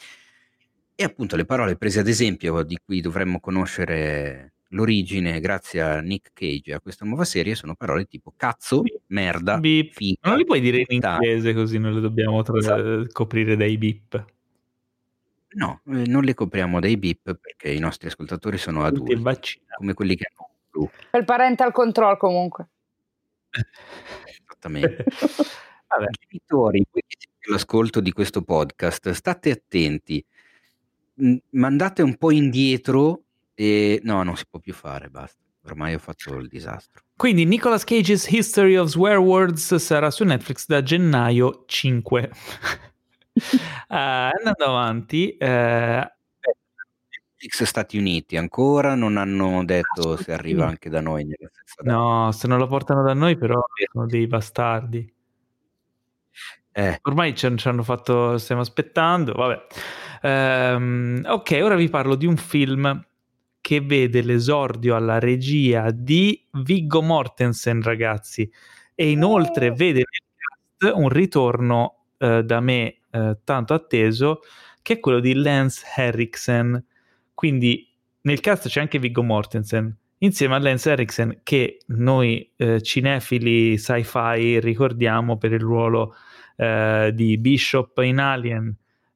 E appunto le parole prese ad esempio, di cui dovremmo conoscere l'origine grazie a Nick Cage e a questa nuova serie, sono parole tipo cazzo, merda, Beep. figa, Non li puoi dire in puttana. inglese così non le dobbiamo coprire dai beep. No, non le copriamo dai beep perché i nostri ascoltatori sono Tutti adulti, vaccinati. come quelli che hanno Blu. Il parental control comunque. Esattamente. Vabbè. Genitori, voi che siete all'ascolto di questo podcast, state attenti, mandate un po' indietro e no, non si può più fare, basta. Ormai ho fatto il disastro. Quindi Nicolas Cage's History of Swear Words sarà su Netflix da gennaio 5. Andando avanti, Netflix Stati Uniti ancora non hanno detto se arriva anche da noi nella stessa data. no, se non lo portano da noi però sono dei bastardi. Ormai ci hanno fatto, stiamo aspettando, vabbè. Ok, ora vi parlo di un film che vede l'esordio alla regia di Viggo Mortensen, ragazzi, e inoltre vede nel cast un ritorno da me tanto atteso, che è quello di Lance Henriksen. Quindi nel cast c'è anche Viggo Mortensen insieme a Lance Henriksen, che noi cinefili sci-fi ricordiamo per il ruolo di Bishop in Alien,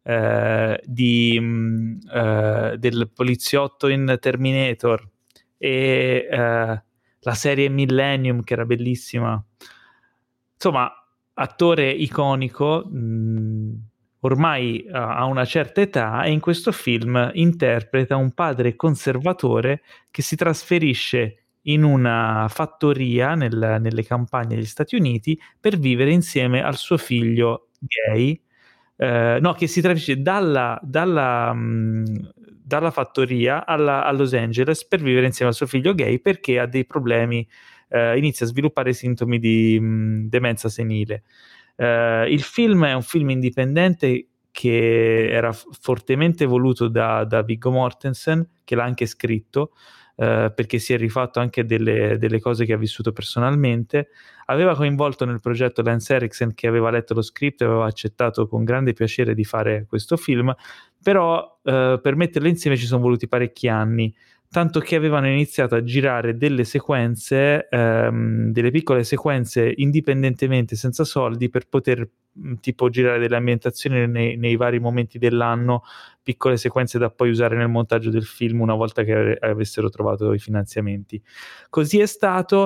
del poliziotto in Terminator e la serie Millennium, che era bellissima. Insomma, attore iconico, ormai ha una certa età, e in questo film interpreta un padre conservatore che si trasferisce in una fattoria nelle campagne degli Stati Uniti per vivere insieme al suo figlio gay, che si trasferisce dalla fattoria a Los Angeles per vivere insieme al suo figlio gay, perché ha dei problemi, inizia a sviluppare sintomi di demenza senile. Il film è un film indipendente che era fortemente voluto da Viggo Mortensen, che l'ha anche scritto, perché si è rifatto anche delle cose che ha vissuto personalmente. Aveva coinvolto nel progetto Lance Henriksen, che aveva letto lo script e aveva accettato con grande piacere di fare questo film, però per metterlo insieme ci sono voluti parecchi anni, tanto che avevano iniziato a girare delle sequenze, delle piccole sequenze indipendentemente, senza soldi, per poter tipo girare delle ambientazioni nei vari momenti dell'anno, piccole sequenze da poi usare nel montaggio del film una volta che avessero trovato i finanziamenti. Così è stato.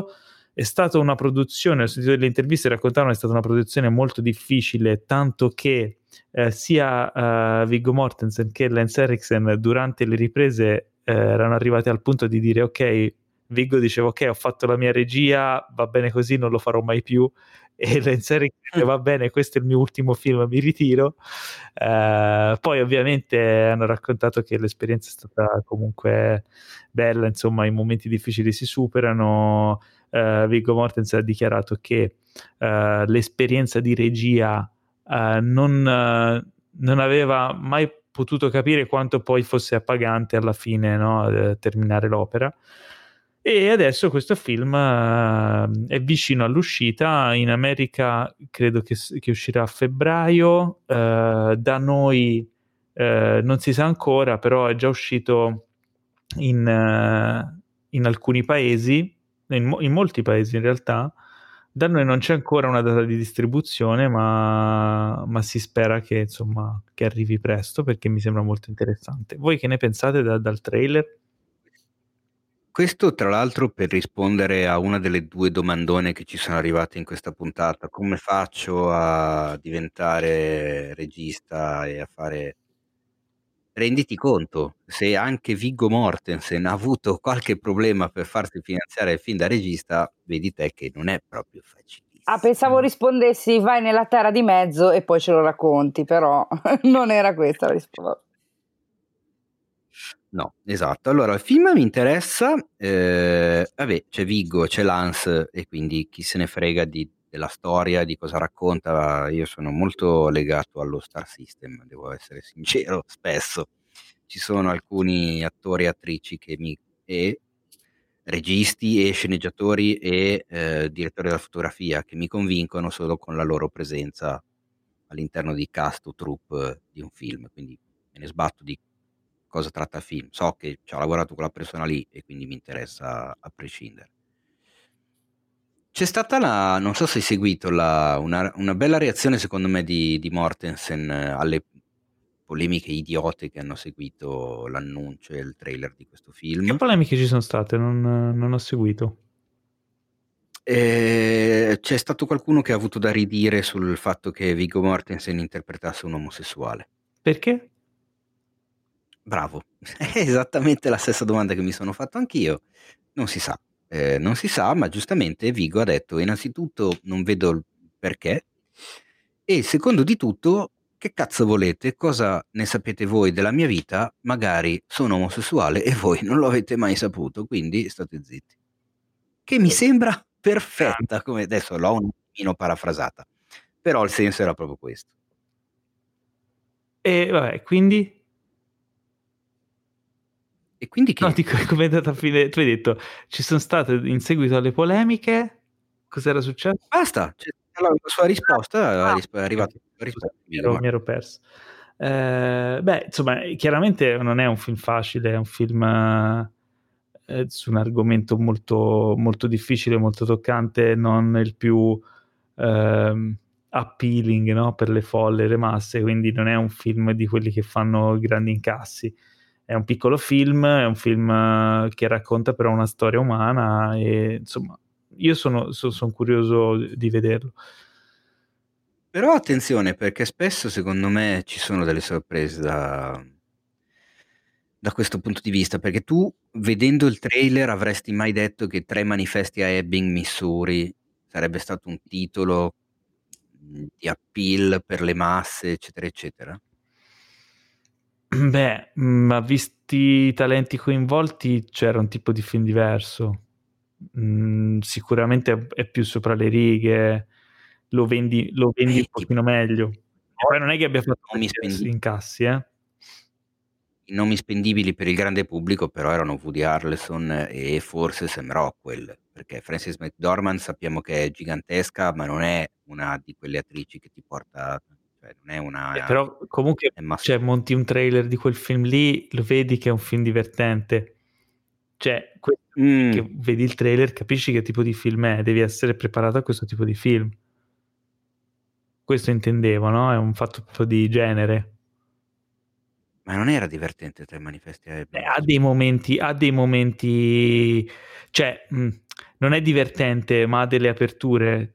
è stata una produzione, ho sentito delle interviste raccontavano, è stata una produzione molto difficile, tanto che sia Viggo Mortensen che Lance Henriksen durante le riprese erano arrivati al punto di dire ok, Viggo diceva ok, ho fatto la mia regia, va bene così, non lo farò mai più, e Lance Henriksen va bene, questo è il mio ultimo film, mi ritiro. Poi ovviamente hanno raccontato che l'esperienza è stata comunque bella, insomma i momenti difficili si superano. Viggo Mortensen ha dichiarato che l'esperienza di regia non aveva mai potuto capire quanto poi fosse appagante alla fine, no, terminare l'opera. E adesso questo film è vicino all'uscita. In America credo che uscirà a febbraio, da noi non si sa ancora, però è già uscito in alcuni paesi, in molti paesi in realtà. Da noi non c'è ancora una data di distribuzione, ma si spera che insomma che arrivi presto, perché mi sembra molto interessante. Voi che ne pensate dal trailer? Questo tra l'altro per rispondere a una delle 2 domandone che ci sono arrivate in questa puntata: come faccio a diventare regista e a fare... Renditi conto, se anche Viggo Mortensen ha avuto qualche problema per farsi finanziare il film da regista, vedi te che non è proprio facilissimo. Pensavo rispondessi vai nella terra di mezzo e poi ce lo racconti, però non era questa la risposta. No, esatto. Allora, il film mi interessa, vabbè, c'è Viggo, c'è Lance, e quindi chi se ne frega della storia, di cosa racconta. Io sono molto legato allo Star System, devo essere sincero, spesso. Ci sono alcuni attori e attrici e registi e sceneggiatori e direttori della fotografia che mi convincono solo con la loro presenza all'interno di cast o troupe di un film, quindi me ne sbatto di cosa tratta il film. So che ci ha lavorato quella persona lì e quindi mi interessa a prescindere. C'è stata non so se hai seguito una bella reazione secondo me di Mortensen alle polemiche idiote che hanno seguito l'annuncio e il trailer di questo film. Che polemiche ci sono state? Non ho seguito. C'è stato qualcuno che ha avuto da ridire sul fatto che Viggo Mortensen interpretasse un omosessuale. Perché? Bravo, è esattamente la stessa domanda che mi sono fatto anch'io. Non si sa, ma giustamente Viggo ha detto: innanzitutto non vedo il perché, e secondo di tutto, che cazzo volete? Cosa ne sapete voi della mia vita? Magari sono omosessuale e voi non lo avete mai saputo, quindi state zitti. Che mi sembra perfetta, come adesso l'ho un pochino parafrasata, però il senso era proprio questo. E vabbè, quindi? E quindi che? No, dico, come è andata a fine? Tu hai detto, ci sono state in seguito alle polemiche, cos'era successo? Basta, la sua risposta è arrivata la risposta. Mi ero perso. Beh, insomma, chiaramente non è un film facile, è un film su un argomento molto, molto difficile, molto toccante, non il più appealing, no? Per le folle, le masse, quindi non è un film di quelli che fanno grandi incassi. È un piccolo film, è un film che racconta però una storia umana e insomma io sono curioso di vederlo. Però attenzione, perché spesso secondo me ci sono delle sorprese da questo punto di vista, perché tu vedendo il trailer avresti mai detto che 3 manifesti a Ebbing, Missouri sarebbe stato un titolo di appeal per le masse, eccetera, eccetera? Beh, ma visti i talenti coinvolti c'era un tipo di film diverso. Sicuramente è più sopra le righe, lo vendi un pochino meglio. E poi non è che abbia fatto incassi, I nomi spendibili per il grande pubblico però erano Woody Harrelson e forse Sam Rockwell, perché Frances McDormand sappiamo che è gigantesca, ma non è una di quelle attrici che ti porta, cioè non è una... Però comunque cioè, monti un trailer di quel film lì, lo vedi che è un film divertente. Cioè, che vedi il trailer, capisci che tipo di film è, devi essere preparato a questo tipo di film. Questo intendevo, no? È un fatto proprio di genere. Ma non era divertente Tre manifesti a Ebro? Ha dei momenti, cioè non è divertente, ma ha delle aperture.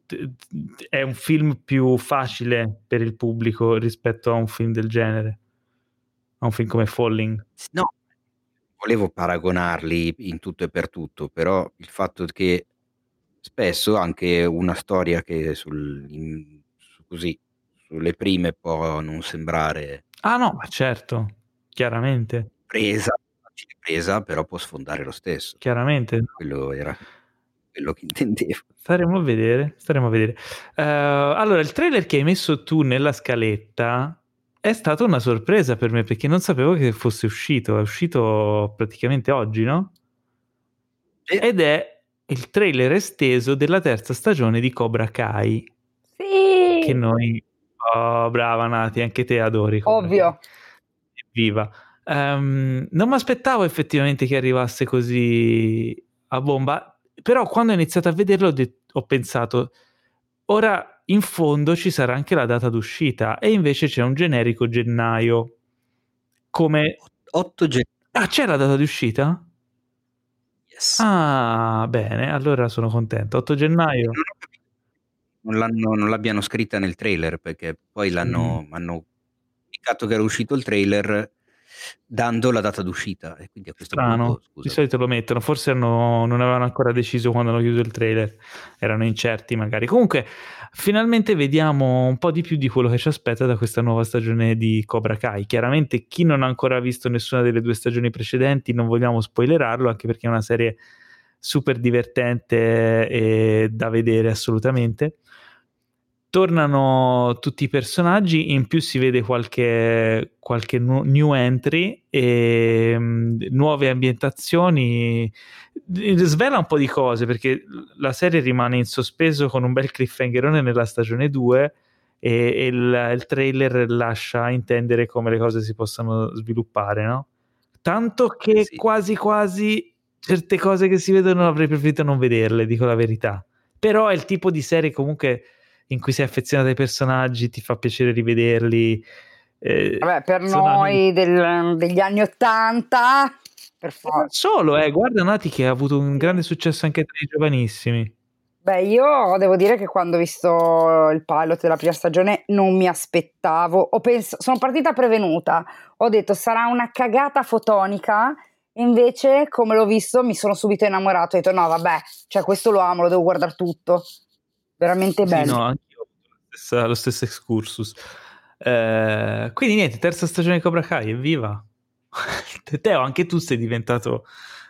È un film più facile per il pubblico rispetto a un film del genere, a un film come Falling. No, volevo paragonarli in tutto e per tutto, però il fatto che spesso anche una storia che così sulle prime può non sembrare Ah no, ma certo, chiaramente, presa, però può sfondare lo stesso. chiaramente. Quello era quello che intendevo. Staremo a vedere. Allora, il trailer che hai messo tu nella scaletta è stata una sorpresa per me, perché non sapevo che fosse uscito. È uscito praticamente oggi, no? Sì. Ed è il trailer esteso della terza stagione di Cobra Kai, Sì! che noi... Oh, brava Nati, anche te adori Cobra Ovvio. Kai. Evviva. Non mi aspettavo effettivamente che arrivasse così a bomba, però quando ho iniziato a vederlo ho pensato, ora in fondo ci sarà anche la data d'uscita, e invece c'è un generico gennaio. Come... 8 gennaio. Ah, c'è la data di uscita? Yes. Ah, bene, allora sono contento. 8 gennaio. Non l'abbiano scritta nel trailer, perché poi hanno indicato che era uscito il trailer dando la data d'uscita, e quindi a questo Strano, punto, di scusa, solito lo mettono, forse non avevano ancora deciso quando hanno chiuso il trailer, erano incerti magari. Comunque, finalmente vediamo un po' di più di quello che ci aspetta da questa nuova stagione di Cobra Kai. Chiaramente chi non ha ancora visto nessuna delle 2 stagioni precedenti, non vogliamo spoilerarlo, anche perché è una serie super divertente e da vedere assolutamente. Tornano tutti i personaggi, in più si vede qualche new entry e nuove ambientazioni. Svela un po' di cose, perché la serie rimane in sospeso con un bel cliffhangerone nella stagione 2 e il trailer lascia intendere come le cose si possano sviluppare, no? Tanto che sì. quasi certe cose che si vedono avrei preferito non vederle, dico la verità. Però è il tipo di serie comunque in cui sei affezionato ai personaggi, ti fa piacere rivederli. Vabbè, per noi degli anni '80, per forza. Solo, guarda Nati che ha avuto un grande successo anche tra i giovanissimi. Beh, io devo dire che quando ho visto il pilot della prima stagione non mi aspettavo, sono partita prevenuta, ho detto sarà una cagata fotonica, e invece come l'ho visto mi sono subito innamorato, ho detto no vabbè, cioè questo lo amo, lo devo guardare tutto, veramente bello. Sì, no, anch'io ho avuto lo stesso excursus. Quindi niente, terza stagione di Cobra Kai, evviva! Teo, anche tu sei diventato...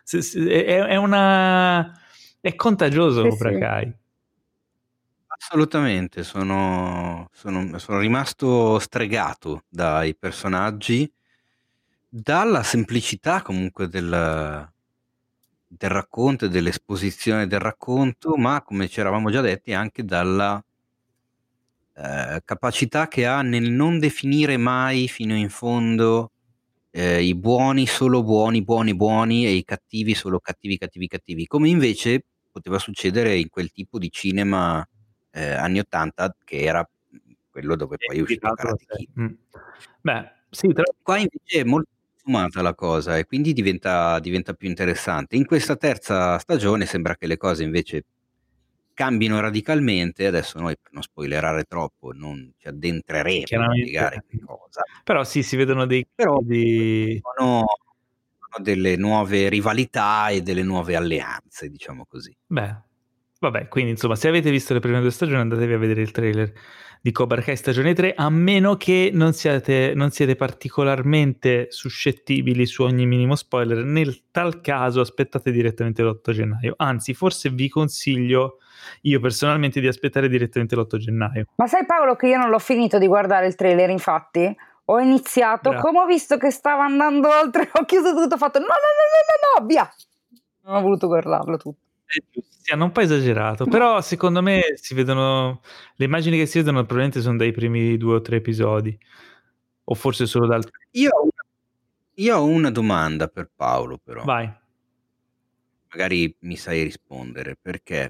È contagioso Sì, Cobra sì. Kai. Assolutamente, sono rimasto stregato dai personaggi, dalla semplicità comunque del racconto e dell'esposizione del racconto, ma come ci eravamo già detti anche dalla capacità che ha nel non definire mai fino in fondo i buoni solo buoni e i cattivi solo cattivi, come invece poteva succedere in quel tipo di cinema anni '80, che era quello dove poi è uscito Karate Kid. Beh, sì, Qua invece è molto sfumata la cosa, e quindi diventa più interessante. In questa terza stagione sembra che le cose invece cambino radicalmente. Adesso noi, per non spoilerare troppo, non ci addentreremo a chiaramente. spiegare che cosa. Però sì, si vedono dei... Però sono delle nuove rivalità e delle nuove alleanze, diciamo così. Beh, vabbè, quindi insomma, se avete visto le prime 2 stagioni andatevi a vedere il trailer di Cobra Kai stagione 3, a meno che non siete particolarmente suscettibili su ogni minimo spoiler. Nel tal caso aspettate direttamente l'8 gennaio. Anzi, forse vi consiglio io personalmente di aspettare direttamente l'8 gennaio. Ma sai Paolo che io non l'ho finito di guardare il trailer, infatti? Ho iniziato, Bravo. come ho visto che stava andando oltre, ho chiuso tutto, ho fatto no, via! Non ho voluto guardarlo tutto. Sì, hanno un po' esagerato, però secondo me si vedono, le immagini che si vedono probabilmente sono dai primi 2 o 3 episodi, o forse solo dal... Io ho una domanda per Paolo, però. Vai. Magari mi sai rispondere, perché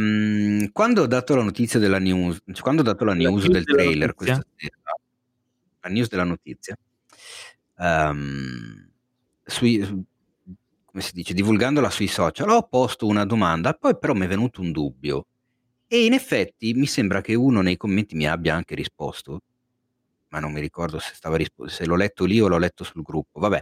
quando ho dato la notizia della news, quando ho dato la news del trailer questa sera, la news della notizia, come si dice, divulgandola sui social, ho posto una domanda, poi però mi è venuto un dubbio e in effetti mi sembra che uno nei commenti mi abbia anche risposto, ma non mi ricordo se se l'ho letto lì o l'ho letto sul gruppo, vabbè.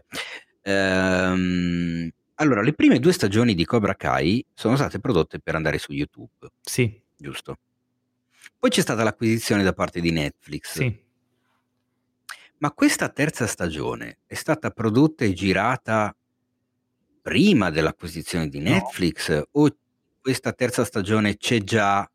Allora, le prime 2 stagioni di Cobra Kai sono state prodotte per andare su YouTube, Sì, giusto? Poi c'è stata l'acquisizione da parte di Netflix. sì. Ma questa terza stagione è stata prodotta e girata prima dell'acquisizione di No. Netflix o questa terza stagione c'è già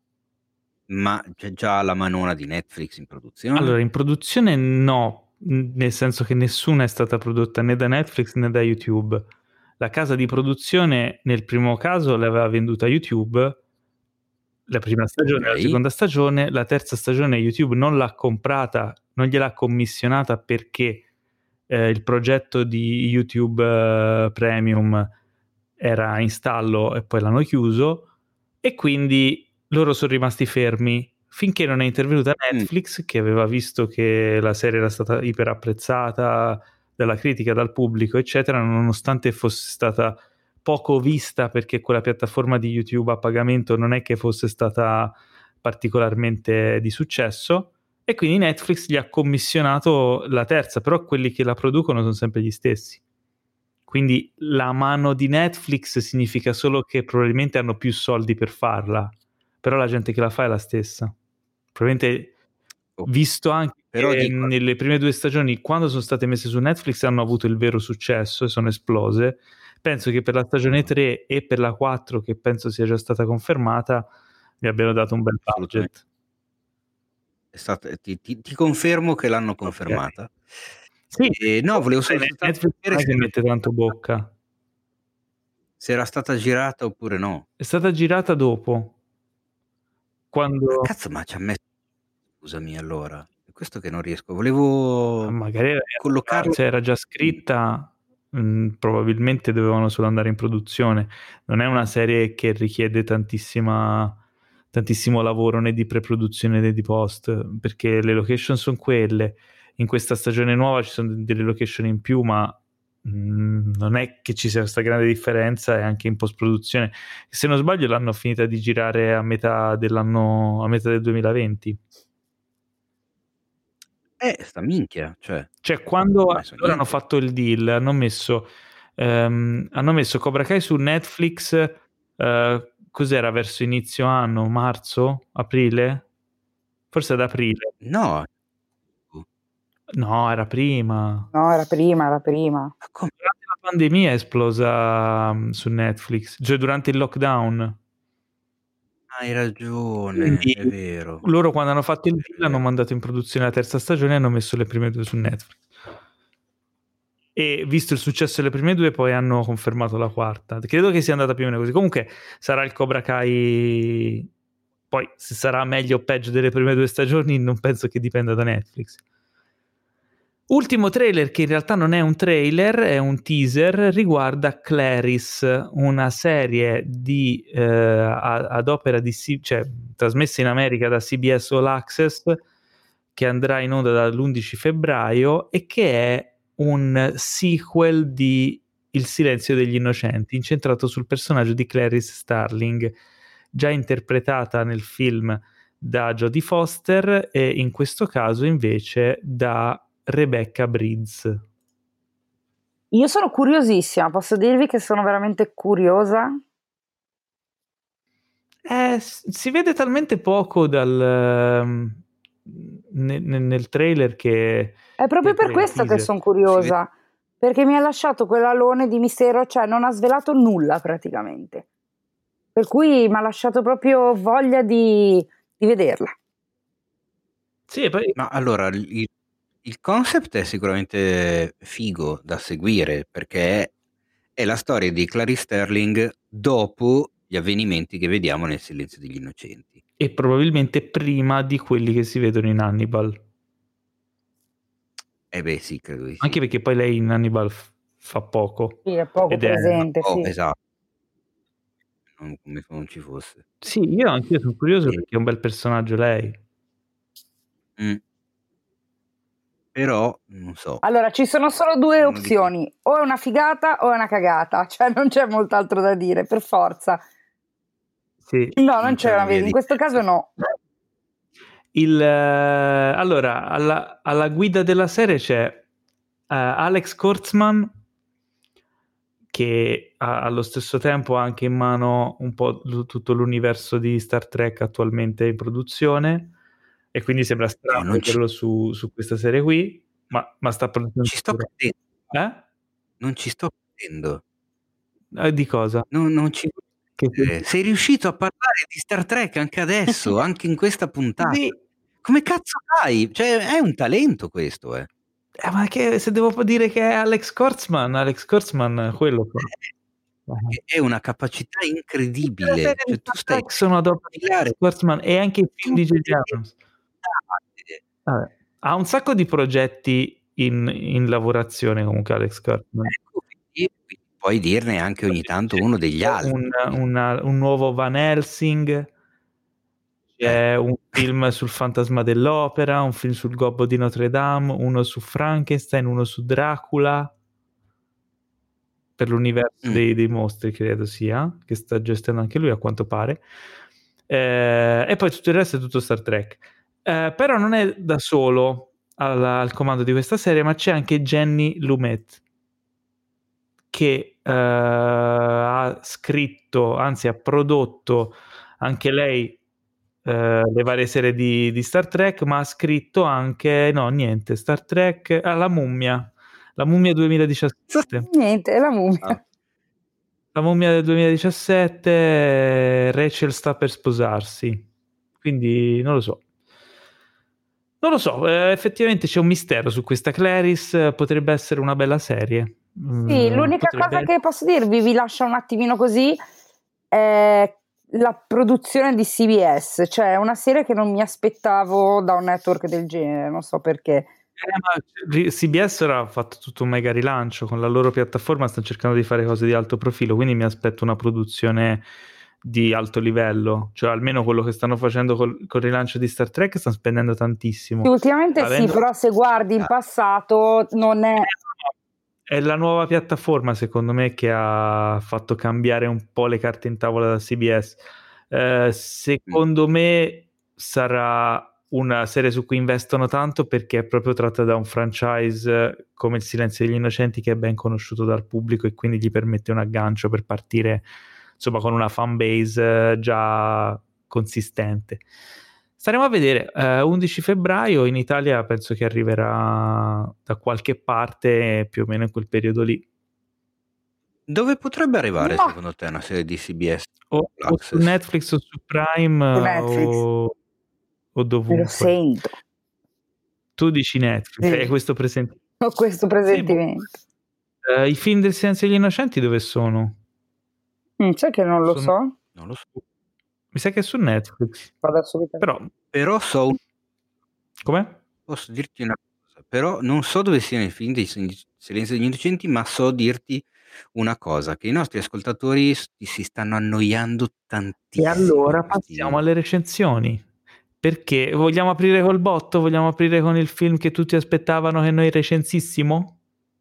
la manona di Netflix in produzione? Allora, in produzione no, nel senso che nessuna è stata prodotta né da Netflix né da YouTube. La casa di produzione nel primo caso l'aveva venduta a YouTube, la prima stagione, Ok. la seconda stagione, la terza stagione YouTube non l'ha comprata, non gliel'ha commissionata perché il progetto di YouTube Premium era in stallo e poi l'hanno chiuso e quindi loro sono rimasti fermi finché non è intervenuta Netflix che aveva visto che la serie era stata iper apprezzata dalla critica, dal pubblico eccetera, nonostante fosse stata poco vista perché quella piattaforma di YouTube a pagamento non è che fosse stata particolarmente di successo e quindi Netflix gli ha commissionato la terza, però quelli che la producono sono sempre gli stessi. Quindi la mano di Netflix significa solo che probabilmente hanno più soldi per farla, però la gente che la fa è la stessa. Probabilmente visto anche Però che dico, nelle prime 2 stagioni, quando sono state messe su Netflix, hanno avuto il vero successo e sono esplose. Penso che per la stagione 3 e per la 4, che penso sia già stata confermata, gli abbiano dato un bel budget. ti confermo che l'hanno confermata. Sì, no, volevo soltanto Netflix non è che mette tanto bocca. Se era stata girata oppure no. È stata girata dopo. Quando... Cazzo, ma ci ha messo... Scusami, allora. È questo che non riesco. Volevo magari collocarlo... se era già scritta, probabilmente dovevano solo andare in produzione. Non è una serie che richiede tantissimo lavoro né di pre-produzione né di post, perché le location sono quelle. In questa stagione nuova ci sono delle location in più, ma non è che ci sia questa grande differenza, e anche in post-produzione. Se non sbaglio l'hanno finita di girare a metà del 2020. Sta minchia, cioè quando non è so loro hanno niente. fatto il deal, hanno messo Cobra Kai su Netflix, cos'era, verso inizio anno, marzo, aprile? Forse ad aprile. No, No, era prima. No, era prima. Durante la pandemia è esplosa su Netflix, cioè durante il lockdown. Hai ragione, Quindi è vero. loro quando hanno fatto il deal vero. hanno mandato in produzione la terza stagione e hanno messo le prime 2 su Netflix. E visto il successo delle prime 2 poi hanno confermato la quarta. Credo che sia andata più o meno così. Comunque sarà il Cobra Kai, poi se sarà meglio o peggio delle prime 2 stagioni non penso che dipenda da Netflix. Ultimo trailer, che in realtà non è un trailer, è un teaser, riguarda Clarice, una serie di ad opera di cioè trasmessa in America da CBS All Access, che andrà in onda dall'11 febbraio e che è un sequel di Il silenzio degli innocenti, incentrato sul personaggio di Clarice Starling, già interpretata nel film da Jodie Foster e in questo caso invece da Rebecca Bridges. Io sono curiosissima, posso dirvi che sono veramente curiosa. Si vede talmente poco nel trailer che... È proprio per questo che sono curiosa, perché mi ha lasciato quell'alone di mistero, cioè non ha svelato nulla praticamente. Per cui mi ha lasciato proprio voglia di vederla. Sì, poi... Ma allora, il concept è sicuramente figo da seguire, perché è la storia di Clarice Starling dopo gli avvenimenti che vediamo nel Silenzio degli Innocenti. E probabilmente prima di quelli che si vedono in Hannibal. Beh sì, credo di sì. Anche perché poi lei in Hannibal fa poco. Sì, è poco presente, sì. Esatto. Come se non ci fosse. Sì, anch'io sono curioso perché è un bel personaggio lei. però non so. Allora, ci sono solo due Uno di opzioni, o è una figata o è una cagata, cioè non c'è molt'altro da dire, per forza. Sì. No, non Non c'è c'è una una via via, in di questo mezzo. caso no. Allora, alla guida della serie c'è Alex Kurtzman, che ha allo stesso tempo anche in mano un po' tutto l'universo di Star Trek attualmente in produzione, e quindi sembra strano non ci, vederlo su questa serie qui, ma sta producendo ci sto credendo. Non ci sto credendo. Di cosa? Non ci Che- sei riuscito a parlare di Star Trek anche adesso, anche in questa puntata. Sì. Come cazzo fai? Cioè, è un talento questo, Ma che se devo dire che è Alex Kurtzman, quello fa. È una capacità Tutte le incredibile. serie di Cioè, tu Star stai Trek sono ad opera di Alex Kurtzman, e anche i film di J.J. Abrams. Vabbè. Ha un sacco di progetti in lavorazione comunque Alex Kurtzman. Ecco, quindi puoi dirne anche ogni tanto uno degli altri. Un nuovo Van Helsing, c'è un film sul fantasma dell'opera, un film sul Gobbo di Notre Dame, uno su Frankenstein, uno su Dracula, per l'universo dei mostri, credo sia, che sta gestendo anche lui a quanto pare, e poi tutto il resto è tutto Star Trek. Però non è da solo al comando di questa serie, ma c'è anche Jenny Lumet, che ha scritto, anzi ha prodotto anche lei le varie serie di Star Trek, ma ha scritto anche Star Trek, La Mummia 2017. Niente, è la mummia. La Mummia del 2017, Rachel sta per sposarsi, quindi non lo so. Effettivamente c'è un mistero su questa Clarice, potrebbe essere una bella serie. Sì, l'unica cosa che posso dirvi, vi lascio un attimino così, è la produzione di CBS, cioè una serie che non mi aspettavo da un network del genere, non so perché. Ma CBS ora ha fatto tutto un mega rilancio con la loro piattaforma, stanno cercando di fare cose di alto profilo, quindi mi aspetto una produzione di alto livello, cioè almeno quello che stanno facendo col rilancio di Star Trek, stanno spendendo tantissimo. Sì, ultimamente sì, però se guardi in passato non è... È la nuova piattaforma, secondo me, che ha fatto cambiare un po' le carte in tavola da CBS. Secondo me sarà una serie su cui investono tanto, perché è proprio tratta da un franchise come Il Silenzio degli Innocenti, che è ben conosciuto dal pubblico e quindi gli permette un aggancio per partire, insomma, con una fan base già consistente. Staremo a vedere. 11 febbraio in Italia penso che arriverà da qualche parte più o meno in quel periodo lì. Dove potrebbe arrivare secondo te una serie di CBS? O su Netflix o su Prime, Netflix. o dovunque. Me lo sento. Tu dici Netflix, Sì. hai questo presentimento. Ho questo presentimento. I film del Silenzio degli Innocenti dove sono? Sai che non lo so? Non lo so. Mi sa che è su Netflix. Vado subito. Però so... Come? Posso dirti una cosa, però non so dove siano i film di Silenzio degli Innocenti, ma so dirti una cosa, che i nostri ascoltatori si stanno annoiando tantissimo. E allora passiamo alle recensioni. Perché vogliamo aprire col botto? Vogliamo aprire con il film che tutti aspettavano che noi recensissimo?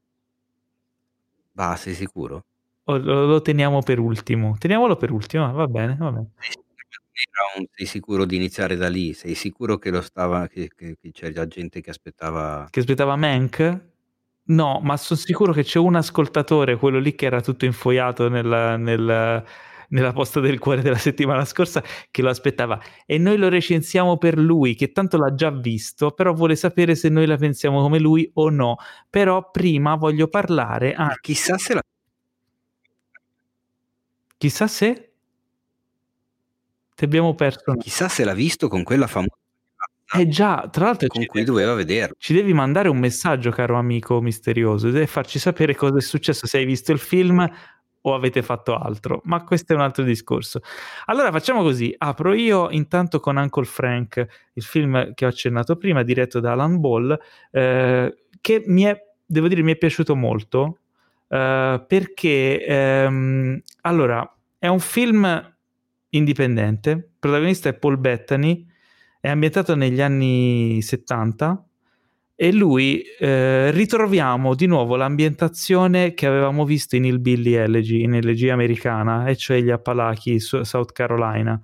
Va, sei sicuro? O lo teniamo per ultimo? Teniamolo per ultimo, va bene. Sei sicuro di iniziare da lì? Sei sicuro che lo stava, che c'è già gente che aspettava? Che aspettava Mank? No, ma sono sicuro che c'è un ascoltatore, quello lì che era tutto infoiato nella posta del cuore della settimana scorsa, che lo aspettava, e noi lo recensiamo per lui, che tanto l'ha già visto, però vuole sapere se noi la pensiamo come lui o no. Però prima voglio parlare... Chissà se la... Chissà se... Ti abbiamo perso. Chissà se l'ha visto con quella famosa... Già, tra l'altro con cui doveva vederlo. Ci devi mandare un messaggio, caro amico misterioso, e farci sapere cosa è successo, se hai visto il film o avete fatto altro, ma questo è un altro discorso. Allora facciamo così, apro io intanto con Uncle Frank, il film che ho accennato prima, diretto da Alan Ball, che devo dire mi è piaciuto molto, perché allora è un film indipendente, il protagonista è Paul Bettany, è ambientato negli anni 70 e lui ritroviamo di nuovo l'ambientazione che avevamo visto in Hillbilly Elegy, in Elegia Americana, e cioè gli Appalachi, South Carolina,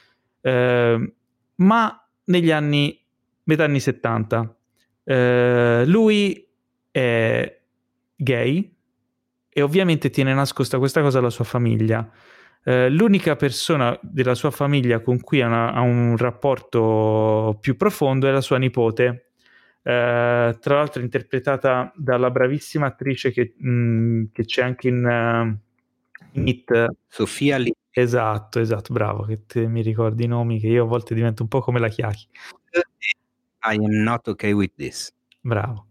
ma negli anni, metà anni 70. Lui è gay e ovviamente tiene nascosta questa cosa alla sua famiglia. L'unica persona della sua famiglia con cui ha un rapporto più profondo è la sua nipote, tra l'altro interpretata dalla bravissima attrice che c'è anche in It. Sofia Lee. Esatto, bravo, che te mi ricordi i nomi, che io a volte divento un po' come la Chiacchi. I am not okay with this. Bravo.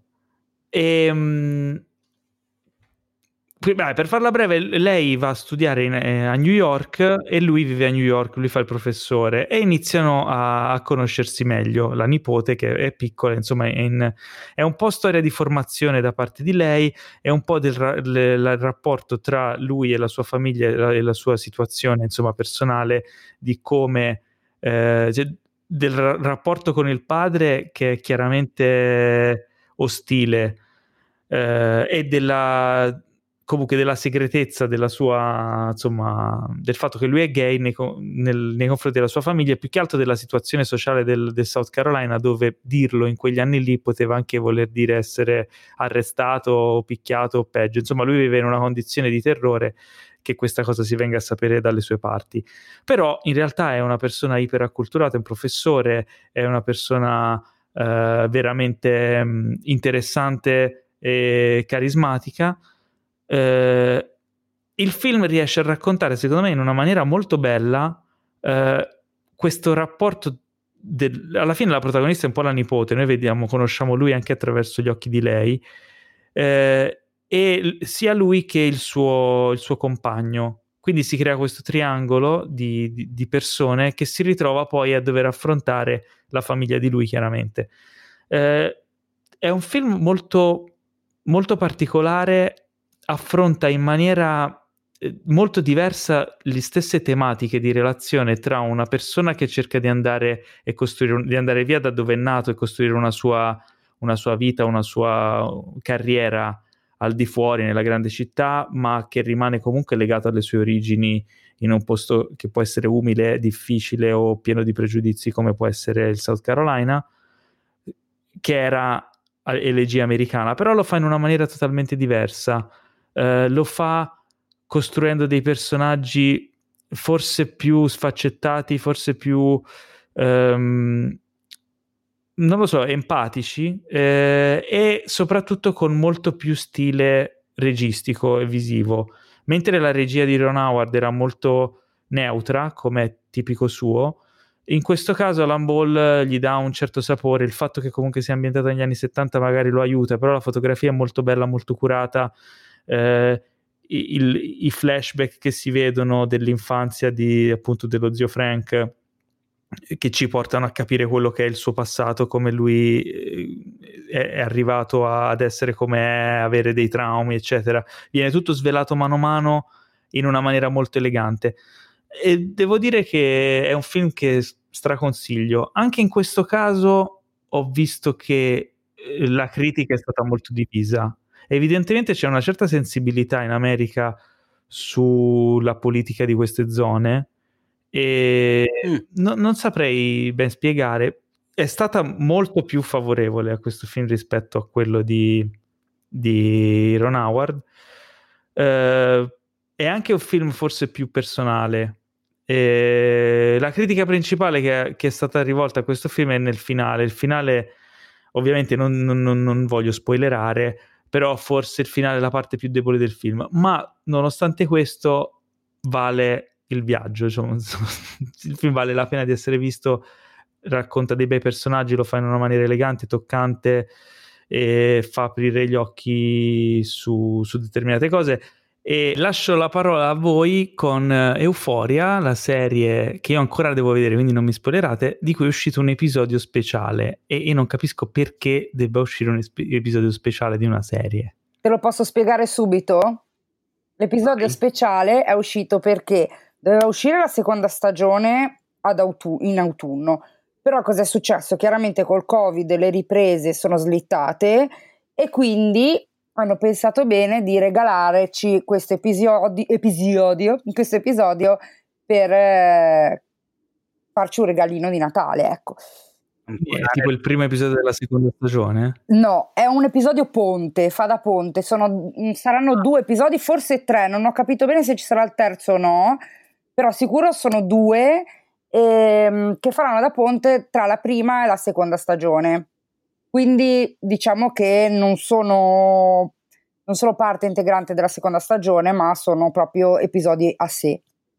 Per farla breve, lei va a studiare a New York e lui vive a New York, lui fa il professore, e iniziano a conoscersi meglio. La nipote, che è piccola, insomma, è un po' storia di formazione da parte di lei, è un po' del rapporto tra lui e la sua famiglia e la sua situazione, insomma, personale, di come del rapporto con il padre, che è chiaramente ostile, e comunque della segretezza della sua, insomma, del fatto che lui è gay nei confronti della sua famiglia, e più che altro della situazione sociale del South Carolina, dove dirlo in quegli anni lì poteva anche voler dire essere arrestato o picchiato o peggio. Insomma, lui vive in una condizione di terrore che questa cosa si venga a sapere dalle sue parti. Però in realtà è una persona iperacculturata, è un professore, è una persona veramente interessante e carismatica. Il film riesce a raccontare, secondo me, in una maniera molto bella questo rapporto alla fine la protagonista è un po' la nipote, noi conosciamo lui anche attraverso gli occhi di lei, e sia lui che il suo compagno, quindi si crea questo triangolo di persone che si ritrova poi a dover affrontare la famiglia di lui, chiaramente. È un film molto, molto particolare, affronta in maniera molto diversa le stesse tematiche di relazione tra una persona che cerca di andare via da dove è nato e costruire una sua vita, una sua carriera al di fuori, nella grande città, ma che rimane comunque legato alle sue origini in un posto che può essere umile, difficile o pieno di pregiudizi, come può essere il South Carolina, che era elegia americana, però lo fa in una maniera totalmente diversa. Lo fa costruendo dei personaggi forse più sfaccettati, forse più non lo so, empatici, e soprattutto con molto più stile registico e visivo, mentre la regia di Ron Howard era molto neutra, come è tipico suo. In questo caso Alan Ball gli dà un certo sapore, il fatto che comunque sia ambientato negli anni 70 magari lo aiuta, però la fotografia è molto bella, molto curata, i flashback che si vedono dell'infanzia appunto dello zio Frank, che ci portano a capire quello che è il suo passato, come lui è arrivato ad essere come è, avere dei traumi, eccetera. Viene tutto svelato mano a mano in una maniera molto elegante. E devo dire che è un film che straconsiglio. Anche in questo caso ho visto che la critica è stata molto divisa. Evidentemente c'è una certa sensibilità in America sulla politica di queste zone, e non saprei ben spiegare. È stata molto più favorevole a questo film rispetto a quello di Ron Howard. È anche un film forse più personale. La critica principale che è stata rivolta a questo film è nel finale. Il finale, ovviamente non voglio spoilerare, però forse il finale è la parte più debole del film, ma nonostante questo vale il viaggio, insomma. Il film vale la pena di essere visto, racconta dei bei personaggi, lo fa in una maniera elegante, toccante, e fa aprire gli occhi su determinate cose. E lascio la parola a voi con Euphoria, la serie che io ancora devo vedere, quindi non mi spoilerate, di cui è uscito un episodio speciale, e io non capisco perché debba uscire un episodio speciale di una serie. Te lo posso spiegare subito? L'episodio speciale è uscito perché doveva uscire la seconda stagione in autunno, Però cos'è successo? Chiaramente col Covid le riprese sono slittate e quindi hanno pensato bene di regalarci questo questo episodio per farci un regalino di Natale, ecco. È tipo il primo episodio della seconda stagione? No, è un episodio ponte, fa da ponte, saranno 2 episodi, forse 3, non ho capito bene se ci sarà il terzo o no, però sicuro sono 2 che faranno da ponte tra la prima e la seconda stagione. Quindi diciamo che non sono parte integrante della seconda stagione, ma sono proprio episodi a sé.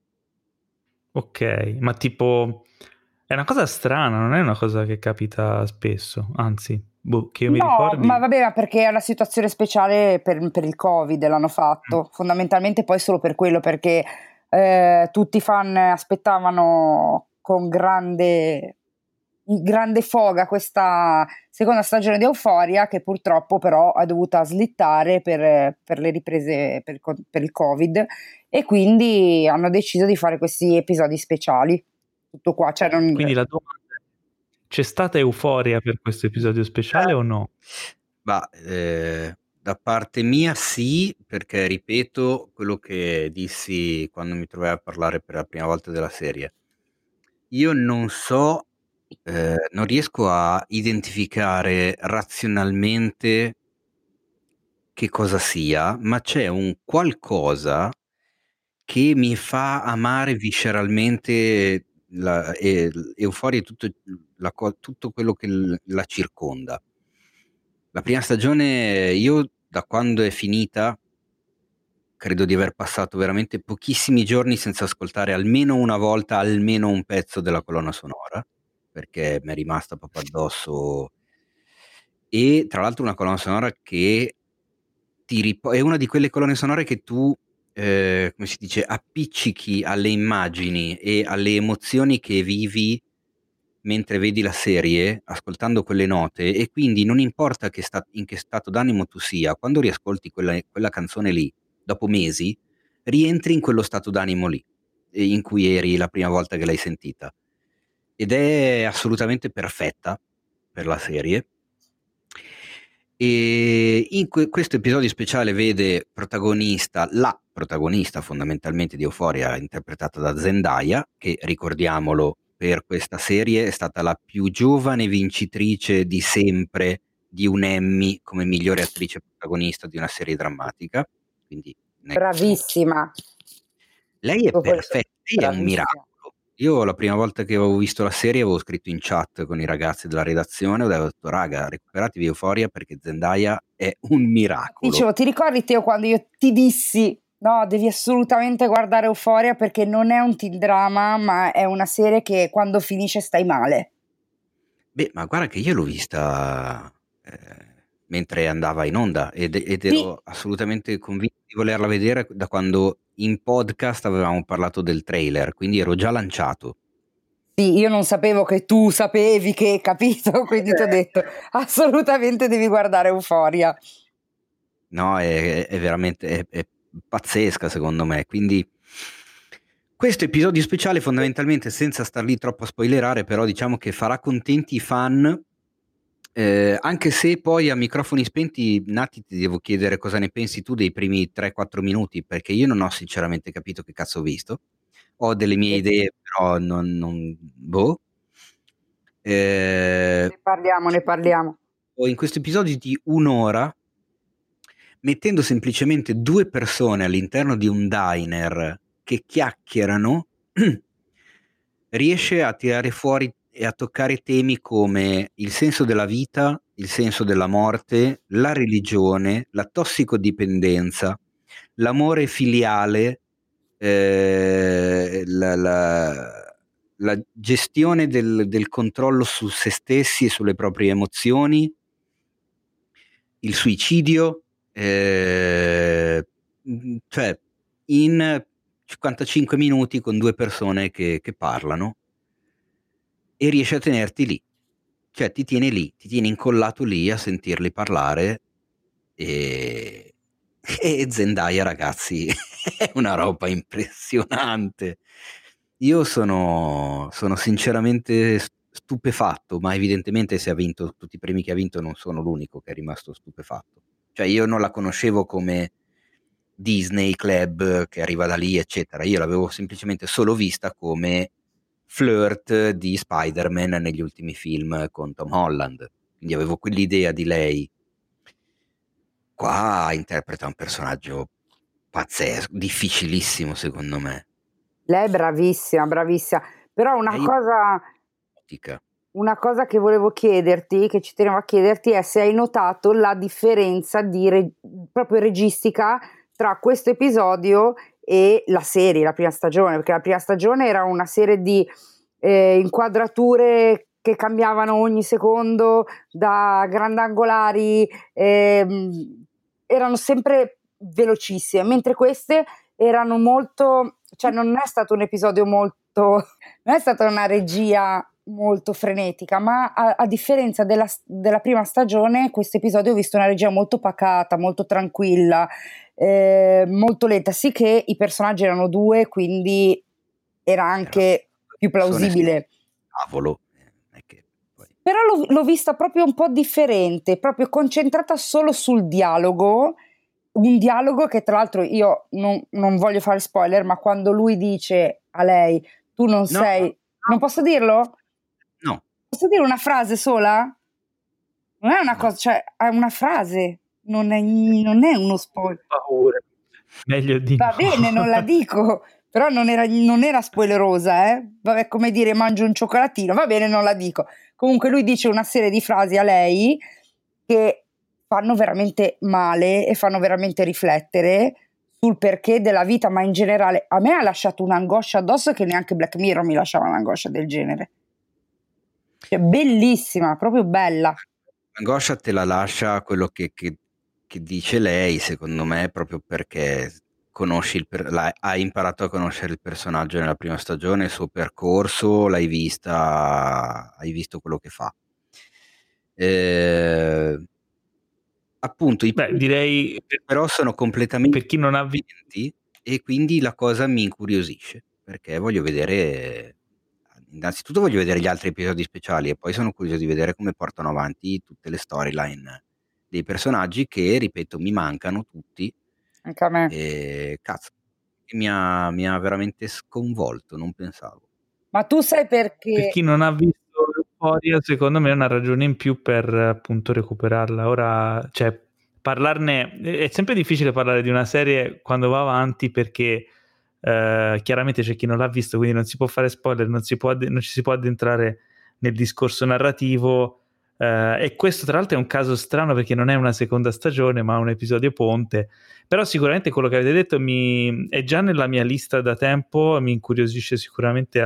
Ok, ma tipo è una cosa strana, non è una cosa che capita spesso, anzi, che io mi ricordi. Ma vabbè, ma perché è una situazione speciale per il Covid l'hanno fatto, fondamentalmente poi solo per quello, perché tutti i fan aspettavano con grande foga questa seconda stagione di Euphoria, che purtroppo però è dovuta slittare per le riprese per il Covid, e quindi hanno deciso di fare questi episodi speciali. Tutto qua, cioè Quindi la domanda è: c'è stata euforia per questo episodio speciale o no? Ma da parte mia sì, perché ripeto quello che dissi quando mi trovai a parlare per la prima volta della serie. Io non so, non riesco a identificare razionalmente che cosa sia, ma c'è un qualcosa che mi fa amare visceralmente Euphoria e tutto quello che la circonda. La prima stagione, io da quando è finita, credo di aver passato veramente pochissimi giorni senza ascoltare almeno una volta almeno un pezzo della colonna sonora, perché mi è rimasta proprio addosso. E tra l'altro una colonna sonora che è una di quelle colonne sonore che tu, come si dice, appiccichi alle immagini e alle emozioni che vivi mentre vedi la serie, ascoltando quelle note, e quindi non importa in che stato d'animo tu sia, quando riascolti quella canzone lì, dopo mesi, rientri in quello stato d'animo lì, in cui eri la prima volta che l'hai sentita. Ed è assolutamente perfetta per la serie. E in questo episodio speciale vede la protagonista fondamentalmente di Euphoria, interpretata da Zendaya, che ricordiamolo, per questa serie è stata la più giovane vincitrice di sempre di un Emmy come migliore attrice protagonista di una serie drammatica. Quindi bravissima. Lei è perfetta, lei è un miracolo. Io la prima volta che avevo visto la serie avevo scritto in chat con i ragazzi della redazione, ho detto raga, recuperatevi Euphoria perché Zendaya è un miracolo. Dicevo, ti ricordi Teo quando io ti dissi no, devi assolutamente guardare Euphoria perché non è un teen drama, ma è una serie che quando finisce stai male. Beh, ma guarda che io l'ho vista mentre andava in onda ed ero assolutamente convinto di volerla vedere da quando in podcast avevamo parlato del trailer, quindi ero già lanciato. Sì, io non sapevo che tu sapevi che, capito? Quindi ti ho detto assolutamente devi guardare Euphoria. No, è veramente è pazzesca secondo me, quindi questo episodio speciale fondamentalmente, senza star lì troppo a spoilerare, però diciamo che farà contenti i fan, anche se poi a microfoni spenti, Nati, ti devo chiedere cosa ne pensi tu dei primi 3-4 minuti, perché io non ho sinceramente capito che cazzo ho visto, ho delle mie idee, però non boh. Ne parliamo. In questo episodio di un'ora, mettendo semplicemente 2 persone all'interno di un diner che chiacchierano, riesce a tirare fuori e a toccare temi come il senso della vita, il senso della morte, la religione, la tossicodipendenza, l'amore filiale, la gestione del controllo su se stessi e sulle proprie emozioni, il suicidio, cioè in 55 minuti con 2 persone che parlano, e riesci a tenerti lì, cioè ti tieni lì, ti tieni incollato lì a sentirli parlare, e Zendaya, ragazzi, è una roba impressionante. Io sono sinceramente stupefatto, ma evidentemente se ha vinto tutti i premi che ha vinto non sono l'unico che è rimasto stupefatto. Cioè io non la conoscevo come Disney Club che arriva da lì, eccetera. Io l'avevo semplicemente solo vista come flirt di Spider-Man negli ultimi film con Tom Holland. Quindi avevo quell'idea di lei. Qua interpreta un personaggio pazzesco, difficilissimo secondo me. Lei è bravissima, bravissima. Però Lei una cosa che volevo chiederti, che ci tenevo a chiederti, è se hai notato la differenza proprio registica tra questo episodio e la serie, la prima stagione, perché la prima stagione era una serie di inquadrature che cambiavano ogni secondo, da grandangolari, erano sempre velocissime, mentre queste erano molto, cioè non è stato un episodio molto, non è stata una regia molto frenetica, ma a differenza della prima stagione, questo episodio ho visto una regia molto pacata, molto tranquilla, molto lenta, sì che i personaggi erano due, quindi era anche più plausibile. Cavolo. Però l'ho vista proprio un po' differente, proprio concentrata solo sul dialogo, un dialogo che tra l'altro io non voglio fare spoiler, ma quando lui dice a lei tu non sei... Non posso dirlo? No. Posso dire una frase sola? Non è una cosa, cioè è una frase, non è uno spoiler. Paura. Meglio di Va bene, non la dico, però non era spoilerosa, Vabbè, come dire mangio un cioccolatino, va bene, non la dico. Comunque lui dice una serie di frasi a lei che fanno veramente male e fanno veramente riflettere sul perché della vita, ma in generale a me ha lasciato un'angoscia addosso che neanche Black Mirror mi lasciava un'angoscia del genere. Cioè, bellissima, proprio bella. L'angoscia te la lascia quello che dice lei, secondo me, proprio perché hai imparato a conoscere il personaggio nella prima stagione, il suo percorso, hai visto quello che fa. Appunto, direi però sono completamente per chi non ha visto, e quindi la cosa mi incuriosisce, perché innanzitutto voglio vedere gli altri episodi speciali e poi sono curioso di vedere come portano avanti tutte le storyline dei personaggi che, ripeto, mi mancano tutti. Anche a me. E cazzo, mi ha veramente sconvolto, non pensavo. Ma tu sai perché? Per chi non ha visto Euphoria, secondo me è una ragione in più per appunto recuperarla. Ora, cioè, parlarne è sempre difficile parlare di una serie quando va avanti perché chiaramente c'è chi non l'ha visto, quindi non si può fare spoiler, non ci si può addentrare nel discorso narrativo. E questo tra l'altro è un caso strano perché non è una seconda stagione ma un episodio ponte, però sicuramente quello che avete detto è già nella mia lista da tempo, mi incuriosisce sicuramente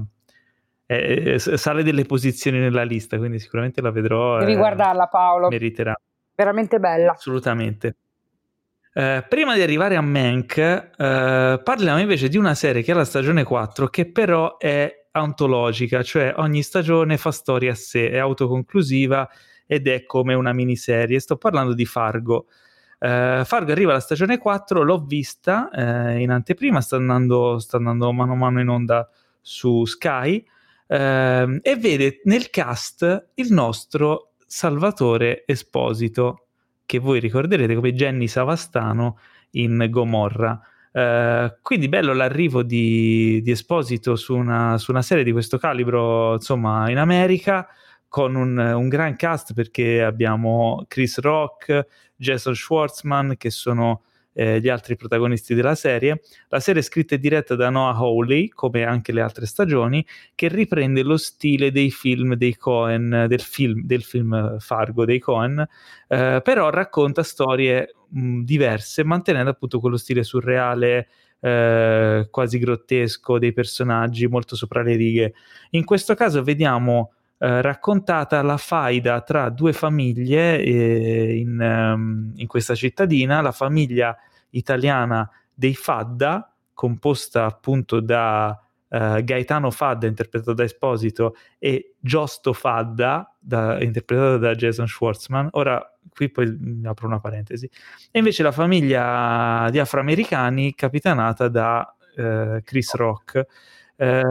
sale delle posizioni nella lista, quindi sicuramente la vedrò. Devi guardarla, Paolo, meriterà, veramente bella, assolutamente. Prima di arrivare a Mank, parliamo invece di una serie che è la stagione 4, che però è antologica, cioè ogni stagione fa storia a sé, è autoconclusiva ed è come una miniserie. Sto parlando di Fargo. Fargo arriva alla stagione 4, l'ho vista in anteprima, sta andando mano a mano in onda su Sky, e vede nel cast il nostro Salvatore Esposito, che voi ricorderete come Jenny Savastano in Gomorra. Quindi bello l'arrivo di Esposito su una serie di questo calibro, insomma, in America, con un gran cast, perché abbiamo Chris Rock, Jason Schwartzman, che sono gli altri protagonisti della serie. La serie è scritta e diretta da Noah Hawley, come anche le altre stagioni, che riprende lo stile dei film dei Coen, del film Fargo dei Coen, però racconta storie diverse, mantenendo appunto quello stile surreale, quasi grottesco dei personaggi, molto sopra le righe. In questo caso vediamo raccontata la faida tra due famiglie in questa cittadina, la famiglia italiana dei Fadda, composta appunto da Gaetano Fadda, interpretato da Esposito, e Giusto Fadda, interpretato da Jason Schwartzman. Ora, qui poi apro una parentesi. E invece la famiglia di afroamericani, capitanata da Chris Rock.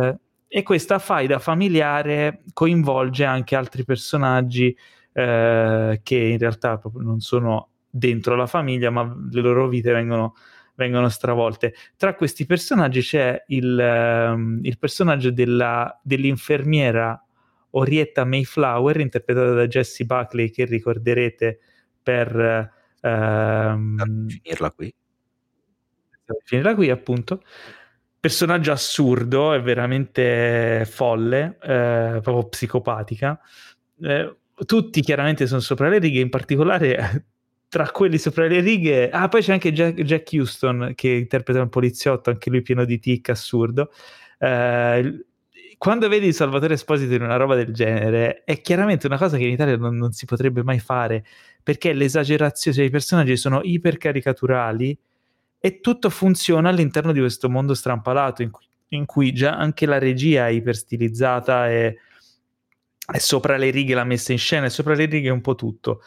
e questa faida familiare coinvolge anche altri personaggi che in realtà proprio non sono dentro la famiglia, ma le loro vite vengono stravolte. Tra questi personaggi c'è il personaggio dell'infermiera Orietta Mayflower, interpretata da Jessie Buckley, che ricorderete per finirla qui, appunto. Personaggio assurdo, è veramente folle, proprio psicopatica. Tutti chiaramente sono sopra le righe, in particolare tra quelli sopra le righe. Poi c'è anche Jack Houston che interpreta un poliziotto, anche lui pieno di tic, assurdo. Quando vedi Salvatore Esposito in una roba del genere, è chiaramente una cosa che in Italia non si potrebbe mai fare, perché l'esagerazione, cioè i personaggi sono ipercaricaturali e tutto funziona all'interno di questo mondo strampalato in cui già anche la regia è iperstilizzata e è sopra le righe la messa in scena, è sopra le righe un po' tutto.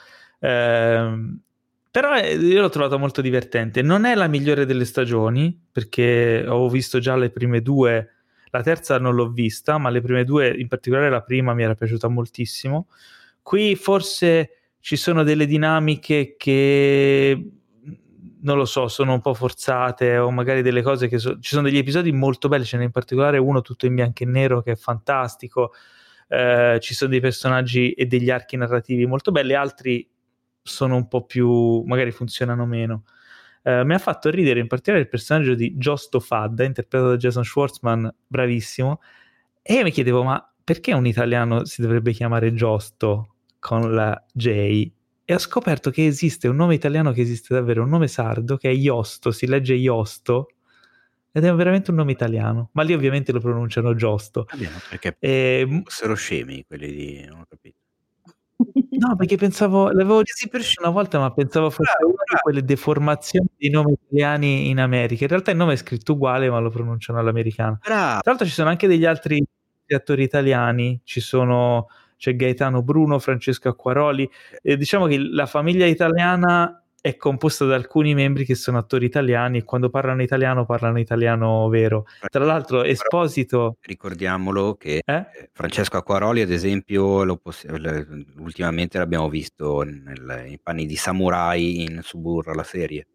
Però io l'ho trovato molto divertente. Non è la migliore delle stagioni, perché ho visto già le prime due, la terza non l'ho vista, ma le prime due, in particolare la prima, mi era piaciuta moltissimo. Qui forse ci sono delle dinamiche che non lo so, sono un po' forzate, o magari delle cose che ci sono degli episodi molto belli, ce n'è in particolare uno tutto in bianco e nero che è fantastico, ci sono dei personaggi e degli archi narrativi molto belli, altri sono un po' più, magari funzionano meno. Mi ha fatto ridere in particolare il personaggio di Josto Fadda, interpretato da Jason Schwartzman, bravissimo, e io mi chiedevo, ma perché un italiano si dovrebbe chiamare Giusto con la J? E ho scoperto che esiste un nome italiano, che esiste davvero, un nome sardo che è Iosto, si legge Iosto, ed è veramente un nome italiano, ma lì ovviamente lo pronunciano Giusto. Perché fossero scemi quelli di... non ho capito. No, perché pensavo, l'avevo detto una volta, ma pensavo fosse una di quelle deformazioni dei nomi italiani in America. In realtà il nome è scritto uguale, ma lo pronunciano all'americana. Tra l'altro ci sono anche degli altri attori italiani, c'è Gaetano Bruno, Francesco Acquaroli, diciamo che la famiglia italiana è composta da alcuni membri che sono attori italiani e quando parlano italiano vero. Tra l'altro Esposito, ricordiamolo che Francesco Acquaroli ad esempio ultimamente l'abbiamo visto nei panni di Samurai in Suburra, la serie.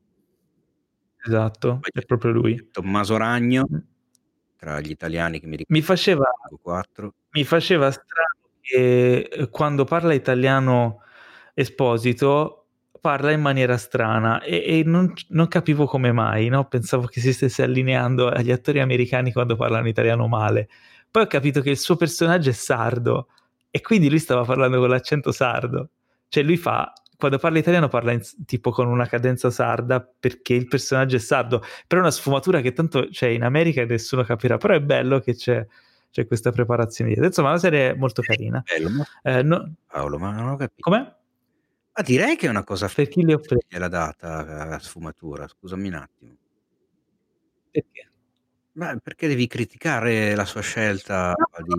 Esatto, è proprio lui. Tommaso Ragno, tra gli italiani che mi ricordo, mi faceva strano che quando parla italiano Esposito parla in maniera strana e non capivo come mai, no? Pensavo che si stesse allineando agli attori americani quando parlano italiano male. Poi ho capito che il suo personaggio è sardo e quindi lui stava parlando con l'accento sardo. Cioè lui quando parla italiano parla tipo con una cadenza sarda perché il personaggio è sardo, però è una sfumatura che tanto c'è in America e nessuno capirà, però è bello che c'è questa preparazione dietro. Insomma, una serie molto carina. Bello, Paolo, ma non ho capito. Come? Ma direi che è una cosa per chi le ho prese gliela data la sfumatura, scusami un attimo. Perché? Beh, perché devi criticare la sua scelta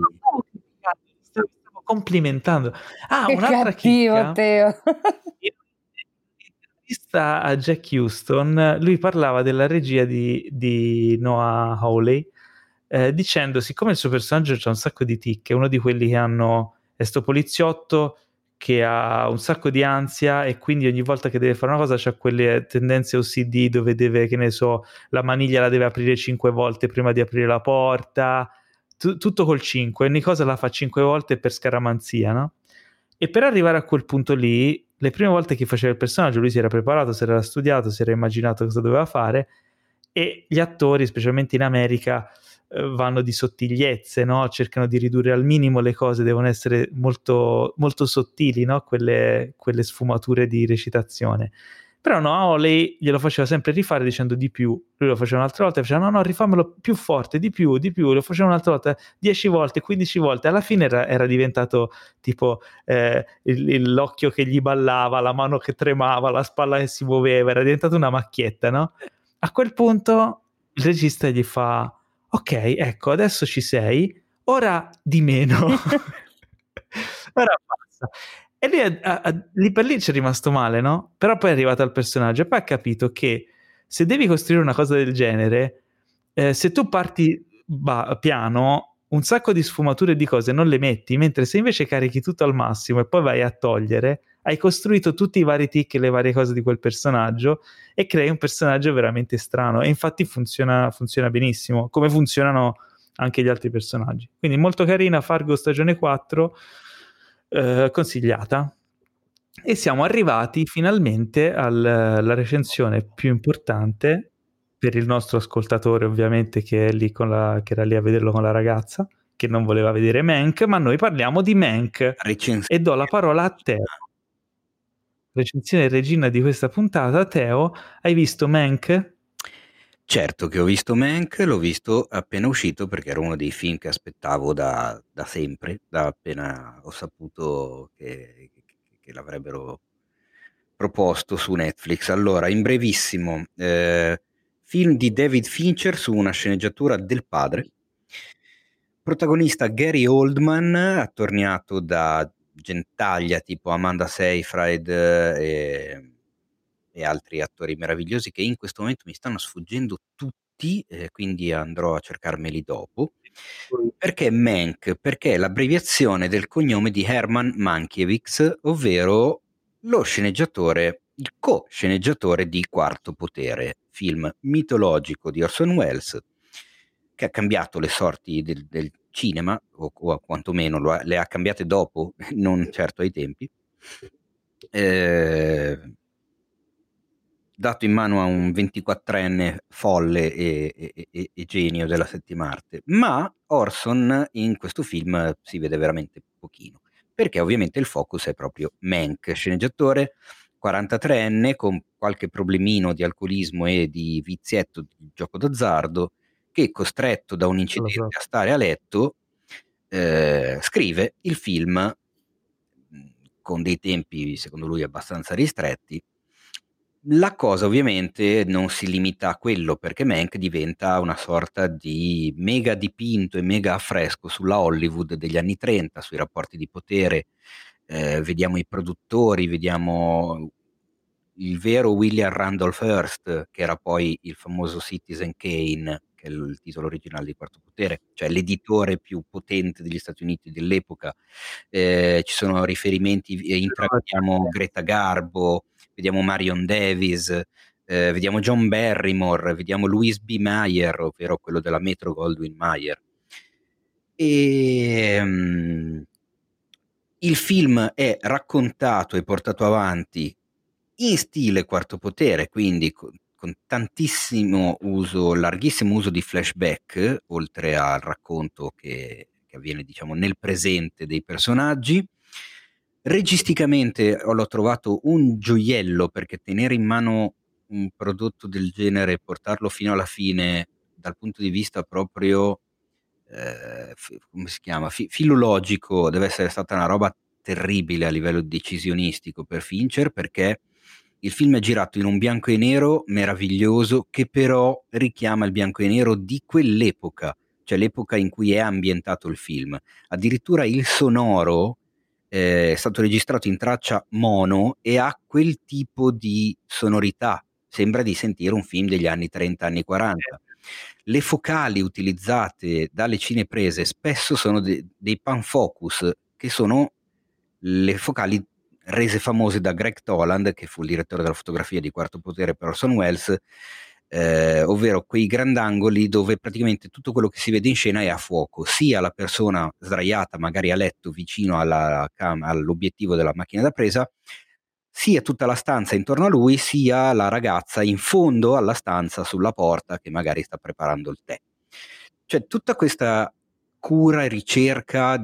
stavo complimentando. Che un'altra cattivo, chicca. Teo. In un'intervista a Jack Houston, lui parlava della regia di Noah Hawley, dicendo, siccome il suo personaggio c'ha un sacco di tic, è uno di quelli che è sto poliziotto che ha un sacco di ansia e quindi ogni volta che deve fare una cosa c'ha quelle tendenze OCD dove deve, che ne so, la maniglia la deve aprire 5 volte prima di aprire la porta, tutto col 5, ogni cosa la fa 5 volte per scaramanzia, no? E per arrivare a quel punto lì, le prime volte che faceva il personaggio lui si era preparato, si era studiato, si era immaginato cosa doveva fare e gli attori, specialmente in America, vanno di sottigliezze, no? Cercano di ridurre al minimo le cose, devono essere molto, molto sottili, no? Quelle sfumature di recitazione. Però no, lei glielo faceva sempre rifare dicendo di più. Lui lo faceva un'altra volta e faceva no, rifammelo più forte, di più, lo faceva un'altra volta, 10 volte, 15 volte. Alla fine era diventato tipo l'occhio che gli ballava, la mano che tremava, la spalla che si muoveva, era diventata una macchietta, no? A quel punto il regista gli fa ok, ecco, adesso ci sei, ora di meno. Ora basta. E lui lì per lì ci è rimasto male, no? Però poi è arrivato al personaggio e poi ha capito che se devi costruire una cosa del genere, se tu parti piano, un sacco di sfumature di cose non le metti, mentre se invece carichi tutto al massimo e poi vai a togliere, hai costruito tutti i vari tic e le varie cose di quel personaggio e crei un personaggio veramente strano, e infatti funziona benissimo, come funzionano anche gli altri personaggi. Quindi molto carina, Fargo stagione 4, consigliata. E siamo arrivati finalmente alla recensione più importante per il nostro ascoltatore, ovviamente, che è lì che era lì a vederlo con la ragazza, che non voleva vedere Mank, ma noi parliamo di Mank e do la parola a Teo. Recensione regina di questa puntata. Teo, hai visto Mank? Certo che ho visto Mank, l'ho visto appena uscito perché era uno dei film che aspettavo da sempre, da appena ho saputo che l'avrebbero proposto su Netflix. Allora, in brevissimo, film di David Fincher su una sceneggiatura del padre. Protagonista Gary Oldman, attorniato da gentaglia tipo Amanda Seyfried e altri attori meravigliosi che in questo momento mi stanno sfuggendo tutti, quindi andrò a cercarmeli dopo. Perché Mank? Perché è l'abbreviazione del cognome di Herman Mankiewicz, ovvero lo sceneggiatore, il co-sceneggiatore di Quarto Potere, film mitologico di Orson Welles, che ha cambiato le sorti del cinema, o quantomeno le ha cambiate dopo, non certo ai tempi. Dato in mano a un 24enne folle e genio della settima arte, ma Orson in questo film si vede veramente pochino, perché ovviamente il focus è proprio Mank, sceneggiatore 43enne con qualche problemino di alcolismo e di vizietto di gioco d'azzardo, che costretto da un incidente a stare a letto scrive il film con dei tempi secondo lui abbastanza ristretti. La cosa ovviamente non si limita a quello, perché Mank diventa una sorta di mega dipinto e mega affresco sulla Hollywood degli anni 30, sui rapporti di potere. Vediamo i produttori, vediamo il vero William Randolph Hearst, che era poi il famoso Citizen Kane, che è il titolo originale di Quarto Potere, cioè l'editore più potente degli Stati Uniti dell'epoca. Ci sono riferimenti, intravediamo Greta Garbo, vediamo Marion Davies, vediamo John Barrymore, vediamo Louise B. Mayer, ovvero quello della Metro Goldwyn Mayer. Il film è raccontato e portato avanti in stile Quarto Potere, quindi con tantissimo uso, larghissimo uso di flashback, oltre al racconto che avviene, diciamo, nel presente dei personaggi. Registicamente l'ho trovato un gioiello, perché tenere in mano un prodotto del genere e portarlo fino alla fine dal punto di vista proprio come si chiama? Filologico, deve essere stata una roba terribile a livello decisionistico per Fincher, perché il film è girato in un bianco e nero meraviglioso, che però richiama il bianco e nero di quell'epoca, cioè l'epoca in cui è ambientato il film. Addirittura il sonoro è stato registrato in traccia mono e ha quel tipo di sonorità, sembra di sentire un film degli anni 30, anni 40. Le focali utilizzate dalle cineprese spesso sono dei pan focus, che sono le focali rese famose da Greg Toland, che fu il direttore della fotografia di Quarto Potere per Orson Welles, ovvero quei grandangoli dove praticamente tutto quello che si vede in scena è a fuoco, sia la persona sdraiata magari a letto vicino all'obiettivo della macchina da presa, sia tutta la stanza intorno a lui, sia la ragazza in fondo alla stanza sulla porta che magari sta preparando il tè. Cioè tutta questa cura e ricerca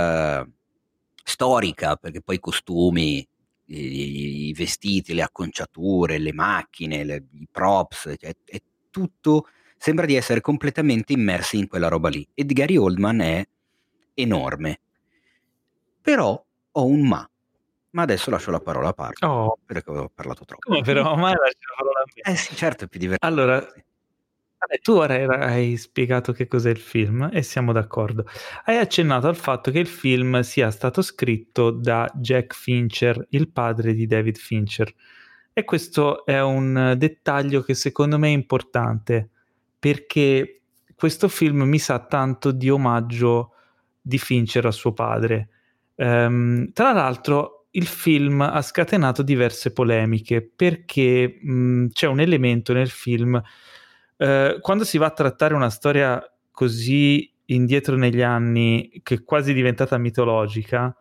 storica, perché poi i costumi, i vestiti, le acconciature, le macchine, i props, cioè, è tutto, sembra di essere completamente immersi in quella roba lì. E di Gary Oldman è enorme. Però ho un ma adesso lascio la parola a Parco, perché ho parlato troppo. Come però? Ma lascio la parola a me. Sì, certo, è più divertente. Allora, tu ora hai spiegato che cos'è il film e siamo d'accordo. Hai accennato al fatto che il film sia stato scritto da Jack Fincher, il padre di David Fincher. E questo è un dettaglio che secondo me è importante, perché questo film mi sa tanto di omaggio di Fincher a suo padre. Tra l'altro il film ha scatenato diverse polemiche perché c'è un elemento nel film, quando si va a trattare una storia così indietro negli anni, che è quasi diventata mitologica,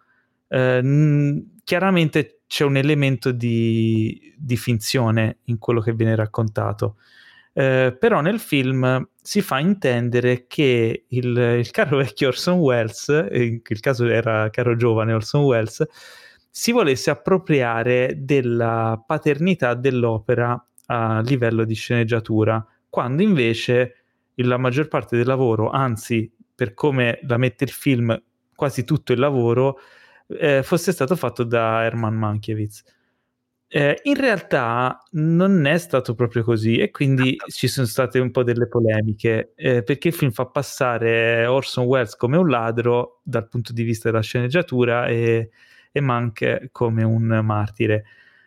chiaramente c'è un elemento di finzione in quello che viene raccontato. Però nel film si fa intendere che il caro vecchio Orson Welles, in quel caso era caro giovane Orson Welles, si volesse appropriare della paternità dell'opera a livello di sceneggiatura, quando invece la maggior parte del lavoro, anzi per come la mette il film, quasi tutto il lavoro, fosse stato fatto da Herman Mankiewicz. In realtà non è stato proprio così e quindi ci sono state un po' delle polemiche, perché il film fa passare Orson Welles come un ladro dal punto di vista della sceneggiatura e Mank come un martire.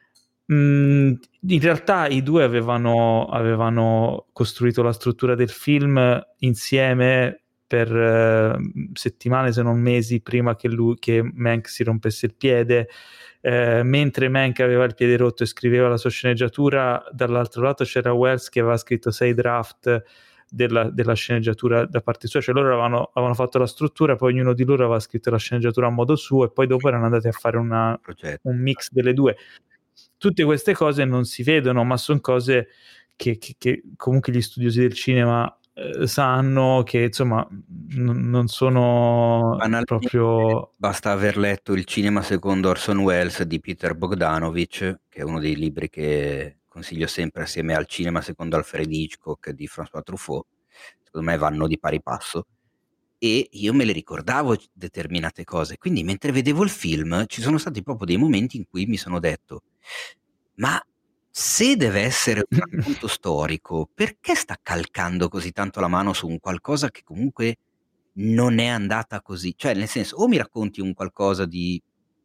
In realtà i due avevano costruito la struttura del film insieme per settimane se non mesi prima che Mank si rompesse il piede. Mentre Mank aveva il piede rotto e scriveva la sua sceneggiatura, dall'altro lato c'era Wells che aveva scritto 6 draft della sceneggiatura da parte sua, cioè loro avevano fatto la struttura, poi ognuno di loro aveva scritto la sceneggiatura a modo suo e poi dopo erano andati a fare un mix delle due. Tutte queste cose non si vedono, ma sono cose che comunque gli studiosi del cinema sanno, che insomma non sono proprio... Basta aver letto Il cinema secondo Orson Welles di Peter Bogdanovich, che è uno dei libri che consiglio sempre assieme al Cinema secondo Alfred Hitchcock di François Truffaut. Secondo me vanno di pari passo e io me le ricordavo determinate cose, quindi mentre vedevo il film ci sono stati proprio dei momenti in cui mi sono detto: ma se deve essere un racconto storico, perché sta calcando così tanto la mano su un qualcosa che comunque non è andata così? Cioè, nel senso, o mi racconti un qualcosa di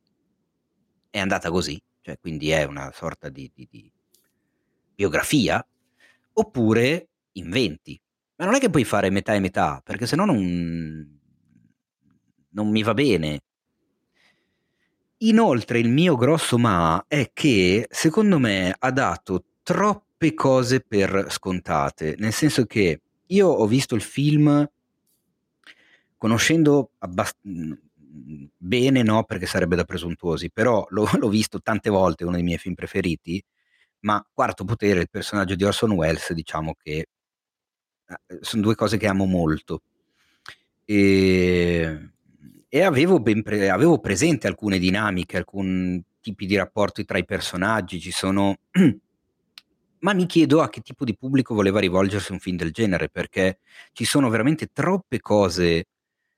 è andata così, cioè quindi è una sorta di biografia, oppure inventi. Ma non è che puoi fare metà e metà, perché sennò non mi va bene. Inoltre il mio grosso ma è che secondo me ha dato troppe cose per scontate, nel senso che io ho visto il film conoscendo bene, no, perché sarebbe da presuntuosi, però l'ho visto tante volte, è uno dei miei film preferiti, ma Quarto Potere, il personaggio di Orson Welles, diciamo che sono due cose che amo molto. E avevo presente alcune dinamiche, alcuni tipi di rapporti tra i personaggi, ci sono... ma mi chiedo a che tipo di pubblico voleva rivolgersi un film del genere, perché ci sono veramente troppe cose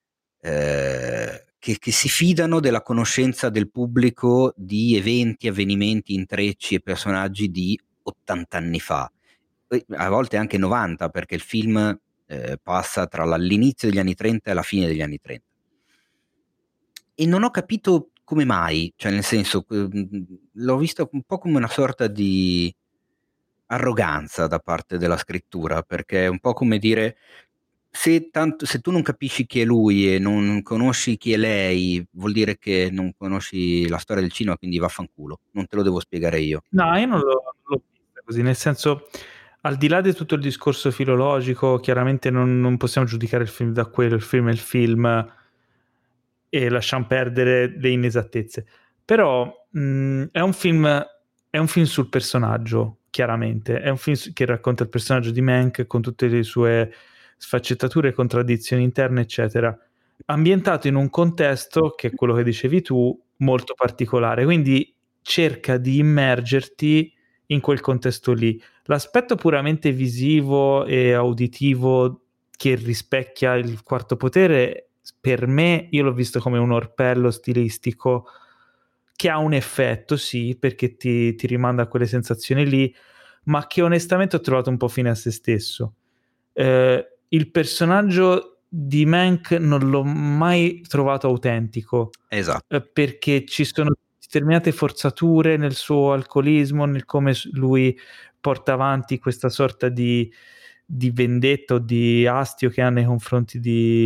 che si fidano della conoscenza del pubblico di eventi, avvenimenti, intrecci e personaggi di 80 anni fa, a volte anche 90, perché il film passa tra l'inizio degli anni 30 e la fine degli anni 30. E non ho capito come mai, cioè nel senso, l'ho visto un po' come una sorta di arroganza da parte della scrittura, perché è un po' come dire: se tu non capisci chi è lui e non conosci chi è lei, vuol dire che non conosci la storia del cinema, quindi vaffanculo, non te lo devo spiegare io. No, io non l'ho vista così, nel senso, al di là di tutto il discorso filologico, chiaramente non possiamo giudicare il film da quello, il film è il film e lasciamo perdere le inesattezze, però è un film sul personaggio, chiaramente, è un film che racconta il personaggio di Mank con tutte le sue sfaccettature, contraddizioni interne, eccetera, ambientato in un contesto, che è quello che dicevi tu, molto particolare, quindi cerca di immergerti in quel contesto lì. L'aspetto puramente visivo e auditivo che rispecchia il Quarto Potere, per me, io l'ho visto come un orpello stilistico che ha un effetto, sì, perché ti rimanda a quelle sensazioni lì, ma che onestamente ho trovato un po' fine a se stesso. Il personaggio di Mank non l'ho mai trovato autentico. Esatto. Perché ci sono determinate forzature nel suo alcolismo, nel come lui porta avanti questa sorta di vendetta o di astio che ha nei confronti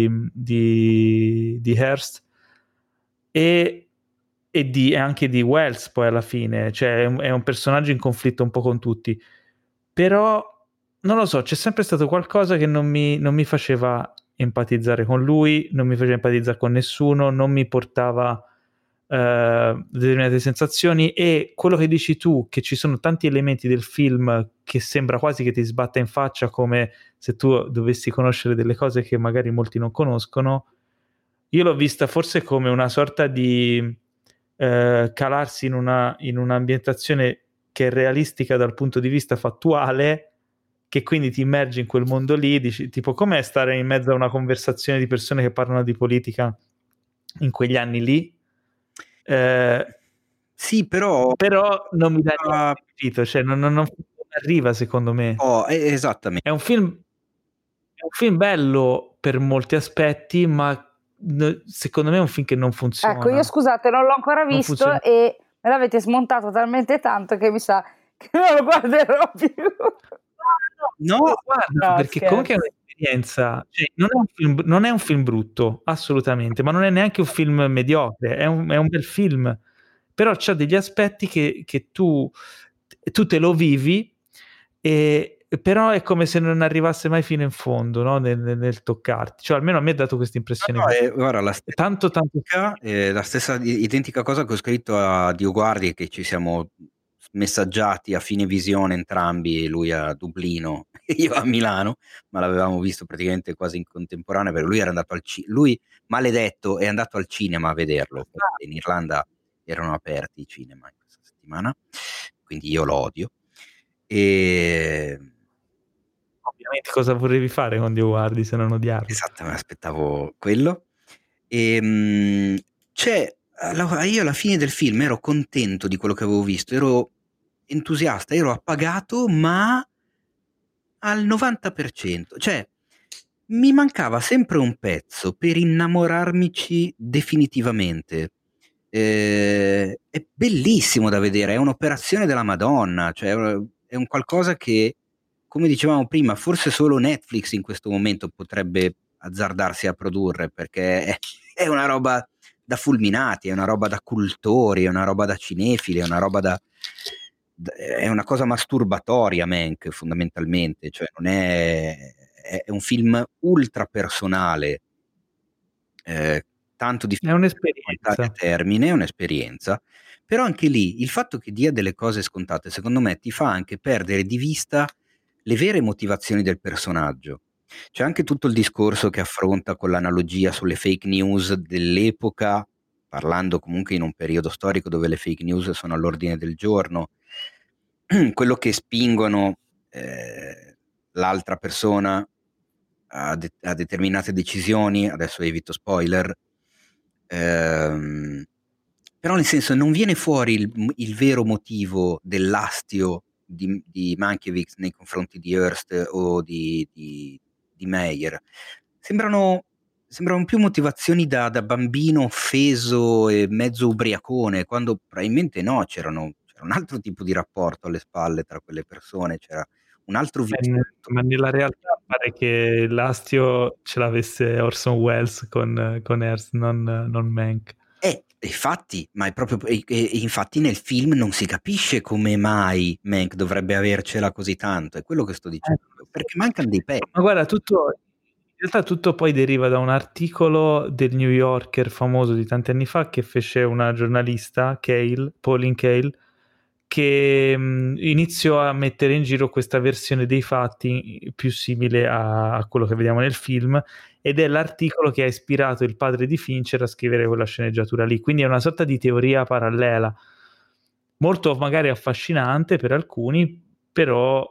di Hearst e anche di Wells poi alla fine, cioè è un personaggio in conflitto un po' con tutti, però non lo so, c'è sempre stato qualcosa che non mi faceva empatizzare con lui, non mi faceva empatizzare con nessuno, non mi portava determinate sensazioni, e quello che dici tu, che ci sono tanti elementi del film che sembra quasi che ti sbatta in faccia, come se tu dovessi conoscere delle cose che magari molti non conoscono. Io l'ho vista forse come una sorta di calarsi in un'ambientazione che è realistica dal punto di vista fattuale, che quindi ti immergi in quel mondo lì, dici, tipo, com'è stare in mezzo a una conversazione di persone che parlano di politica in quegli anni lì? Sì, però non mi dà niente, capito? Cioè, non arriva, secondo me. Esattamente. È un film bello per molti aspetti, ma secondo me è un film che non funziona. Ecco, io scusate, non l'ho ancora visto e me l'avete smontato talmente tanto che mi sa che non lo guarderò più. No, guarda, perché scherzo. Comunque è un'esperienza, cioè, non è un film brutto, assolutamente, ma non è neanche un film mediocre, è un bel film, però c'ha degli aspetti che tu te lo vivi, però è come se non arrivasse mai fino in fondo, no? nel toccarti, cioè almeno a me ha dato questa impressione. Guarda, la stessa identica cosa che ho scritto a Dio Guardi, che ci siamo messaggiati a fine visione entrambi, lui a Dublino e io a Milano, ma l'avevamo visto praticamente quasi in contemporanea, perché lui era andato lui maledetto è andato al cinema a vederlo, perché in Irlanda erano aperti i cinema in questa settimana, quindi io lo odio. E ovviamente cosa vorrevi fare con Dio Guardi se non odiarlo? Esatto, mi aspettavo quello. Io alla fine del film ero contento di quello che avevo visto, ero entusiasta, ero appagato, ma al 90%, cioè mi mancava sempre un pezzo per innamorarmici definitivamente. È bellissimo da vedere, è un'operazione della Madonna, cioè è un qualcosa che, come dicevamo prima, forse solo Netflix in questo momento potrebbe azzardarsi a produrre, perché è una roba da fulminati, è una roba da cultori, è una roba da cinefili, è una roba è una cosa masturbatoria, Mank, fondamentalmente, cioè non è un film ultra personale, tanto di è un'esperienza, termine, è un'esperienza, però anche lì il fatto che dia delle cose scontate, secondo me, ti fa anche perdere di vista le vere motivazioni del personaggio. C'è anche tutto il discorso che affronta con l'analogia sulle fake news dell'epoca, parlando comunque in un periodo storico dove le fake news sono all'ordine del giorno, quello che spingono l'altra persona a determinate decisioni, adesso evito spoiler, però nel senso non viene fuori il vero motivo dell'astio di Mankiewicz nei confronti di Hearst o di Meyer. Sembrano più motivazioni da bambino offeso e mezzo ubriacone, quando probabilmente no, c'era un altro tipo di rapporto alle spalle tra quelle persone, c'era un altro ma nella realtà pare che l'astio ce l'avesse Orson Welles con Hearst, non Mank. Infatti, ma è proprio infatti nel film non si capisce come mai Mank dovrebbe avercela così tanto, è quello che sto dicendo, perché mancano dei pezzi. Ma guarda, in realtà tutto poi deriva da un articolo del New Yorker famoso di tanti anni fa che fece una giornalista, Pauline Kael, che iniziò a mettere in giro questa versione dei fatti più simile a quello che vediamo nel film, ed è l'articolo che ha ispirato il padre di Fincher a scrivere quella sceneggiatura lì, quindi è una sorta di teoria parallela, molto magari affascinante per alcuni, però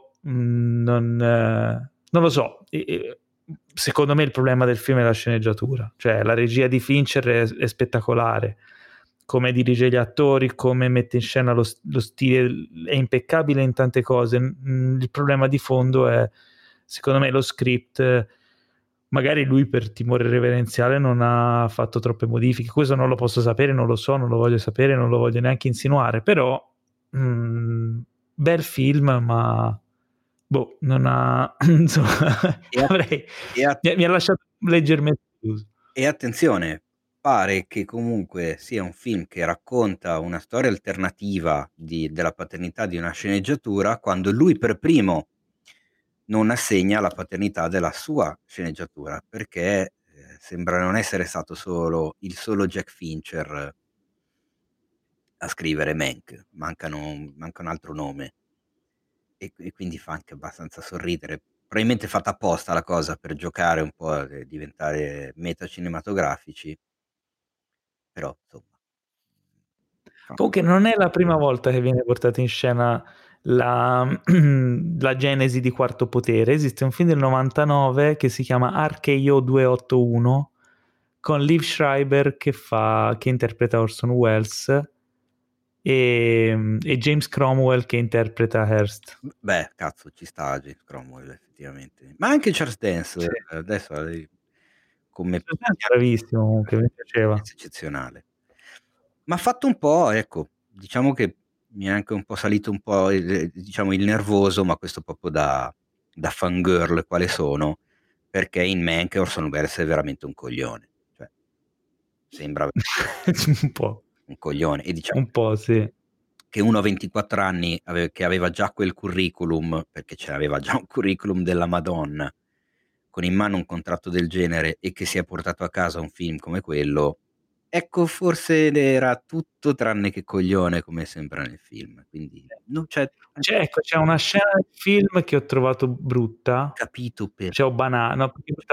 non lo so. Secondo me il problema del film è la sceneggiatura, cioè la regia di Fincher è spettacolare, come dirige gli attori, come mette in scena lo stile, è impeccabile in tante cose. Il problema di fondo è, secondo me, lo script. Magari lui per timore reverenziale non ha fatto troppe modifiche, questo non lo posso sapere, non lo so, non lo voglio sapere, non lo voglio neanche insinuare, però bel film, ma boh, non ha insomma, mi ha lasciato leggermente chiuso. E attenzione, pare che comunque sia un film che racconta una storia alternativa della paternità di una sceneggiatura, quando lui per primo non assegna la paternità della sua sceneggiatura, perché sembra non essere stato il solo Jack Fincher a scrivere Mank, manca un altro nome, e quindi fa anche abbastanza sorridere. Probabilmente fatta apposta la cosa per giocare un po' a diventare metacinematografici, però insomma. Comunque non è la prima volta che viene portata in scena la genesi di Quarto Potere. Esiste un film del 99 che si chiama RKO 281 con Liev Schreiber che interpreta Orson Welles e James Cromwell che interpreta Hearst. Beh, cazzo, ci sta James Cromwell effettivamente, ma anche Charles Dance, sì. Adesso come bravissimo, comunque mi piaceva, eccezionale. Ma fatto un po', ecco, diciamo che mi è anche un po' salito un po' diciamo il nervoso, ma questo proprio da fangirl quale sono, perché in Mank Orson Welles è veramente un coglione, cioè sembra un po' un coglione, e diciamo un po', sì, che uno a 24 anni che aveva già quel curriculum, perché c'aveva già un curriculum della Madonna, con in mano un contratto del genere, e che si è portato a casa un film come quello, ecco, forse era tutto tranne che coglione, come sembra nel film. Quindi non c'è una scena del film che ho trovato brutta, capito banale,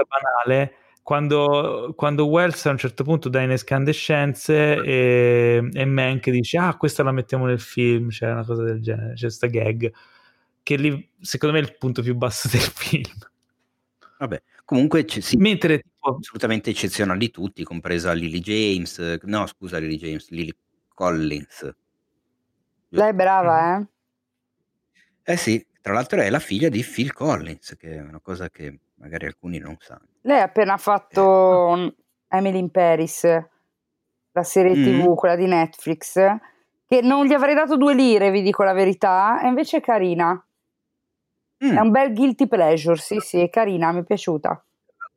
quando Wells a un certo punto dà in escandescenze e Mank dice questa la mettiamo nel film, c'è una cosa del genere, c'è sta gag che lì secondo me è il punto più basso del film. Vabbè, comunque mentre assolutamente eccezionali tutti, compresa Lily Collins. Lei è brava, Sì, tra l'altro è la figlia di Phil Collins, che è una cosa che magari alcuni non sanno. Lei ha appena fatto Emily in Paris, la serie TV, quella di Netflix, che non gli avrei dato 2 lire, vi dico la verità, e invece è carina. È un bel guilty pleasure, sì, è carina, mi è piaciuta. A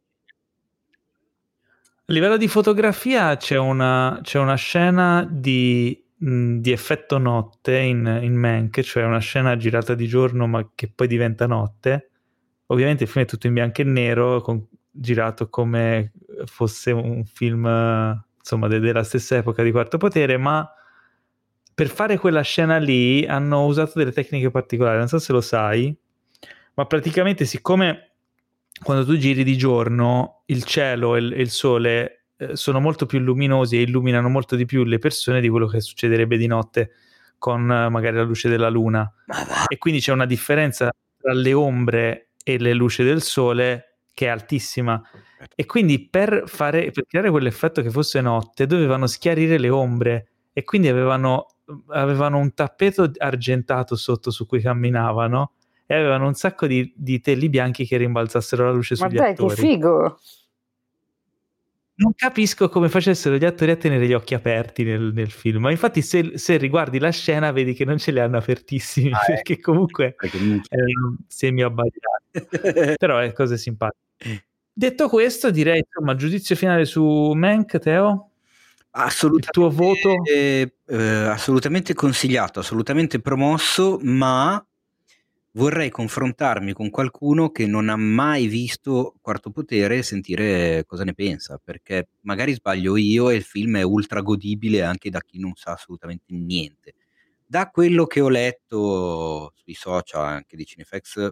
livello di fotografia c'è una scena di effetto notte in Mank, cioè una scena girata di giorno ma che poi diventa notte. Ovviamente il film è tutto in bianco e nero, girato come fosse un film insomma della stessa epoca di Quarto Potere, ma per fare quella scena lì hanno usato delle tecniche particolari, non so se lo sai, ma praticamente siccome quando tu giri di giorno il cielo e il sole sono molto più luminosi e illuminano molto di più le persone di quello che succederebbe di notte con magari la luce della luna, e quindi c'è una differenza tra le ombre e le luci del sole che è altissima, e quindi per creare quell'effetto che fosse notte dovevano schiarire le ombre, e quindi avevano un tappeto argentato sotto su cui camminavano e avevano un sacco di teli bianchi che rimbalzassero la luce sugli attori. Ma dai, che figo! Non capisco come facessero gli attori a tenere gli occhi aperti nel film, ma infatti se riguardi la scena vedi che non ce li hanno apertissimi, perché comunque erano semi-abbagliati. Però è cose simpatiche. Detto questo, direi insomma giudizio finale su Mank, Teo? Assolutamente, il tuo voto? Assolutamente consigliato, assolutamente promosso, ma vorrei confrontarmi con qualcuno che non ha mai visto Quarto Potere e sentire cosa ne pensa, perché magari sbaglio io e il film è ultra godibile anche da chi non sa assolutamente niente. Da quello che ho letto sui social anche di Cinefx,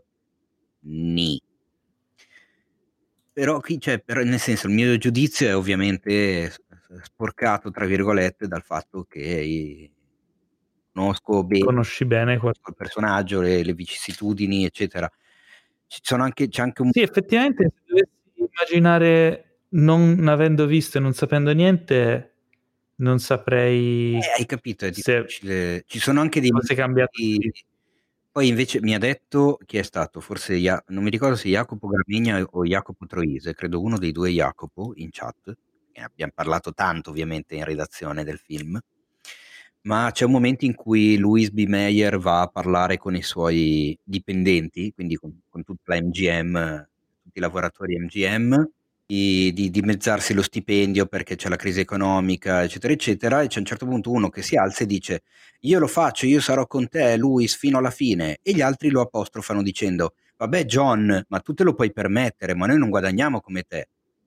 però nel senso, il mio giudizio è ovviamente sporcato tra virgolette dal fatto che conosci bene il personaggio, le vicissitudini eccetera. C'è anche un... Sì, effettivamente se dovessi immaginare, non avendo visto e non sapendo niente, non saprei. Hai capito, è difficile. Ci sono anche dei cose cambiate. Poi invece mi ha detto chi è stato, forse non mi ricordo se Jacopo Gramegna o Jacopo Troise, credo uno dei due Jacopo in chat, abbiamo parlato tanto ovviamente in redazione del film, ma c'è un momento in cui Louis B. Mayer va a parlare con i suoi dipendenti, quindi con tutta la MGM, tutti i lavoratori MGM, di dimezzarsi lo stipendio perché c'è la crisi economica, eccetera, eccetera, e c'è a un certo punto uno che si alza e dice: io lo faccio, io sarò con te, Louis, fino alla fine, e gli altri lo apostrofano dicendo: vabbè John, ma tu te lo puoi permettere, ma noi non guadagniamo come te.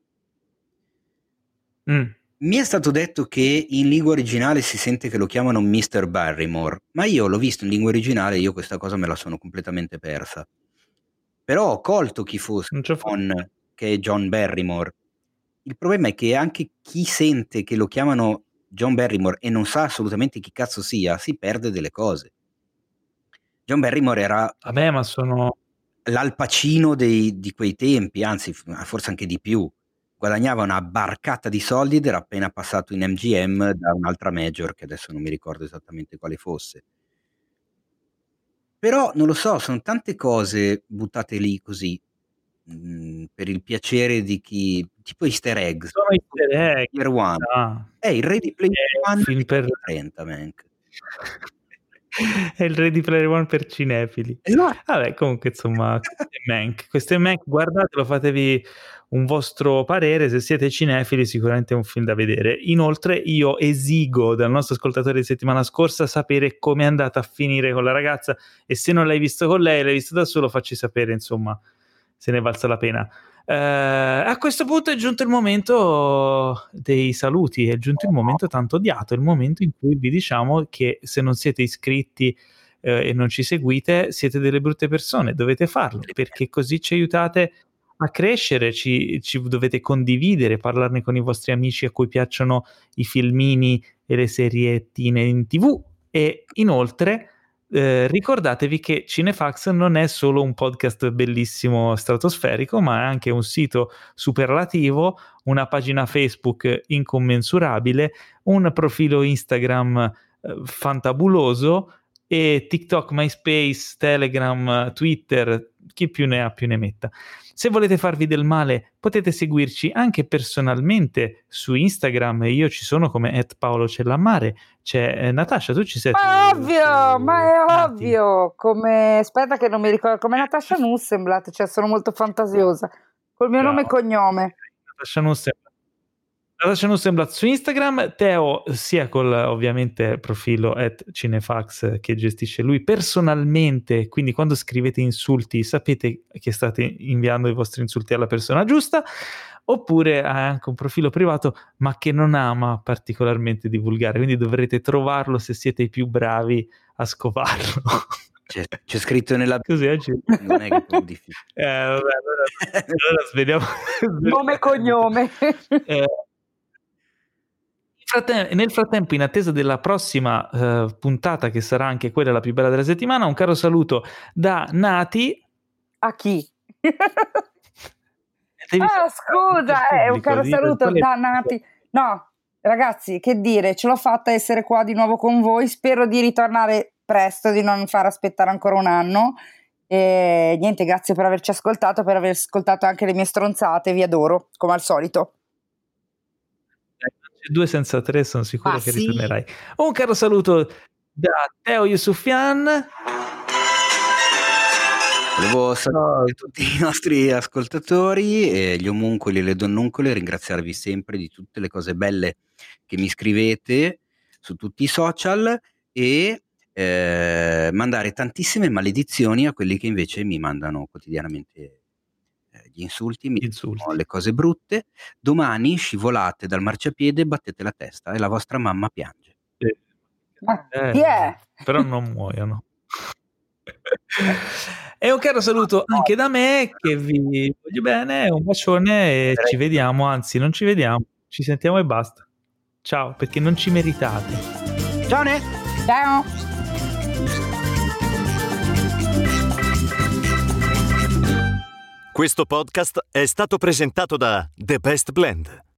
Mi è stato detto che in lingua originale si sente che lo chiamano Mr. Barrymore, ma io l'ho visto in lingua originale e io questa cosa me la sono completamente persa. Però ho colto chi fosse John, che è John Barrymore. Il problema è che anche chi sente che lo chiamano John Barrymore e non sa assolutamente chi cazzo sia, si perde delle cose. John Barrymore era l'Al Pacino di quei tempi, anzi forse anche di più. Guadagnava una barcata di soldi ed era appena passato in MGM da un'altra major che adesso non mi ricordo esattamente quale fosse. Però non lo so, sono tante cose buttate lì così per il piacere di chi, tipo easter eggs. Sono easter egg. Year One. È il Ready Player One film per 30, Mank. È il Ready Player One per cinefili. Esatto. Vabbè, comunque insomma, questo è Mank, guardatelo, fatevi un vostro parere, se siete cinefili sicuramente è un film da vedere. Inoltre io esigo dal nostro ascoltatore di settimana scorsa sapere come è andata a finire con la ragazza, e se non l'hai visto con lei, l'hai visto da solo, facci sapere insomma se ne è valsa la pena. A questo punto è giunto il momento dei saluti, è giunto il momento tanto odiato, il momento in cui vi diciamo che se non siete iscritti e non ci seguite siete delle brutte persone, dovete farlo perché così ci aiutate a crescere, ci dovete condividere, parlarne con i vostri amici a cui piacciono i filmini e le seriettine in TV, e inoltre ricordatevi che Cinefax non è solo un podcast bellissimo stratosferico, ma è anche un sito superlativo, una pagina Facebook incommensurabile, un profilo Instagram fantabuloso, e TikTok, MySpace, Telegram, Twitter, chi più ne ha più ne metta. Se volete farvi del male potete seguirci anche personalmente su Instagram, io ci sono come @paolocellammare. C'è Natascia, tu ci sei? Ovvio, ma è ovvio, come aspetta che non mi ricordo, come Natascia Nussenblatt, cioè sono molto fantasiosa col mio nome e cognome. Natascia Nussenblatt su Instagram, Teo sia col ovviamente profilo @cinefax che gestisce lui personalmente, quindi quando scrivete insulti sapete che state inviando i vostri insulti alla persona giusta, oppure ha anche un profilo privato ma che non ama particolarmente divulgare, quindi dovrete trovarlo se siete i più bravi a scovarlo. C'è scritto nella così oggi non è che è un difficile. Allora sveliamo nome e cognome. Nel frattempo, in attesa della prossima puntata, che sarà anche quella la più bella della settimana, un caro saluto da Nati. A chi? Scusa, un caro saluto da Nati. No, ragazzi, che dire, ce l'ho fatta essere qua di nuovo con voi, spero di ritornare presto, di non far aspettare ancora un anno. E niente, grazie per averci ascoltato, per aver ascoltato anche le mie stronzate, vi adoro, come al solito. 2 senza 3 sono sicuro che ritornerai. Un caro saluto da Teo Yusufian. Volevo salutare tutti i nostri ascoltatori, gli omuncoli e le donnuncole, ringraziarvi sempre di tutte le cose belle che mi scrivete su tutti i social, e mandare tantissime maledizioni a quelli che invece mi mandano quotidianamente gli insulti, mi dicono le cose brutte. Domani scivolate dal marciapiede, battete la testa e la vostra mamma piange. Però non muoiono. E un caro saluto anche da me, che vi voglio bene, un bacione e ci vediamo, anzi non ci vediamo, ci sentiamo e basta. Ciao, perché non ci meritate. Ciao. Ciao. Questo podcast è stato presentato da The Best Blend.